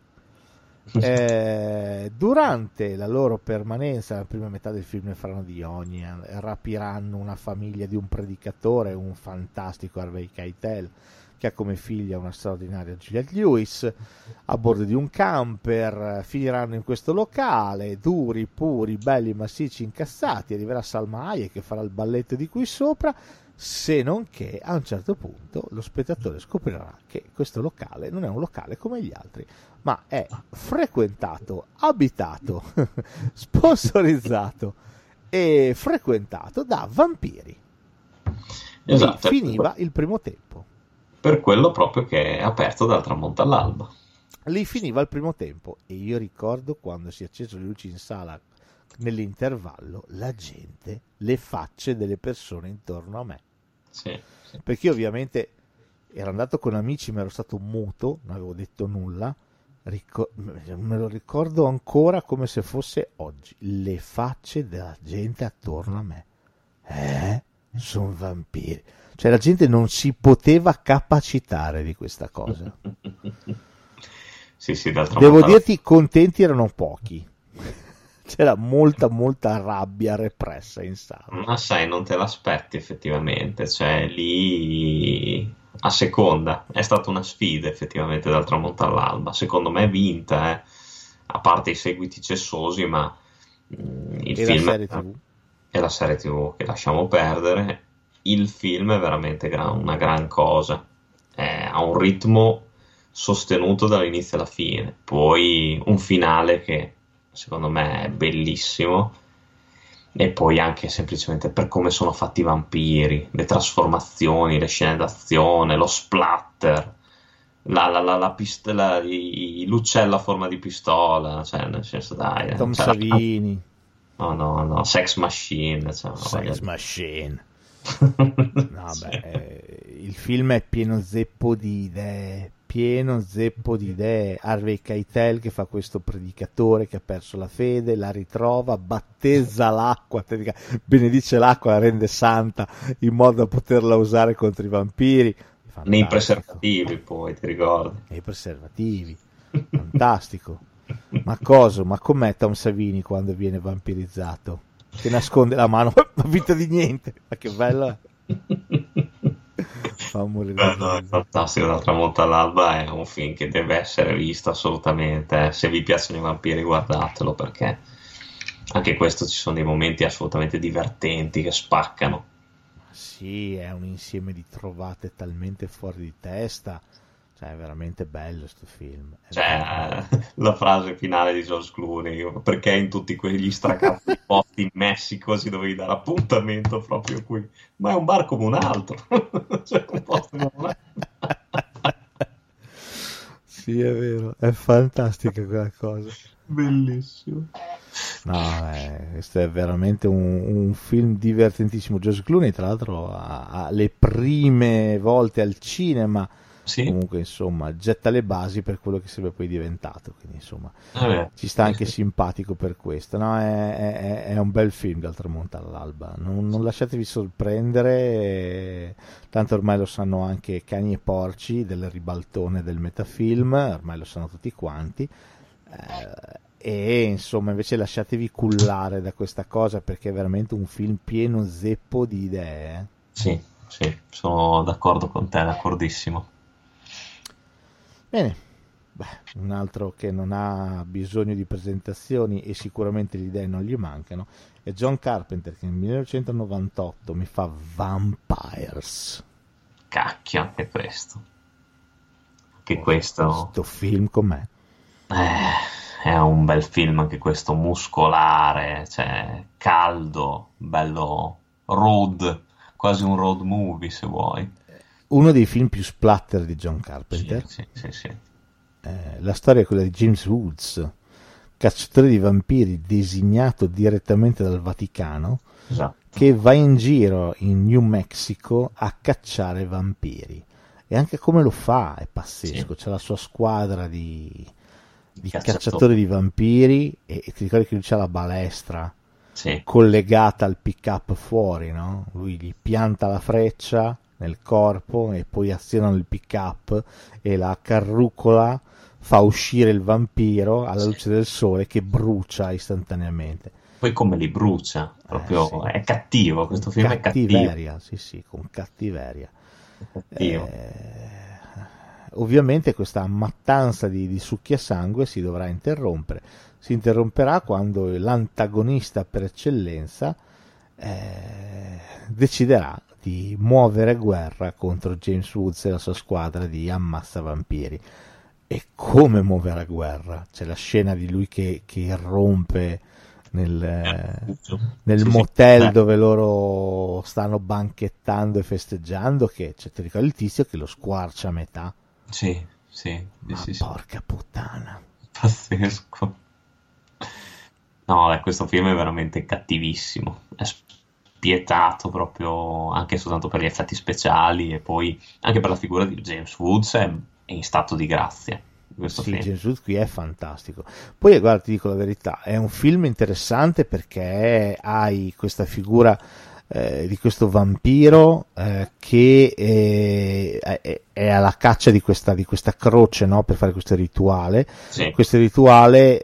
Durante la loro permanenza, la prima metà del film ne faranno di ogni, rapiranno una famiglia di un predicatore, un fantastico Harvey Keitel che ha come figlia una straordinaria Juliette Lewis, a bordo di un camper. Finiranno in questo locale, duri, puri, belli, massicci, incazzati. Arriverà Salma Hayek che farà il balletto di qui sopra, se non che a un certo punto lo spettatore scoprirà che questo locale non è un locale come gli altri, ma è frequentato, abitato, sponsorizzato e frequentato da vampiri. Esatto. E finiva il primo tempo. Per quello proprio che è aperto dal tramonto all'alba. Lì finiva il primo tempo e io ricordo quando si accesero le luci in sala nell'intervallo, la gente, le facce delle persone intorno a me. Sì, sì. Perché io ovviamente ero andato con amici, ma ero stato muto, non avevo detto nulla. Me lo ricordo ancora come se fosse oggi. Le facce della gente attorno a me. Sono vampiri. Cioè la gente non si poteva capacitare di questa cosa. Sì, sì, d'altra Devo parte... dirti, contenti erano pochi. C'era molta rabbia repressa in sala. Ma sai, non te l'aspetti effettivamente, cioè lì a seconda è stata una sfida effettivamente dal tramonto all'alba, secondo me vinta, a parte i seguiti cessosi, ma il e film la serie TV. E la serie TV che lasciamo perdere. Il film è veramente una gran cosa, ha un ritmo sostenuto dall'inizio alla fine, poi un finale che secondo me è bellissimo, e poi anche semplicemente per come sono fatti i vampiri, le trasformazioni, le scene d'azione, lo splatter, l'uccello a forma di pistola, cioè nel senso, dai, Tom Savini, no, Sex Machine, cioè, Sex Machine. No, il film è pieno zeppo di idee. Harvey Keitel che fa questo predicatore che ha perso la fede, la ritrova, battezza l'acqua, benedice l'acqua, la rende santa in modo da poterla usare contro i vampiri. Fantastico. Nei preservativi, poi ti ricordi? Nei preservativi, fantastico. Ma com'è Tom Savini quando viene vampirizzato? Che nasconde la mano, ma vinto di niente, ma che bello è. Fa morire. No, fantastico. Dal tramonto all'alba è un film che deve essere visto assolutamente, se vi piacciono i vampiri guardatelo, perché anche questo ci sono dei momenti assolutamente divertenti che spaccano. Sì, è un insieme di trovate talmente fuori di testa, cioè è veramente bello sto film. Cioè, la frase finale di George Clooney, perché in tutti quegli stracati posti in Messico si dovevi dare appuntamento proprio qui, ma è un bar come un altro. Cioè, un posto come un altro. Sì, è vero, è fantastica quella cosa. Bellissimo. No, questo è veramente un film divertentissimo. George Clooney, tra l'altro, ha le prime volte al cinema, Sì. comunque, insomma, getta le basi per quello che sarebbe poi diventato. Quindi, insomma, ci sta Sì, anche sì. simpatico per questo. No, è un bel film dal tramonto all'alba. Non lasciatevi sorprendere, tanto ormai lo sanno anche cani e porci del ribaltone del metafilm, ormai lo sanno tutti quanti. E insomma, invece lasciatevi cullare da questa cosa, perché è veramente un film pieno zeppo di idee. Sì, sì, sono d'accordo con te, d'accordissimo. Bene, beh, un altro che non ha bisogno di presentazioni e sicuramente le idee non gli mancano è John Carpenter, che nel 1998 mi fa Vampires. Cacchio, anche questo. Anche questo Sto film com'è? è un bel film, anche questo muscolare, cioè caldo, bello road, quasi un road movie se vuoi. Uno dei film più splatter di John Carpenter. Sì. La storia è quella di James Woods, cacciatore di vampiri designato direttamente dal Vaticano, Esatto. che va in giro in New Mexico a cacciare vampiri. E anche come lo fa è pazzesco. C'è la sua squadra di cacciatori di vampiri e ti ricordi che lui c'ha la balestra collegata al pick up fuori, no? Lui gli pianta la freccia nel corpo e poi azionano il pick up e la carrucola fa uscire il vampiro alla luce del sole, che brucia istantaneamente. Poi come li brucia, proprio è cattivo, questo film è cattivo. Cattiveria, sì, con cattiveria. Cattivo. Ovviamente questa mattanza di succhiasangue si dovrà interrompere. Si interromperà quando l'antagonista per eccellenza deciderà di muovere guerra contro James Woods e la sua squadra di ammazza vampiri. E come muovere guerra? C'è la scena di lui che irrompe nel motel dove loro stanno banchettando e festeggiando, che ti ricordi il tizio che lo squarcia a metà? Sì. Porca puttana. Pazzesco. No, questo film è veramente cattivissimo, è spietato proprio, anche soltanto per gli effetti speciali e poi anche per la figura di James Woods, è in stato di grazia questo film. James Woods qui è fantastico. Poi guarda, ti dico la verità, è un film interessante perché hai questa figura di questo vampiro che è alla caccia di questa croce, no? Per fare questo rituale. Questo rituale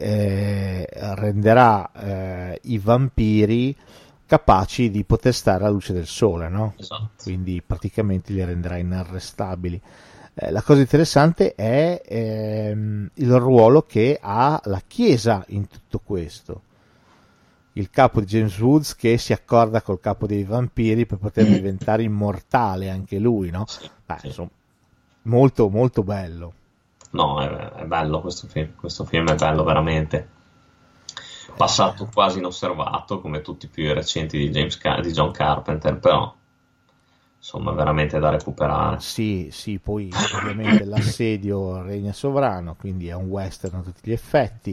renderà i vampiri capaci di poter stare alla luce del sole, no? Esatto. Quindi praticamente li renderà inarrestabili. La cosa interessante è il ruolo che ha la Chiesa in tutto questo. Il capo di James Woods che si accorda col capo dei vampiri per poter diventare immortale anche lui, no? Insomma, molto molto bello. No, è bello questo film è bello veramente. Passato quasi inosservato come tutti i più recenti di John Carpenter, però insomma veramente da recuperare. Sì, poi ovviamente l'assedio regna sovrano, quindi è un western a tutti gli effetti.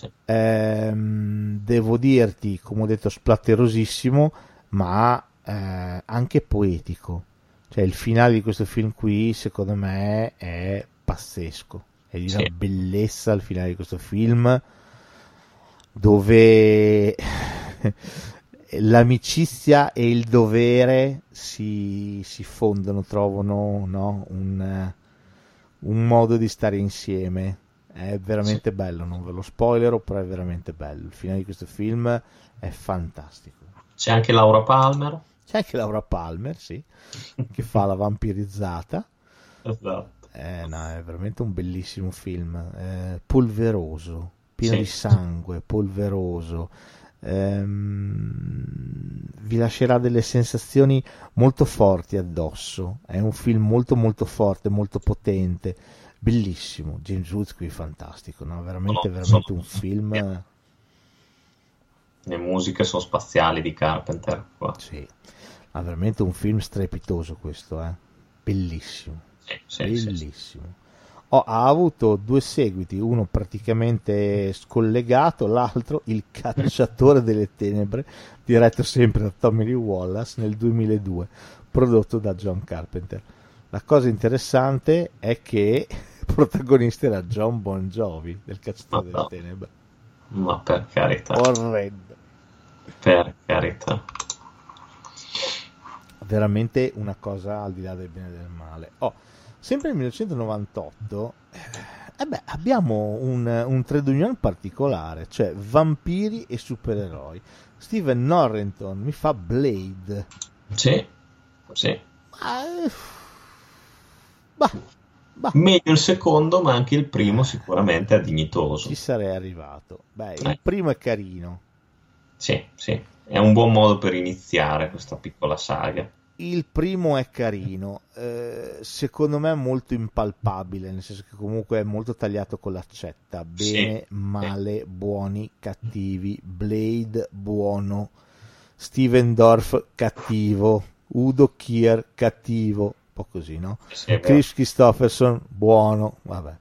Devo dirti, come ho detto, splatterosissimo, ma anche poetico. Cioè il finale di questo film qui secondo me è pazzesco, è di una bellezza il finale di questo film, dove l'amicizia e il dovere si fondono, trovano, no? un modo di stare insieme. È veramente bello, non ve lo spoilerò, però è veramente bello. Il finale di questo film è fantastico. C'è anche Laura Palmer, sì, che fa la vampirizzata. esatto. No, è veramente un bellissimo film, polveroso, pieno di sangue, polveroso. Vi lascerà delle sensazioni molto forti addosso. È un film molto molto forte, molto potente, bellissimo. James Woods qui fantastico, no? Veramente un film. Le musiche sono spaziali di Carpenter qua. Sì, ma veramente un film strepitoso questo, bellissimo. Bellissimo. Ha avuto 2 seguiti, uno praticamente scollegato, l'altro Il cacciatore delle tenebre, diretto sempre da Tommy Lee Wallace nel 2002, prodotto da John Carpenter. La cosa interessante è che il protagonista era John Bon Jovi del cacciatore delle tenebre. Ma per carità. Orrendo. Per carità. Veramente una cosa al di là del bene e del male. Sempre nel 1998 abbiamo un trade union particolare, cioè vampiri e supereroi. Steven Norrington mi fa Blade. Sì. Bah. Meglio il secondo, ma anche il primo sicuramente è dignitoso. Ci sarei arrivato. Il primo è carino. Sì, è un buon modo per iniziare questa piccola saga. Il primo è carino, secondo me è molto impalpabile, nel senso che comunque è molto tagliato con l'accetta, bene, male, buoni, cattivi, Blade buono, Steven Dorff cattivo, Udo Kier cattivo, un po' così, no? Chris Christopherson buono, vabbè.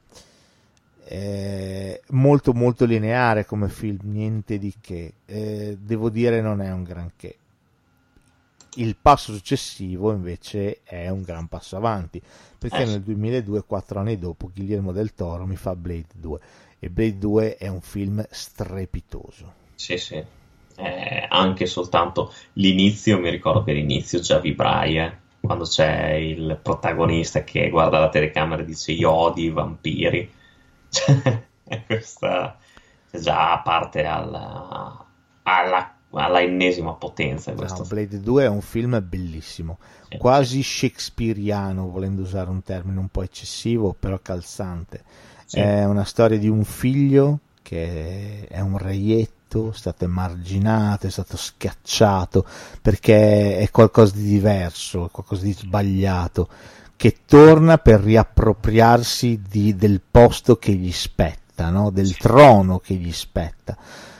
Molto molto lineare come film, niente di che, devo dire non è un granché. Il passo successivo invece è un gran passo avanti, perché nel 2002, 4 anni dopo, Guillermo del Toro mi fa Blade 2, e Blade 2 è un film strepitoso. Sì, anche soltanto l'inizio, mi ricordo che l'inizio già vibrai, quando c'è il protagonista che guarda la telecamera e dice io odio i vampiri. Questa già parte alla ennesima potenza. Blade 2 è un film bellissimo, quasi shakespeariano, volendo usare un termine un po' eccessivo, però calzante. È una storia di un figlio che è un reietto, è stato emarginato, è stato schiacciato perché è qualcosa di diverso, qualcosa di sbagliato, che torna per riappropriarsi del posto che gli spetta, no? Del trono che gli spetta.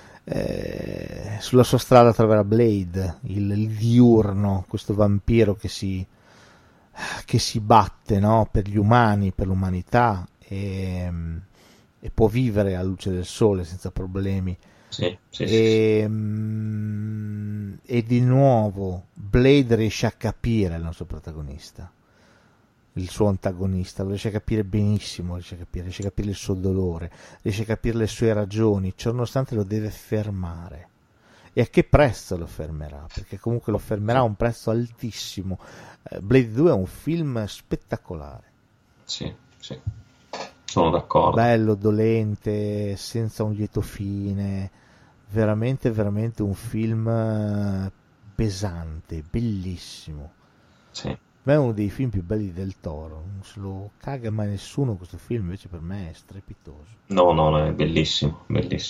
Sulla sua strada troverà Blade, il diurno, questo vampiro che si batte, no? Per gli umani, per l'umanità, e può vivere alla luce del sole senza problemi. E di nuovo Blade riesce a capire il nostro protagonista, il suo antagonista, lo riesce a capire benissimo, riesce a capire il suo dolore, riesce a capire le sue ragioni, ciononostante lo deve fermare. E a che prezzo lo fermerà? Perché comunque lo fermerà a un prezzo altissimo. Blade 2 è un film spettacolare. Sì, sono d'accordo. Bello, dolente, senza un lieto fine, veramente veramente un film pesante, bellissimo. È uno dei film più belli del Toro, non se lo caga mai nessuno questo film, invece per me è strepitoso. No, è bellissimo.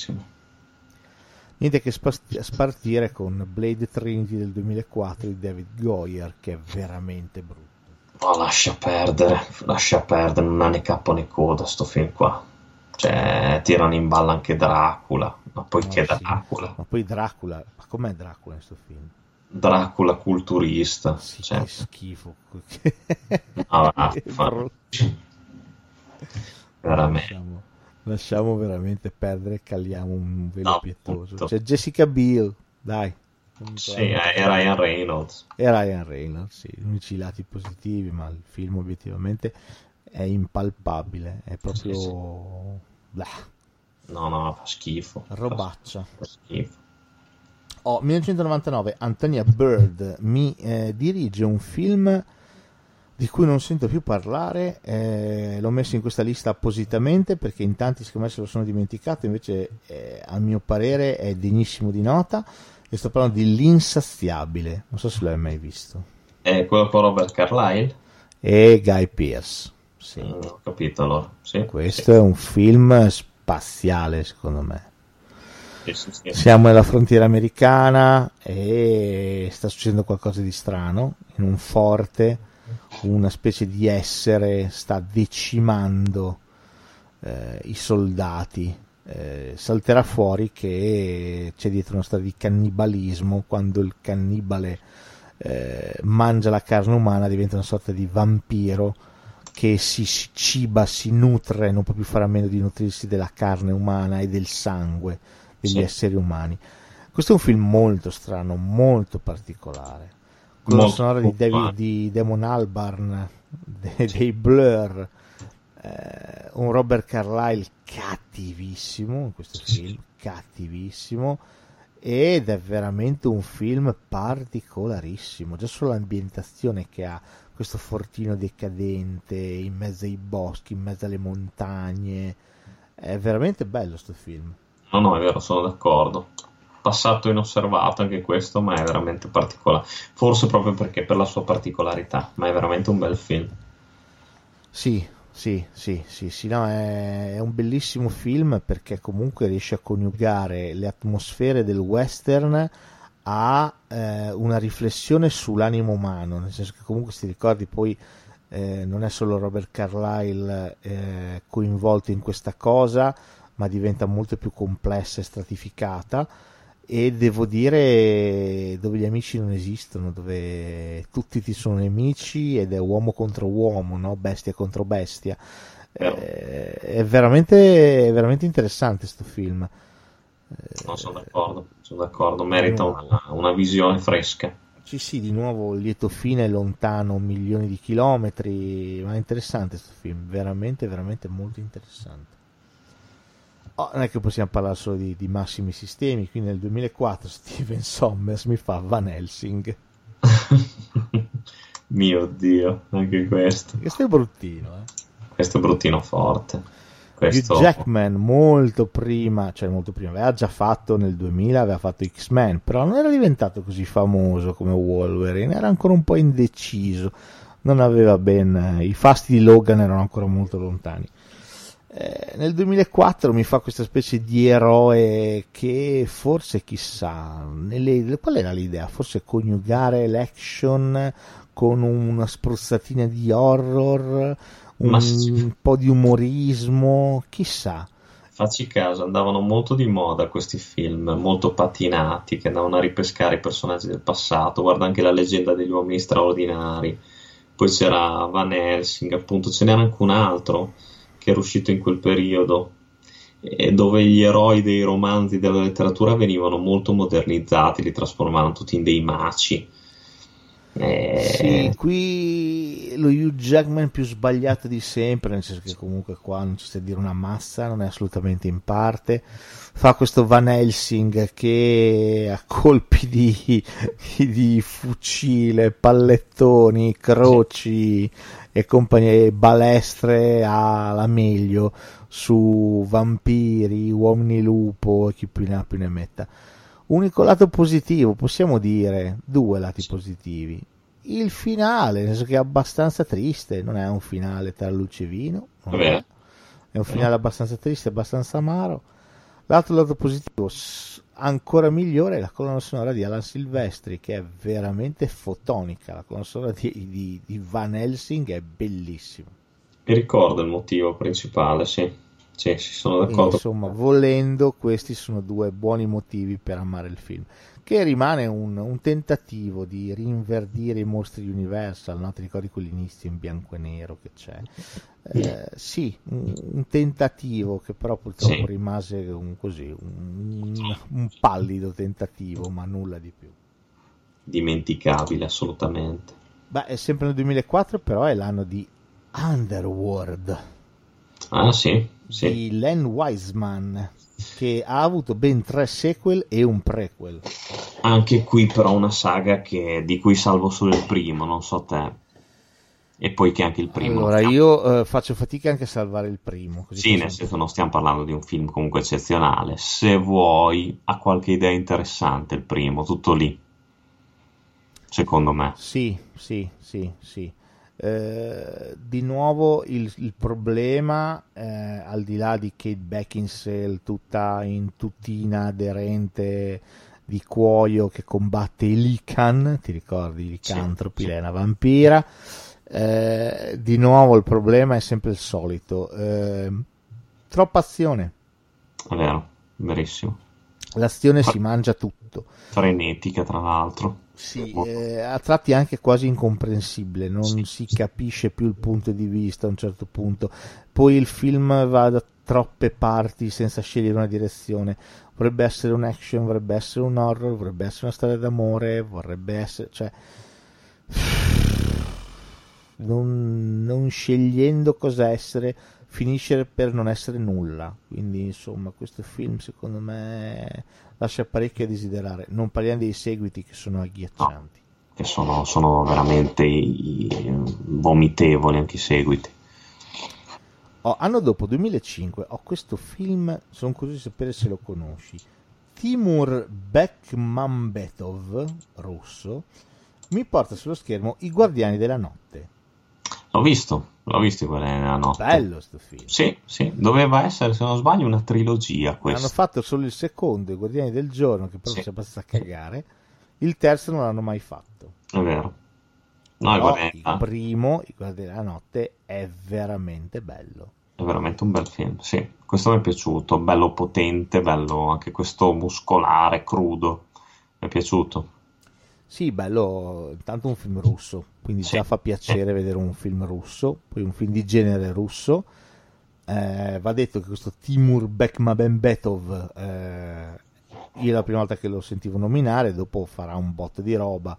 Niente che spartire con Blade Trinity del 2004 di David Goyer, che è veramente brutto. Lascia perdere, non ha né capo né coda sto film qua. Cioè, tirano in ballo anche Dracula, ma poi Dracula? Ma poi Dracula, ma com'è Dracula in sto film? Dracula culturista, che schifo. Veramente. Lasciamo veramente perdere e caliamo un velo pietoso. C'è Jessica Biel, dai. E Ryan Reynolds, sì, unici lati positivi, ma il film obiettivamente è impalpabile, è proprio no, fa schifo, robaccia. Fa schifo. 1999, Antonia Bird mi dirige un film di cui non sento più parlare, l'ho messo in questa lista appositamente perché in tanti secondo me se lo sono dimenticato, invece a mio parere è degnissimo di nota, e sto parlando di L'Insaziabile, non so se l'hai mai visto. È quello con Robert Carlyle e Guy Pearce. Sì. Ho capito allora. Questo è un film spaziale secondo me. Siamo nella frontiera americana e sta succedendo qualcosa di strano in un forte, una specie di essere sta decimando i soldati. Salterà fuori che c'è dietro una storia di cannibalismo, quando il cannibale mangia la carne umana diventa una sorta di vampiro che si ciba, si nutre, non può più fare a meno di nutrirsi della carne umana e del sangue degli esseri umani. Questo è un film molto strano, molto particolare, con la sonora di Damon Albarn, dei Blur, un Robert Carlyle cattivissimo in questo film, cattivissimo, ed è veramente un film particolarissimo, già solo l'ambientazione che ha, questo fortino decadente in mezzo ai boschi, in mezzo alle montagne, è veramente bello sto film. No, è vero, sono d'accordo. Passato inosservato anche questo, ma è veramente particolare, forse proprio perché per la sua particolarità, ma è veramente un bel film. Sì, no, è un bellissimo film perché comunque riesce a coniugare le atmosfere del western a una riflessione sull'animo umano, nel senso che comunque, se ti ricordi, poi non è solo Robert Carlyle coinvolto in questa cosa, ma diventa molto più complessa e stratificata, e devo dire, dove gli amici non esistono, dove tutti ti sono nemici ed è uomo contro uomo, no? Bestia contro bestia. È veramente interessante sto film. No, sono d'accordo, merita una visione fresca. Sì, di nuovo lieto fine, lontano milioni di chilometri, ma è interessante sto film, veramente molto interessante. Non è che possiamo parlare solo di massimi sistemi. Quindi nel 2004 Steven Sommers mi fa Van Helsing. Mio Dio, anche questo. Questo è bruttino, Questo è bruttino forte. Hugh Jackman molto prima, aveva già fatto nel 2000, aveva fatto X-Men, però non era diventato così famoso come Wolverine, era ancora un po' indeciso, non aveva ben, i fasti di Logan erano ancora molto lontani. Nel 2004 mi fa questa specie di eroe che forse, chissà, qual era l'idea? Forse coniugare l'action con una spruzzatina di horror, un po' di umorismo, chissà. Facci caso, andavano molto di moda questi film, molto patinati, che andavano a ripescare i personaggi del passato. Guarda anche La leggenda degli uomini straordinari, poi c'era Van Helsing, appunto, ce n'era anche un altro che era uscito in quel periodo, dove gli eroi dei romanzi della letteratura venivano molto modernizzati, li trasformavano tutti in dei maci. Sì, qui lo Hugh Jackman più sbagliato di sempre, nel senso che comunque qua non ci sta a dire una massa, non è assolutamente in parte. Fa questo Van Helsing che a colpi di fucile, pallettoni, croci e compagnie, balestre alla meglio su vampiri, uomini lupo e chi più ne ha più ne metta. Unico lato positivo, possiamo dire, due lati positivi. Il finale, nel senso che è abbastanza triste, non è un finale tra luce e vino, è un finale abbastanza triste, abbastanza amaro. L'altro lato positivo, ancora migliore, è la colonna sonora di Alan Silvestri, che è veramente fotonica. La colonna sonora di Van Helsing è bellissima. Mi ricordo il motivo principale, sì, sono d'accordo. Insomma, volendo, questi sono due buoni motivi per amare il film, che rimane un tentativo di rinverdire i mostri Universal, no? Ti ricordi quell'inizio in bianco e nero che c'è? Sì, un tentativo che però purtroppo rimase un pallido tentativo, ma nulla di più. Dimenticabile, assolutamente. Beh, è sempre nel 2004, però è l'anno di Underworld. Ah, sì. Di Len Wiseman, che ha avuto ben 3 sequel e un prequel. Anche qui però una saga di cui salvo solo il primo, non so te. E poi che anche il primo. Allora, io faccio fatica anche a salvare il primo. Così sì, nel senso non stiamo parlando di un film comunque eccezionale. Se vuoi, ha qualche idea interessante il primo, tutto lì. Secondo me. Sì. Di nuovo il problema, al di là di Kate Beckinsale tutta in tuttina aderente di cuoio che combatte i Lycan, ti ricordi i licantropi, lei è una vampira, di nuovo il problema è sempre il solito, troppa azione. È vero, verissimo. L'azione si mangia tutto. Frenetica, tra l'altro. Sì, a tratti anche quasi incomprensibile, non Sì. si capisce più il punto di vista a un certo punto. Poi il film va da troppe parti senza scegliere una direzione. Vorrebbe essere un action, vorrebbe essere un horror, vorrebbe essere una storia d'amore, vorrebbe essere... cioè... non scegliendo cosa essere, finisce per non essere nulla. Quindi insomma questo film secondo me lascia parecchio a desiderare. Non parliamo dei seguiti che sono agghiaccianti, Che sono veramente vomitevoli anche i seguiti. Anno dopo, 2005, ho questo film, sono curioso di sapere se lo conosci. Timur Bekmambetov, russo, mi porta sullo schermo I Guardiani della Notte. L'ho visto I Guardiani della Notte. Bello sto film. Sì, doveva essere, se non sbaglio, una trilogia Hanno questa. fatto solo il secondo, I Guardiani del Giorno, che però Sì. si è abbastanza a cagare. Il terzo non l'hanno mai fatto. È vero. No, Però I il primo, I Guardiani della Notte, è veramente bello. È veramente un bel film, sì. Questo mi è piaciuto, bello potente, bello anche questo muscolare, crudo. Mi è piaciuto. Sì, bello, intanto un film russo, quindi Sì. già fa piacere vedere un film russo, poi un film di genere russo. Va detto che questo Timur Bekmambetov, io la prima volta che lo sentivo nominare, dopo farà un botto di roba,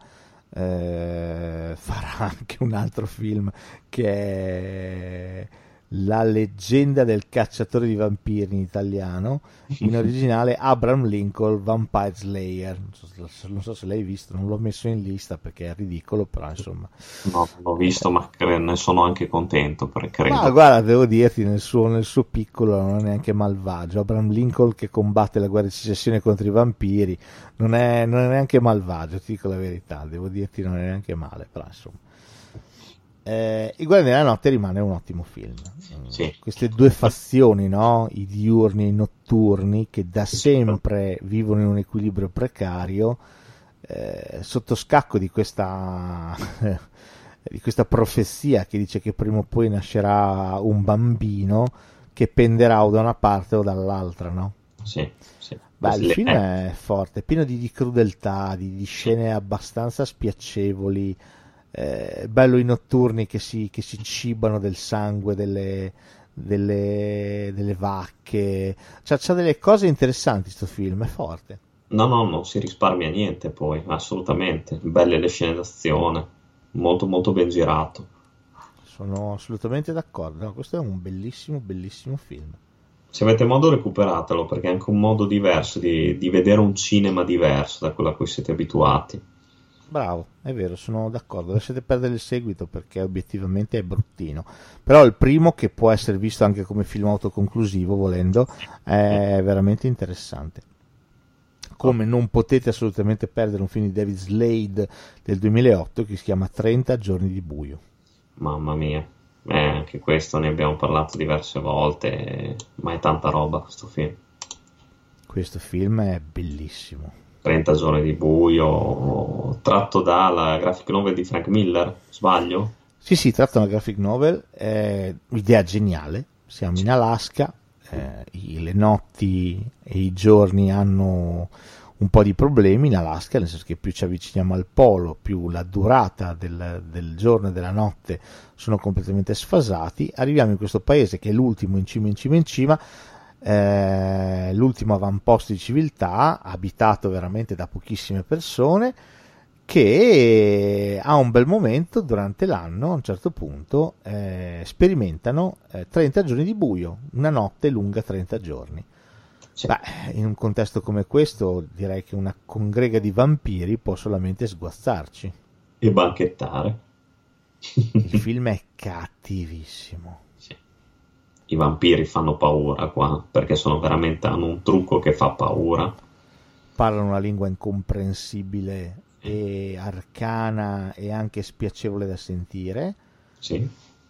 farà anche un altro film che è La leggenda del cacciatore di vampiri in italiano, in originale Abraham Lincoln Vampire Slayer. Non so se l'hai visto, non l'ho messo in lista perché è ridicolo, però insomma. No, l'ho visto, ma ne sono anche contento, perché credo. Ma guarda, devo dirti, nel suo piccolo non è neanche malvagio. Abraham Lincoln che combatte la guerra di secessione contro i vampiri non è neanche malvagio, ti dico la verità, devo dirti, non è neanche male, però insomma. I Guardiani della Notte rimane un ottimo film. Sì. Queste due fazioni, no? I diurni e i notturni, che da sempre vivono in un equilibrio precario, sotto scacco di questa profezia che dice che prima o poi nascerà un bambino che penderà o da una parte o dall'altra, no? Sì. Beh, il film è forte, pieno di crudeltà, di scene abbastanza spiacevoli. Bello i notturni che si cibano del sangue delle vacche. C'ha delle cose interessanti sto film, è forte. No, non si risparmia niente poi, assolutamente. Belle le scene d'azione, molto molto ben girato. Sono assolutamente d'accordo. No, questo è un bellissimo film. Se avete modo recuperatelo, perché è anche un modo diverso di vedere un cinema diverso da quello a cui siete abituati. Bravo, è vero, sono d'accordo. Lasciate perdere il seguito perché obiettivamente è bruttino. Però il primo, che può essere visto anche come film autoconclusivo volendo, è veramente interessante. Come non potete assolutamente perdere un film di David Slade del 2008 che si chiama 30 giorni di buio. Mamma mia, anche questo ne abbiamo parlato diverse volte, ma è tanta roba questo film. Questo film è bellissimo. 30 giorni di buio, tratto dalla graphic novel di Frank Miller, sbaglio? Sì, tratta una graphic novel, idea geniale. Siamo in Alaska, le notti e i giorni hanno un po' di problemi in Alaska, nel senso che più ci avviciniamo al polo, più la durata del giorno e della notte sono completamente sfasati. Arriviamo in questo paese che è l'ultimo in cima, l'ultimo avamposto di civiltà, abitato veramente da pochissime persone, che a un bel momento durante l'anno, a un certo punto, sperimentano 30 giorni di buio, una notte lunga 30 giorni. Sì. Beh, in un contesto come questo direi che una congrega di vampiri può solamente sguazzarci. E banchettare. Il film è cattivissimo. Sì. I vampiri fanno paura qua, perché hanno un trucco che fa paura. Parlano una lingua incomprensibile e arcana e anche spiacevole da sentire. Sì.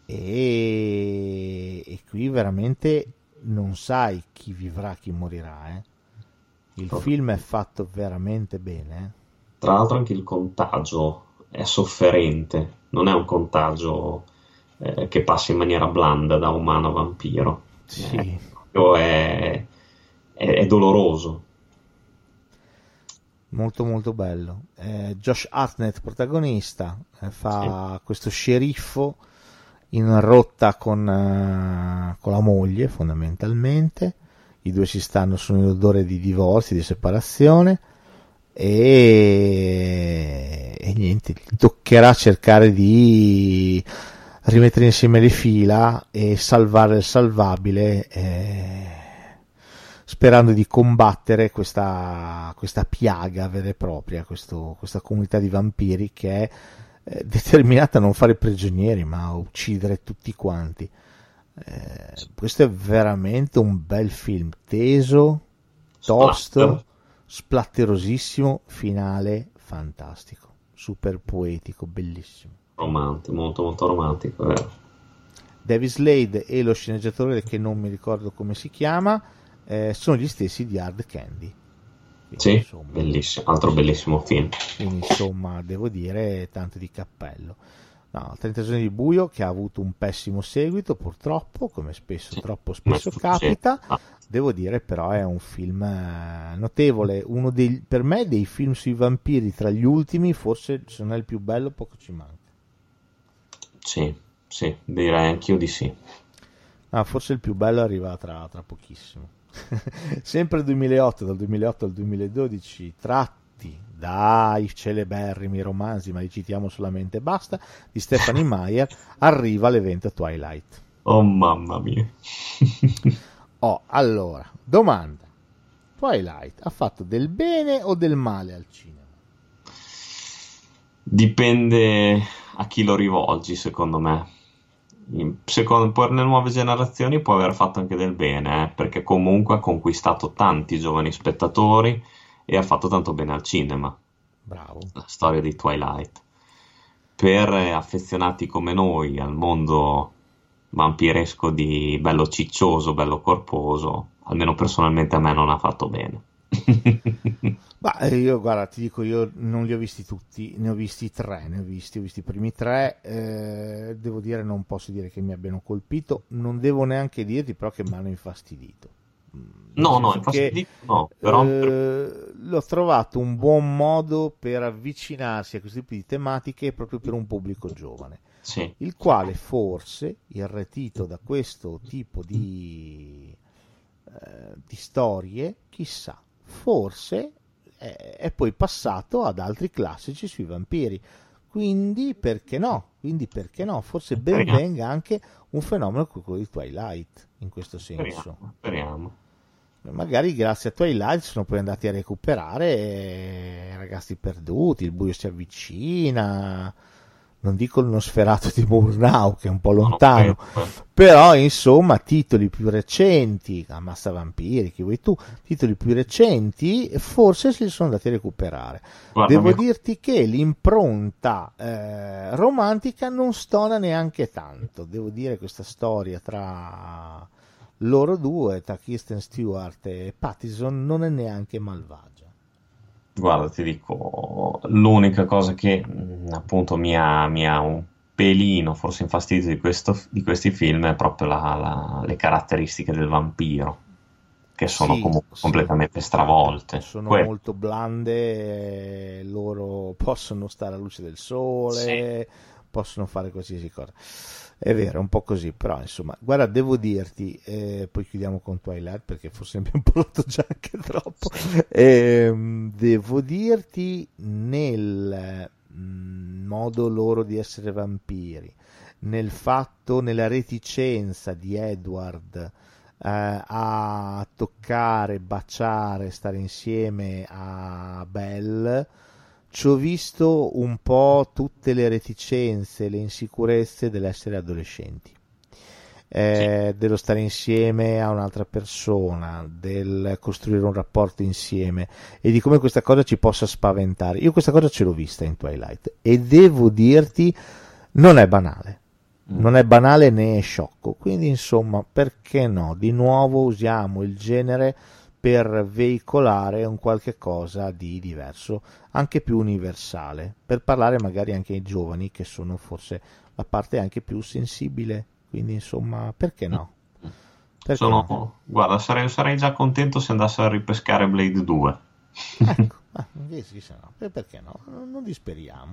E qui veramente non sai chi vivrà, chi morirà. Il film è fatto veramente bene. Tra l'altro anche il contagio è sofferente, non è un contagio che passa in maniera blanda da umano a vampiro. Sì. È doloroso. molto molto bello. Josh Hartnett protagonista, fa questo sceriffo in rotta con la moglie, fondamentalmente. I due si stanno su un odore di divorzio, di separazione, e niente, gli toccherà cercare di rimettere insieme le fila e salvare il salvabile, sperando di combattere questa piaga vera e propria, questa comunità di vampiri che è determinata a non fare prigionieri ma a uccidere tutti quanti. Questo è veramente un bel film, teso, tosto, splatterosissimo, finale fantastico, super poetico, bellissimo, romantico, molto molto romantico, vero? David Slade e lo sceneggiatore, che non mi ricordo come si chiama, sono gli stessi di Hard Candy. Quindi, sì, insomma, bellissimo, altro bellissimo film. Quindi insomma devo dire tanto di cappello. No, 30 giorni di buio, che ha avuto un pessimo seguito purtroppo, come spesso, troppo spesso capita. Devo dire però è un film notevole, uno per me dei film sui vampiri tra gli ultimi, forse se non è il più bello poco ci manca. Sì, direi anch'io di sì. Forse il più bello arriva tra pochissimo. Sempre 2008, dal 2008 al 2012, tratti dai celeberrimi romanzi, ma li citiamo solamente e basta, di Stephenie Meyer, arriva l'evento Twilight. Oh mamma mia. Allora, domanda: Twilight ha fatto del bene o del male al cinema? Dipende a chi lo rivolgi, secondo me. Per le nuove generazioni può aver fatto anche del bene, perché comunque ha conquistato tanti giovani spettatori e ha fatto tanto bene al cinema. Bravo. La storia di Twilight. Per affezionati come noi al mondo vampiresco di bello ciccioso, bello corposo, almeno personalmente a me non ha fatto bene. Io guarda, ti dico, io non li ho visti tutti, ne ho visti 3, ho visti i primi 3, devo dire, non posso dire che mi abbiano colpito, non devo neanche dirti però che mi hanno infastidito. No, infastidito no, però l'ho trovato un buon modo per avvicinarsi a questo tipo di tematiche proprio per un pubblico giovane, sì, il quale forse, irretito da questo tipo di storie, chissà, forse è poi passato ad altri classici sui vampiri, quindi perché no, forse ben venga anche un fenomeno come quello di Twilight in questo senso. Speriamo. Magari grazie a Twilight sono poi andati a recuperare Ragazzi perduti, Il buio si avvicina, non dico il Nosferatu di Murnau che è un po' lontano, però insomma titoli più recenti, Ammazza vampiri, chi vuoi tu, titoli più recenti forse si sono andati a recuperare. Devo dirti che l'impronta romantica non stona neanche tanto, devo dire, questa storia tra loro due, tra Kristen Stewart e Pattison, non è neanche malvagia. Guarda, ti dico, l'unica cosa che appunto mi ha un pelino forse infastidito di questi film è proprio le caratteristiche del vampiro, che sono comunque completamente stravolte. Sono molto blande, loro possono stare alla luce del sole, possono fare qualsiasi cosa. È vero, è un po' così, però insomma, guarda, devo dirti, poi chiudiamo con Twilight perché forse ne abbiamo parlato già anche troppo, devo dirti, nel modo loro di essere vampiri, nella reticenza di Edward a toccare, baciare, stare insieme a Belle, ci ho visto un po' tutte le reticenze, le insicurezze dell'essere adolescenti, dello stare insieme a un'altra persona, del costruire un rapporto insieme e di come questa cosa ci possa spaventare. Io questa cosa ce l'ho vista in Twilight e devo dirti, non è banale. Non è banale né è sciocco, quindi insomma, perché no? Di nuovo usiamo il genere per veicolare un qualche cosa di diverso, anche più universale, per parlare magari anche ai giovani, che sono forse la parte anche più sensibile, quindi insomma, perché no? Guarda, sarei già contento se andassero a ripescare Blade 2. Ecco, sì, no. Perché no? Non disperiamo.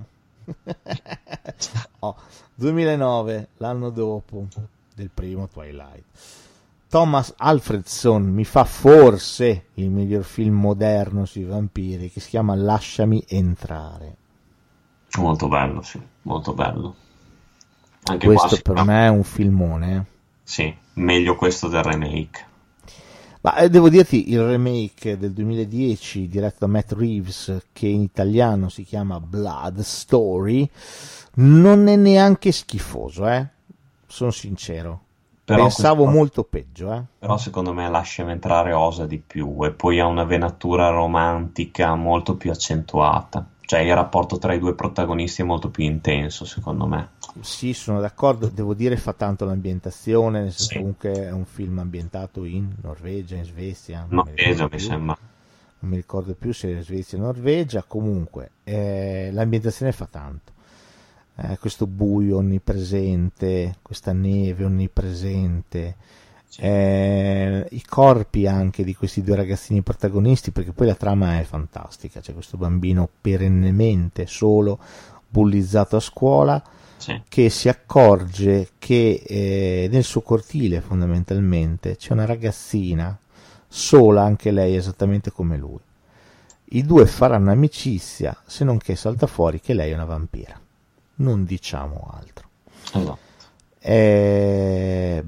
2009, l'anno dopo del primo Twilight. Thomas Alfredson mi fa forse il miglior film moderno sui vampiri, che si chiama Lasciami entrare. Molto bello, sì, molto bello. Anche questo per me è un filmone. Sì, meglio questo del remake. Ma devo dirti, il remake del 2010 diretto da Matt Reeves, che in italiano si chiama Blood Story, non è neanche schifoso, sono sincero. Però pensavo molto peggio, Però secondo me Lasciami entrare osa di più, e poi ha una venatura romantica molto più accentuata. Cioè il rapporto tra i due protagonisti è molto più intenso, secondo me. Sì, sono d'accordo, devo dire fa tanto l'ambientazione, nel senso comunque è un film ambientato in Norvegia, in Svezia. Norvegia mi sembra. Non mi ricordo più se è Svezia o Norvegia, comunque l'ambientazione fa tanto. Questo buio onnipresente, questa neve onnipresente, i corpi anche di questi due ragazzini protagonisti, perché poi la trama è fantastica. C'è questo bambino perennemente solo, bullizzato a scuola, che si accorge che nel suo cortile fondamentalmente c'è una ragazzina sola, anche lei esattamente come lui. I due faranno amicizia, se non che salta fuori che lei è una vampira. Non diciamo altro. Esatto. È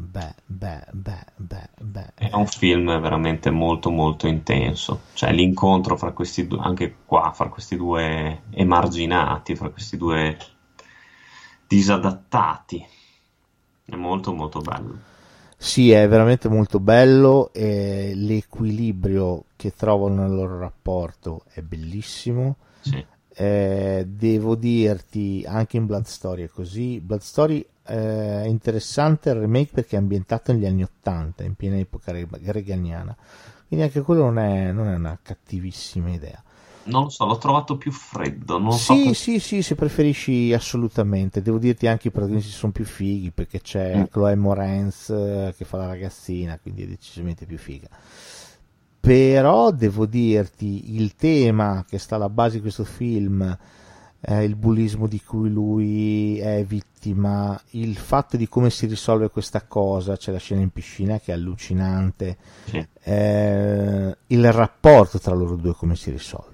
un film veramente molto molto intenso. Cioè l'incontro fra questi due, anche qua, fra questi due emarginati, fra questi due disadattati, è molto molto bello. Sì, è veramente molto bello, e l'equilibrio che trovano nel loro rapporto è bellissimo. Sì. Devo dirti, anche in Blood Story è così. Blood Story è interessante il remake perché è ambientato negli anni 80, in piena epoca reganiana, quindi anche quello non è una cattivissima idea. Non lo so, l'ho trovato più freddo. Sì, se preferisci, assolutamente. Devo dirti anche i protagonisti sono più fighi, perché c'è Chloe Moretz che fa la ragazzina, quindi è decisamente più figa. Però devo dirti, il tema che sta alla base di questo film, il bullismo di cui lui è vittima, il fatto di come si risolve questa cosa, c'è la scena in piscina che è allucinante, il rapporto tra loro due come si risolve.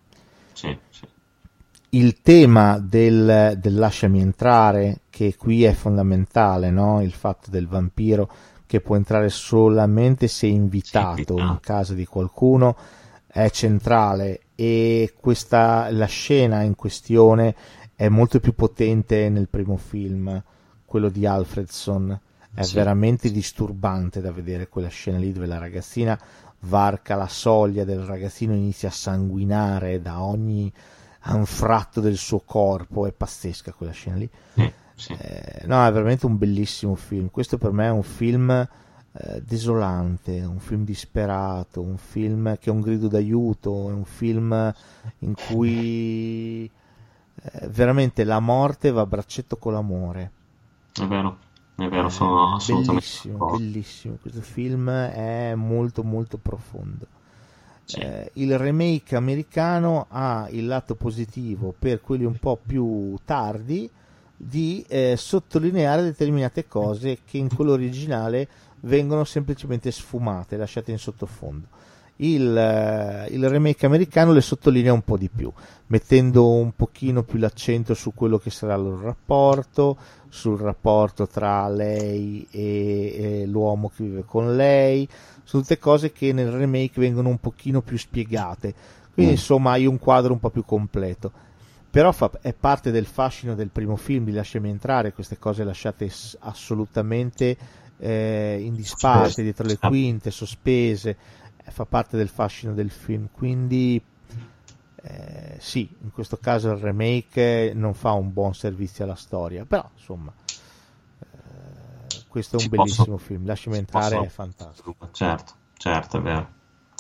Il tema del lasciami entrare, che qui è fondamentale, no? Il fatto del vampiro che può entrare solamente se invitato in casa di qualcuno è centrale, e la scena in questione è molto più potente nel primo film, quello di Alfredson. È veramente disturbante da vedere quella scena lì dove la ragazzina varca la soglia del ragazzino, inizia a sanguinare da ogni anfratto del suo corpo. È pazzesca quella scena lì. No, è veramente un bellissimo film. Questo per me è un film desolante, un film disperato, un film che è un grido d'aiuto, è un film in cui veramente la morte va a braccetto con l'amore. È vero, sono assolutamente bellissimo. Questo film è molto molto profondo. Il remake americano ha il lato positivo, per quelli un po' più tardi, di sottolineare determinate cose che in quello originale vengono semplicemente sfumate, lasciate in sottofondo. Il remake americano le sottolinea un po' di più, mettendo un pochino più l'accento su quello che sarà il loro rapporto, sul rapporto tra lei e l'uomo che vive con lei, su tutte cose che nel remake vengono un pochino più spiegate, quindi insomma hai un quadro un po' più completo. Però è parte del fascino del primo film, di Lasciami entrare, queste cose lasciate assolutamente in disparte, dietro le quinte, sospese, fa parte del fascino del film. Quindi sì, in questo caso il remake non fa un buon servizio alla storia, però insomma questo è un bellissimo film. Lasciami entrare è fantastico. Certo, è vero.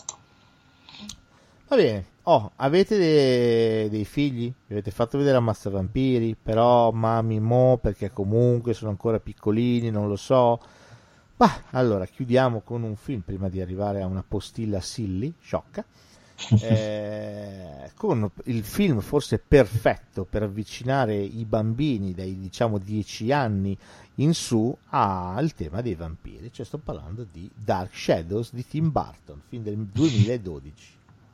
Va bene. Avete dei figli? Vi avete fatto vedere Ammazza Vampiri? Però mami perché comunque sono ancora piccolini, non lo so. Allora chiudiamo con un film prima di arrivare a una postilla silly, sciocca. con il film forse perfetto per avvicinare i bambini dai diciamo 10 anni in su al tema dei vampiri, cioè sto parlando di Dark Shadows di Tim Burton, film del 2012.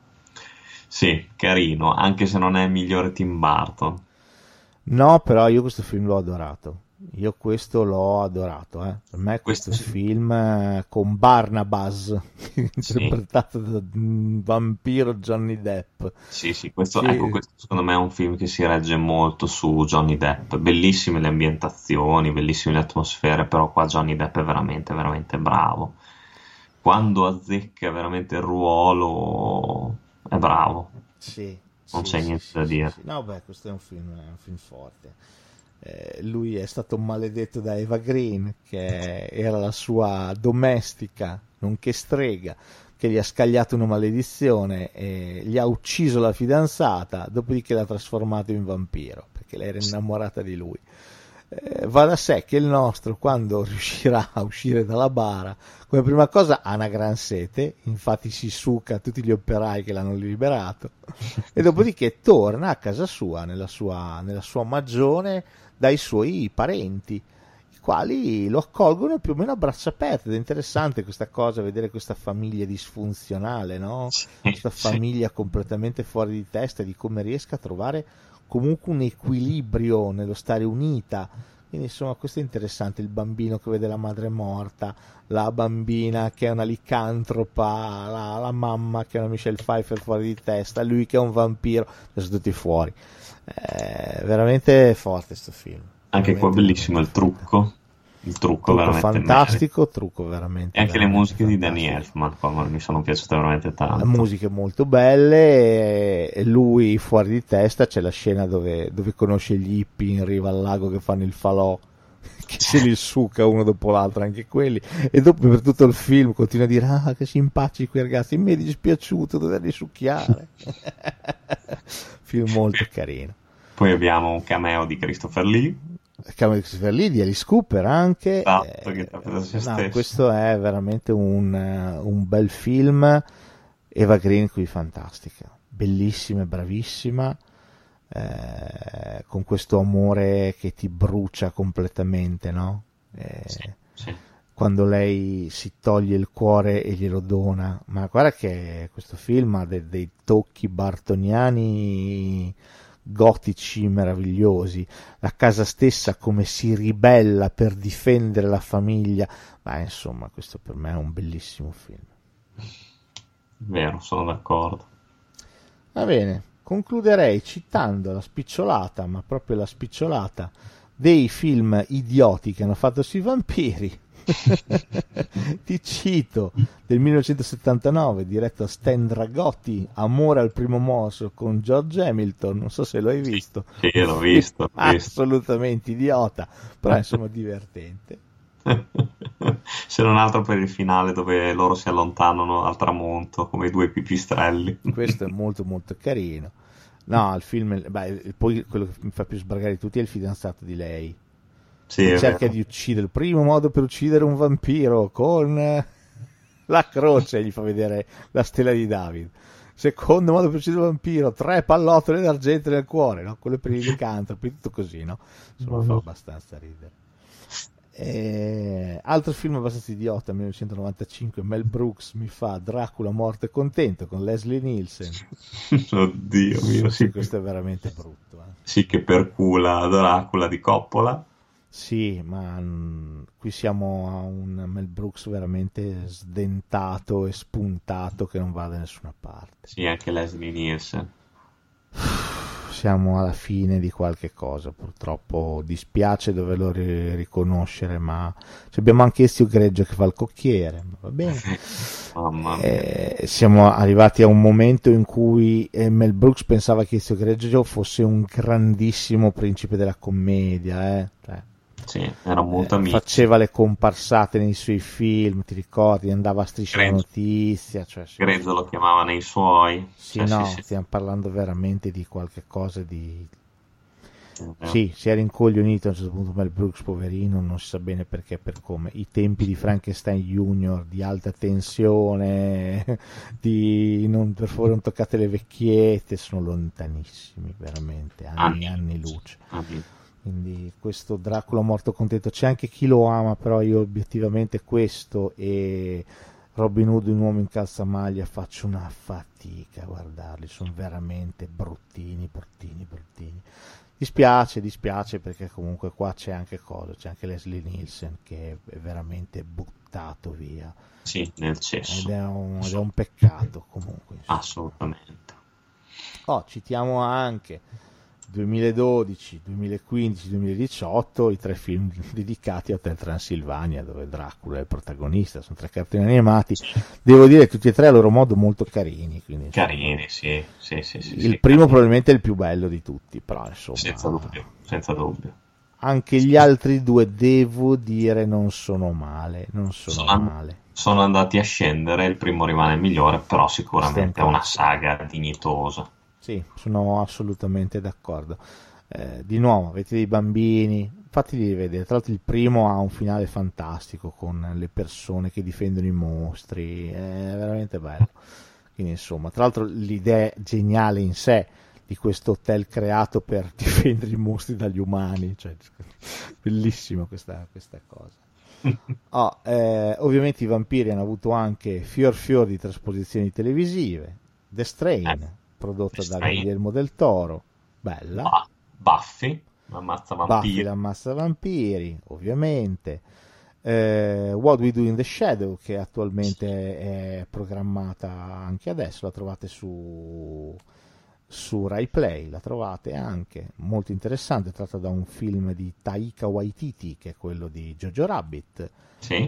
Sì, carino, anche se non è il migliore Tim Burton. No, però io questo film l'ho adorato. Io questo l'ho adorato, Per me questo Questo sì. film con Barnabas interpretato da vampiro Johnny Depp. Sì, questo, Sì. ecco, questo secondo me è un film che si regge molto su Johnny Depp. Bellissime le ambientazioni, bellissime le atmosfere, però qua Johnny Depp è veramente, veramente bravo. Quando azzecca veramente il ruolo, è bravo. Sì, Non sì, c'è sì, niente sì, da sì, dire. sì. No, beh, questo è un film forte. Lui è stato maledetto da Eva Green, che era la sua domestica, nonché strega, che gli ha scagliato una maledizione e gli ha ucciso la fidanzata, dopodiché l'ha trasformato in vampiro, perché lei era innamorata di lui. Va da sé che il nostro, quando riuscirà a uscire dalla bara, come prima cosa ha una gran sete, infatti si succa tutti gli operai che l'hanno liberato, e dopodiché torna a casa sua, nella sua magione, dai suoi parenti, i quali lo accolgono più o meno a braccia aperte. Ed è interessante questa cosa, vedere questa famiglia disfunzionale, no? Questa famiglia completamente fuori di testa, di come riesca a trovare comunque un equilibrio nello stare unita. Quindi insomma questo è interessante, il bambino che vede la madre morta, la bambina che è una licantropa, la mamma che è una Michelle Pfeiffer fuori di testa, lui che è un vampiro, sono tutti fuori. Veramente forte sto film. Anche qua Veramente, bellissimo il trucco veramente fantastico, trucco veramente. e anche le veramente musiche di Danny fantastico. Elfman qua mi sono piaciute veramente tanto. Musiche molto belle, e lui fuori di testa. C'è la scena dove conosce gli hippie in riva al lago che fanno il falò, che se li succa uno dopo l'altro anche quelli, e dopo per tutto il film continua a dire che simpatici quei ragazzi, mi è dispiaciuto doverli succhiare. Film molto carino. Poi abbiamo un cameo di Christopher Lee. Cameo di Christopher Lee, di Alice Cooper anche. Esatto, che interpreta se stesso. Questo è veramente un bel film. Eva Green qui fantastica, bellissima, bravissima, con questo amore che ti brucia completamente, no? Sì. Quando lei si toglie il cuore e glielo dona. Ma guarda che questo film ha dei tocchi bartoniani gotici meravigliosi, la casa stessa come si ribella per difendere la famiglia. Ma insomma, questo per me è un bellissimo film. Vero, sono d'accordo. Va bene, concluderei citando la spicciolata, ma proprio la spicciolata dei film idioti che hanno fatto sui vampiri. Ti cito del 1979, diretto da Stan Dragotti, Amore al primo mosso, con George Hamilton. Non so se lo hai visto. Sì, l'ho visto. Assolutamente idiota, però insomma divertente. Se non altro per il finale dove loro si allontanano al tramonto come i due pipistrelli. Questo è molto molto carino. No, il film, poi quello che mi fa più sbragare di tutti è il fidanzato di lei. Sì, Che è cerca vero. di uccidere. Il primo modo per uccidere un vampiro con la croce, gli fa vedere la stella di David. Secondo modo per uccidere un vampiro, 3 pallottole d'argento nel cuore, no? Quello per i licantropi, tutto così, no? Insomma, fa abbastanza ridere. Altro film abbastanza idiota, 1995, Mel Brooks mi fa Dracula morto e contento con Leslie Nielsen. Oddio mio, sì, Questo è veramente brutto. sì, che percula Dracula di Coppola. Sì, ma qui siamo a un Mel Brooks veramente sdentato e spuntato che non va da nessuna parte. Sì, anche Leslie Nielsen. Siamo alla fine di qualche cosa, purtroppo dispiace doverlo riconoscere, ma abbiamo anche Ezio Greggio che fa il cocchiere, ma va bene. Mamma mia. Siamo arrivati a un momento in cui Mel Brooks pensava che Ezio Greggio fosse un grandissimo principe della commedia, Sì, era molto amico. faceva le comparsate nei suoi film, ti ricordi? Andava a Striscia la Grezzo. notizia, cioè, Grezzo lo chiamava nei suoi. sì, Cioè, no, sì. stiamo parlando veramente di qualche cosa Sì, si è rincoglionito a un certo punto Mel Brooks, poverino, non si sa bene perché, per come. I tempi di Frankenstein Junior, di alta tensione, di non, per favore non toccate le vecchiette, sono lontanissimi, veramente, anni luce. Quindi questo Dracula morto contento, c'è anche chi lo ama, però io obiettivamente questo e Robin Hood, un uomo in calzamaglia, faccio una fatica a guardarli, sono veramente bruttini. Dispiace perché comunque qua c'è anche Leslie Nielsen che è veramente buttato via. Sì, nel cesso. Ed è un peccato comunque. Assolutamente. Citiamo anche 2012, 2015, 2018 i 3 film dedicati a Hotel Transilvania, dove Dracula è il protagonista, sono 3 cartoni animati, devo dire tutti e 3 a loro modo molto carini, quindi, carini, sì. Il primo probabilmente è il più bello di tutti, però insomma senza dubbio. Anche gli altri 2 devo dire non sono male. Sono andati a scendere, il primo rimane il migliore, però sicuramente è una saga dignitosa. Sì, sono assolutamente d'accordo. Di nuovo, avete dei bambini, fateli vedere. Tra l'altro il primo ha un finale fantastico con le persone che difendono i mostri, è veramente bello. Quindi insomma, tra l'altro l'idea geniale in sé di questo hotel creato per difendere i mostri dagli umani, cioè, bellissimo questa cosa. Ovviamente i vampiri hanno avuto anche fior di trasposizioni televisive. The Strain, prodotta da Guillermo del Toro, bella. Buffy l'ammazza vampiri, ovviamente. What We Do in the Shadow, che attualmente è programmata anche adesso, la trovate su Rai Play, la trovate anche, molto interessante, tratta da un film di Taika Waititi, che è quello di Jojo Rabbit. Sì.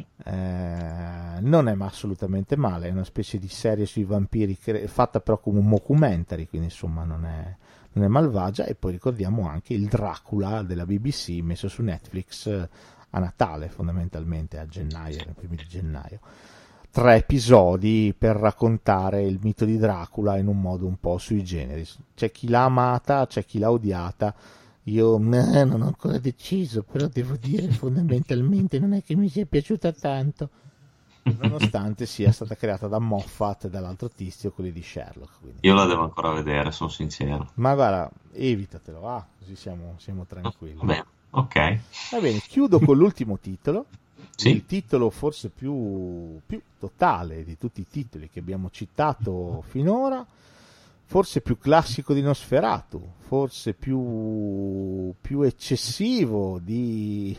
Non è assolutamente male, è una specie di serie sui vampiri fatta però come un mockumentary, quindi insomma non è malvagia. E poi ricordiamo anche il Dracula della BBC, messo su Netflix a Natale, fondamentalmente a gennaio, nei primi di gennaio. 3 episodi per raccontare il mito di Dracula in un modo un po' sui generis. C'è chi l'ha amata, c'è chi l'ha odiata. Io non ho ancora deciso, però devo dire fondamentalmente non è che mi sia piaciuta tanto, nonostante sia stata creata da Moffat e dall'altro tizio, quelli di Sherlock. Quindi. Io la devo ancora vedere, sono sincero. Ma guarda, evitatelo, così siamo tranquilli. Vabbè, ok. Va bene, chiudo con l'ultimo titolo. Sì. Il titolo forse più totale di tutti i titoli che abbiamo citato finora, forse più classico di Nosferatu, forse più eccessivo di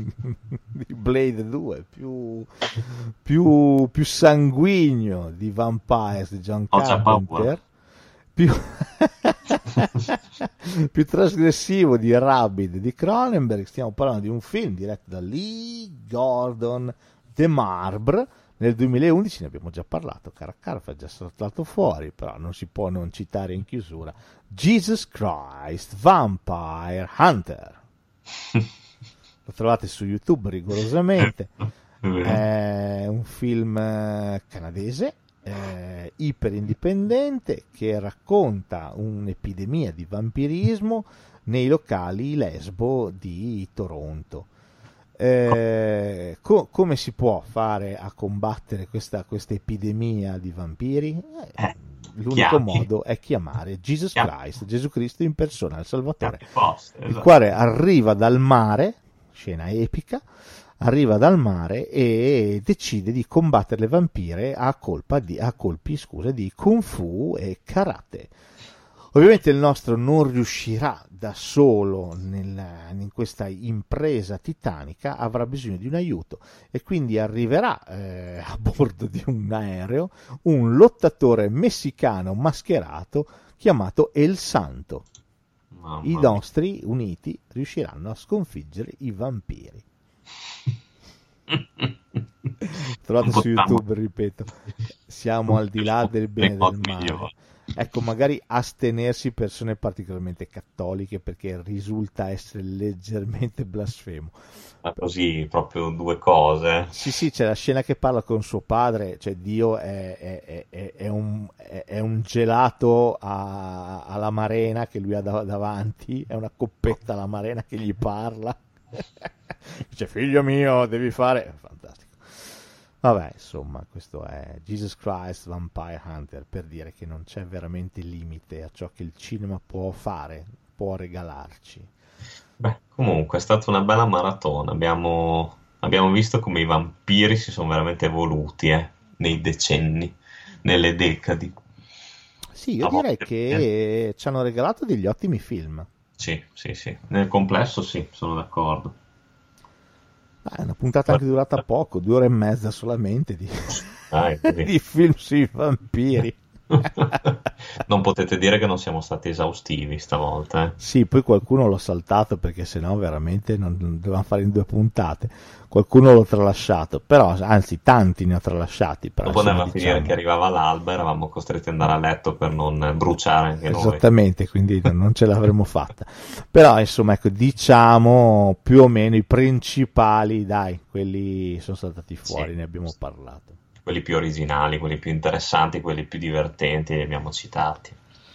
Blade 2, più sanguigno di Vampires di John Carpenter, più trasgressivo di Rabid di Cronenberg. Stiamo parlando di un film diretto da Lee Gordon de Marbre. Nel 2011 ne abbiamo già parlato, Caracarfa è già saltato fuori, però non si può non citare in chiusura Jesus Christ Vampire Hunter. Lo trovate su YouTube rigorosamente. È un film canadese, iper indipendente, che racconta un'epidemia di vampirismo nei locali lesbo di Toronto. Come si può fare a combattere questa epidemia di vampiri? L'unico modo è chiamare Jesus Christ, Gesù Cristo in persona, il Salvatore, il quale arriva dal mare, scena epica, arriva dal mare e decide di combattere le vampire a colpi di Kung Fu e Karate. Ovviamente il nostro non riuscirà da solo in questa impresa titanica, avrà bisogno di un aiuto e quindi arriverà a bordo di un aereo un lottatore messicano mascherato chiamato El Santo. I nostri uniti riusciranno a sconfiggere i vampiri. Trovate su YouTube, ripeto, siamo al di là del bene e del male. ecco, magari astenersi persone particolarmente cattoliche perché risulta essere leggermente blasfemo. Ma così, proprio due cose. Sì, c'è la scena che parla con suo padre, cioè Dio è un gelato alla Marena che lui ha davanti, è una coppetta alla Marena che gli parla. Dice, figlio mio, devi fare... Fantastico. Vabbè, insomma, questo è Jesus Christ Vampire Hunter, per dire che non c'è veramente limite a ciò che il cinema può fare, può regalarci. Beh, comunque è stata una bella maratona. Abbiamo visto come i vampiri si sono veramente evoluti, nei decenni, nelle decadi. Sì, io direi che ci hanno regalato degli ottimi film. Sì. Nel complesso sì, sono d'accordo. È una puntata anche durata poco, 2 ore e mezza solamente di Così. di film sui vampiri. Non potete dire che non siamo stati esaustivi stavolta. Sì, poi qualcuno l'ho saltato perché sennò veramente non dovevamo fare in 2 puntate. Qualcuno l'ho tralasciato, però anzi tanti ne ho tralasciati. Però, Dopo andava a diciamo... finire che arrivava l'alba, eravamo costretti ad andare a letto per non bruciare anche noi. Esattamente, quindi non ce l'avremmo fatta. Però insomma, ecco, diciamo più o meno i principali, dai, quelli sono saltati fuori, Sì. ne abbiamo parlato. Quelli più originali, quelli più interessanti, quelli più divertenti, li abbiamo citati.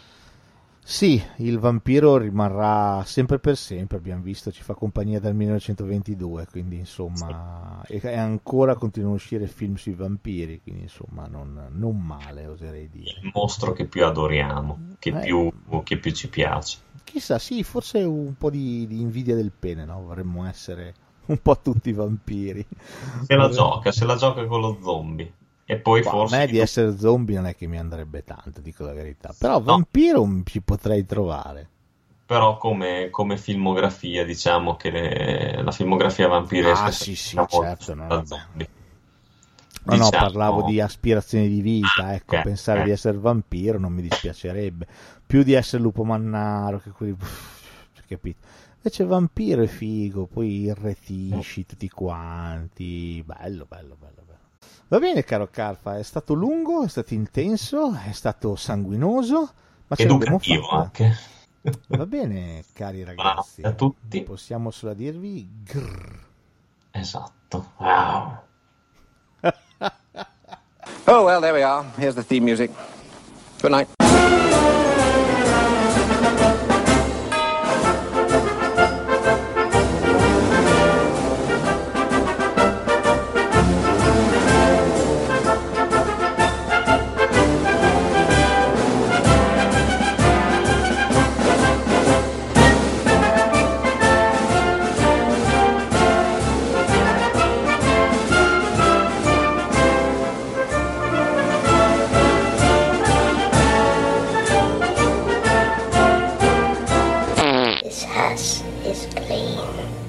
Sì, il vampiro rimarrà sempre per sempre, abbiamo visto, ci fa compagnia dal 1922, quindi insomma, e ancora continuano a uscire film sui vampiri, quindi insomma non male, oserei dire. Il mostro che più adoriamo, che più ci piace. Chissà, sì, forse un po' di invidia del pene, no? Vorremmo essere un po' tutti vampiri. Se la gioca con lo zombie. E poi forse... A me di essere zombie non è che mi andrebbe tanto, dico la verità. Però vampiro ci potrei trovare. Però come filmografia, diciamo che la filmografia vampiresca... Sì, certo. No, zombie. No, parlavo di aspirazioni di vita, ecco, pensare di ok. essere vampiro non mi dispiacerebbe. Più di essere lupo mannaro, che quelli... capito? Invece vampiro è figo, poi irretisci tutti quanti. Bello. Va bene, caro Carfa, è stato lungo, è stato intenso, è stato sanguinoso, ma ce l'abbiamo Educativo fatta. anche. Va bene, cari ragazzi. Buonanotte a tutti. Possiamo solo dirvi grrr. Esatto. Wow. Oh, well, there we are. Here's the theme music. Good night. This house is clean.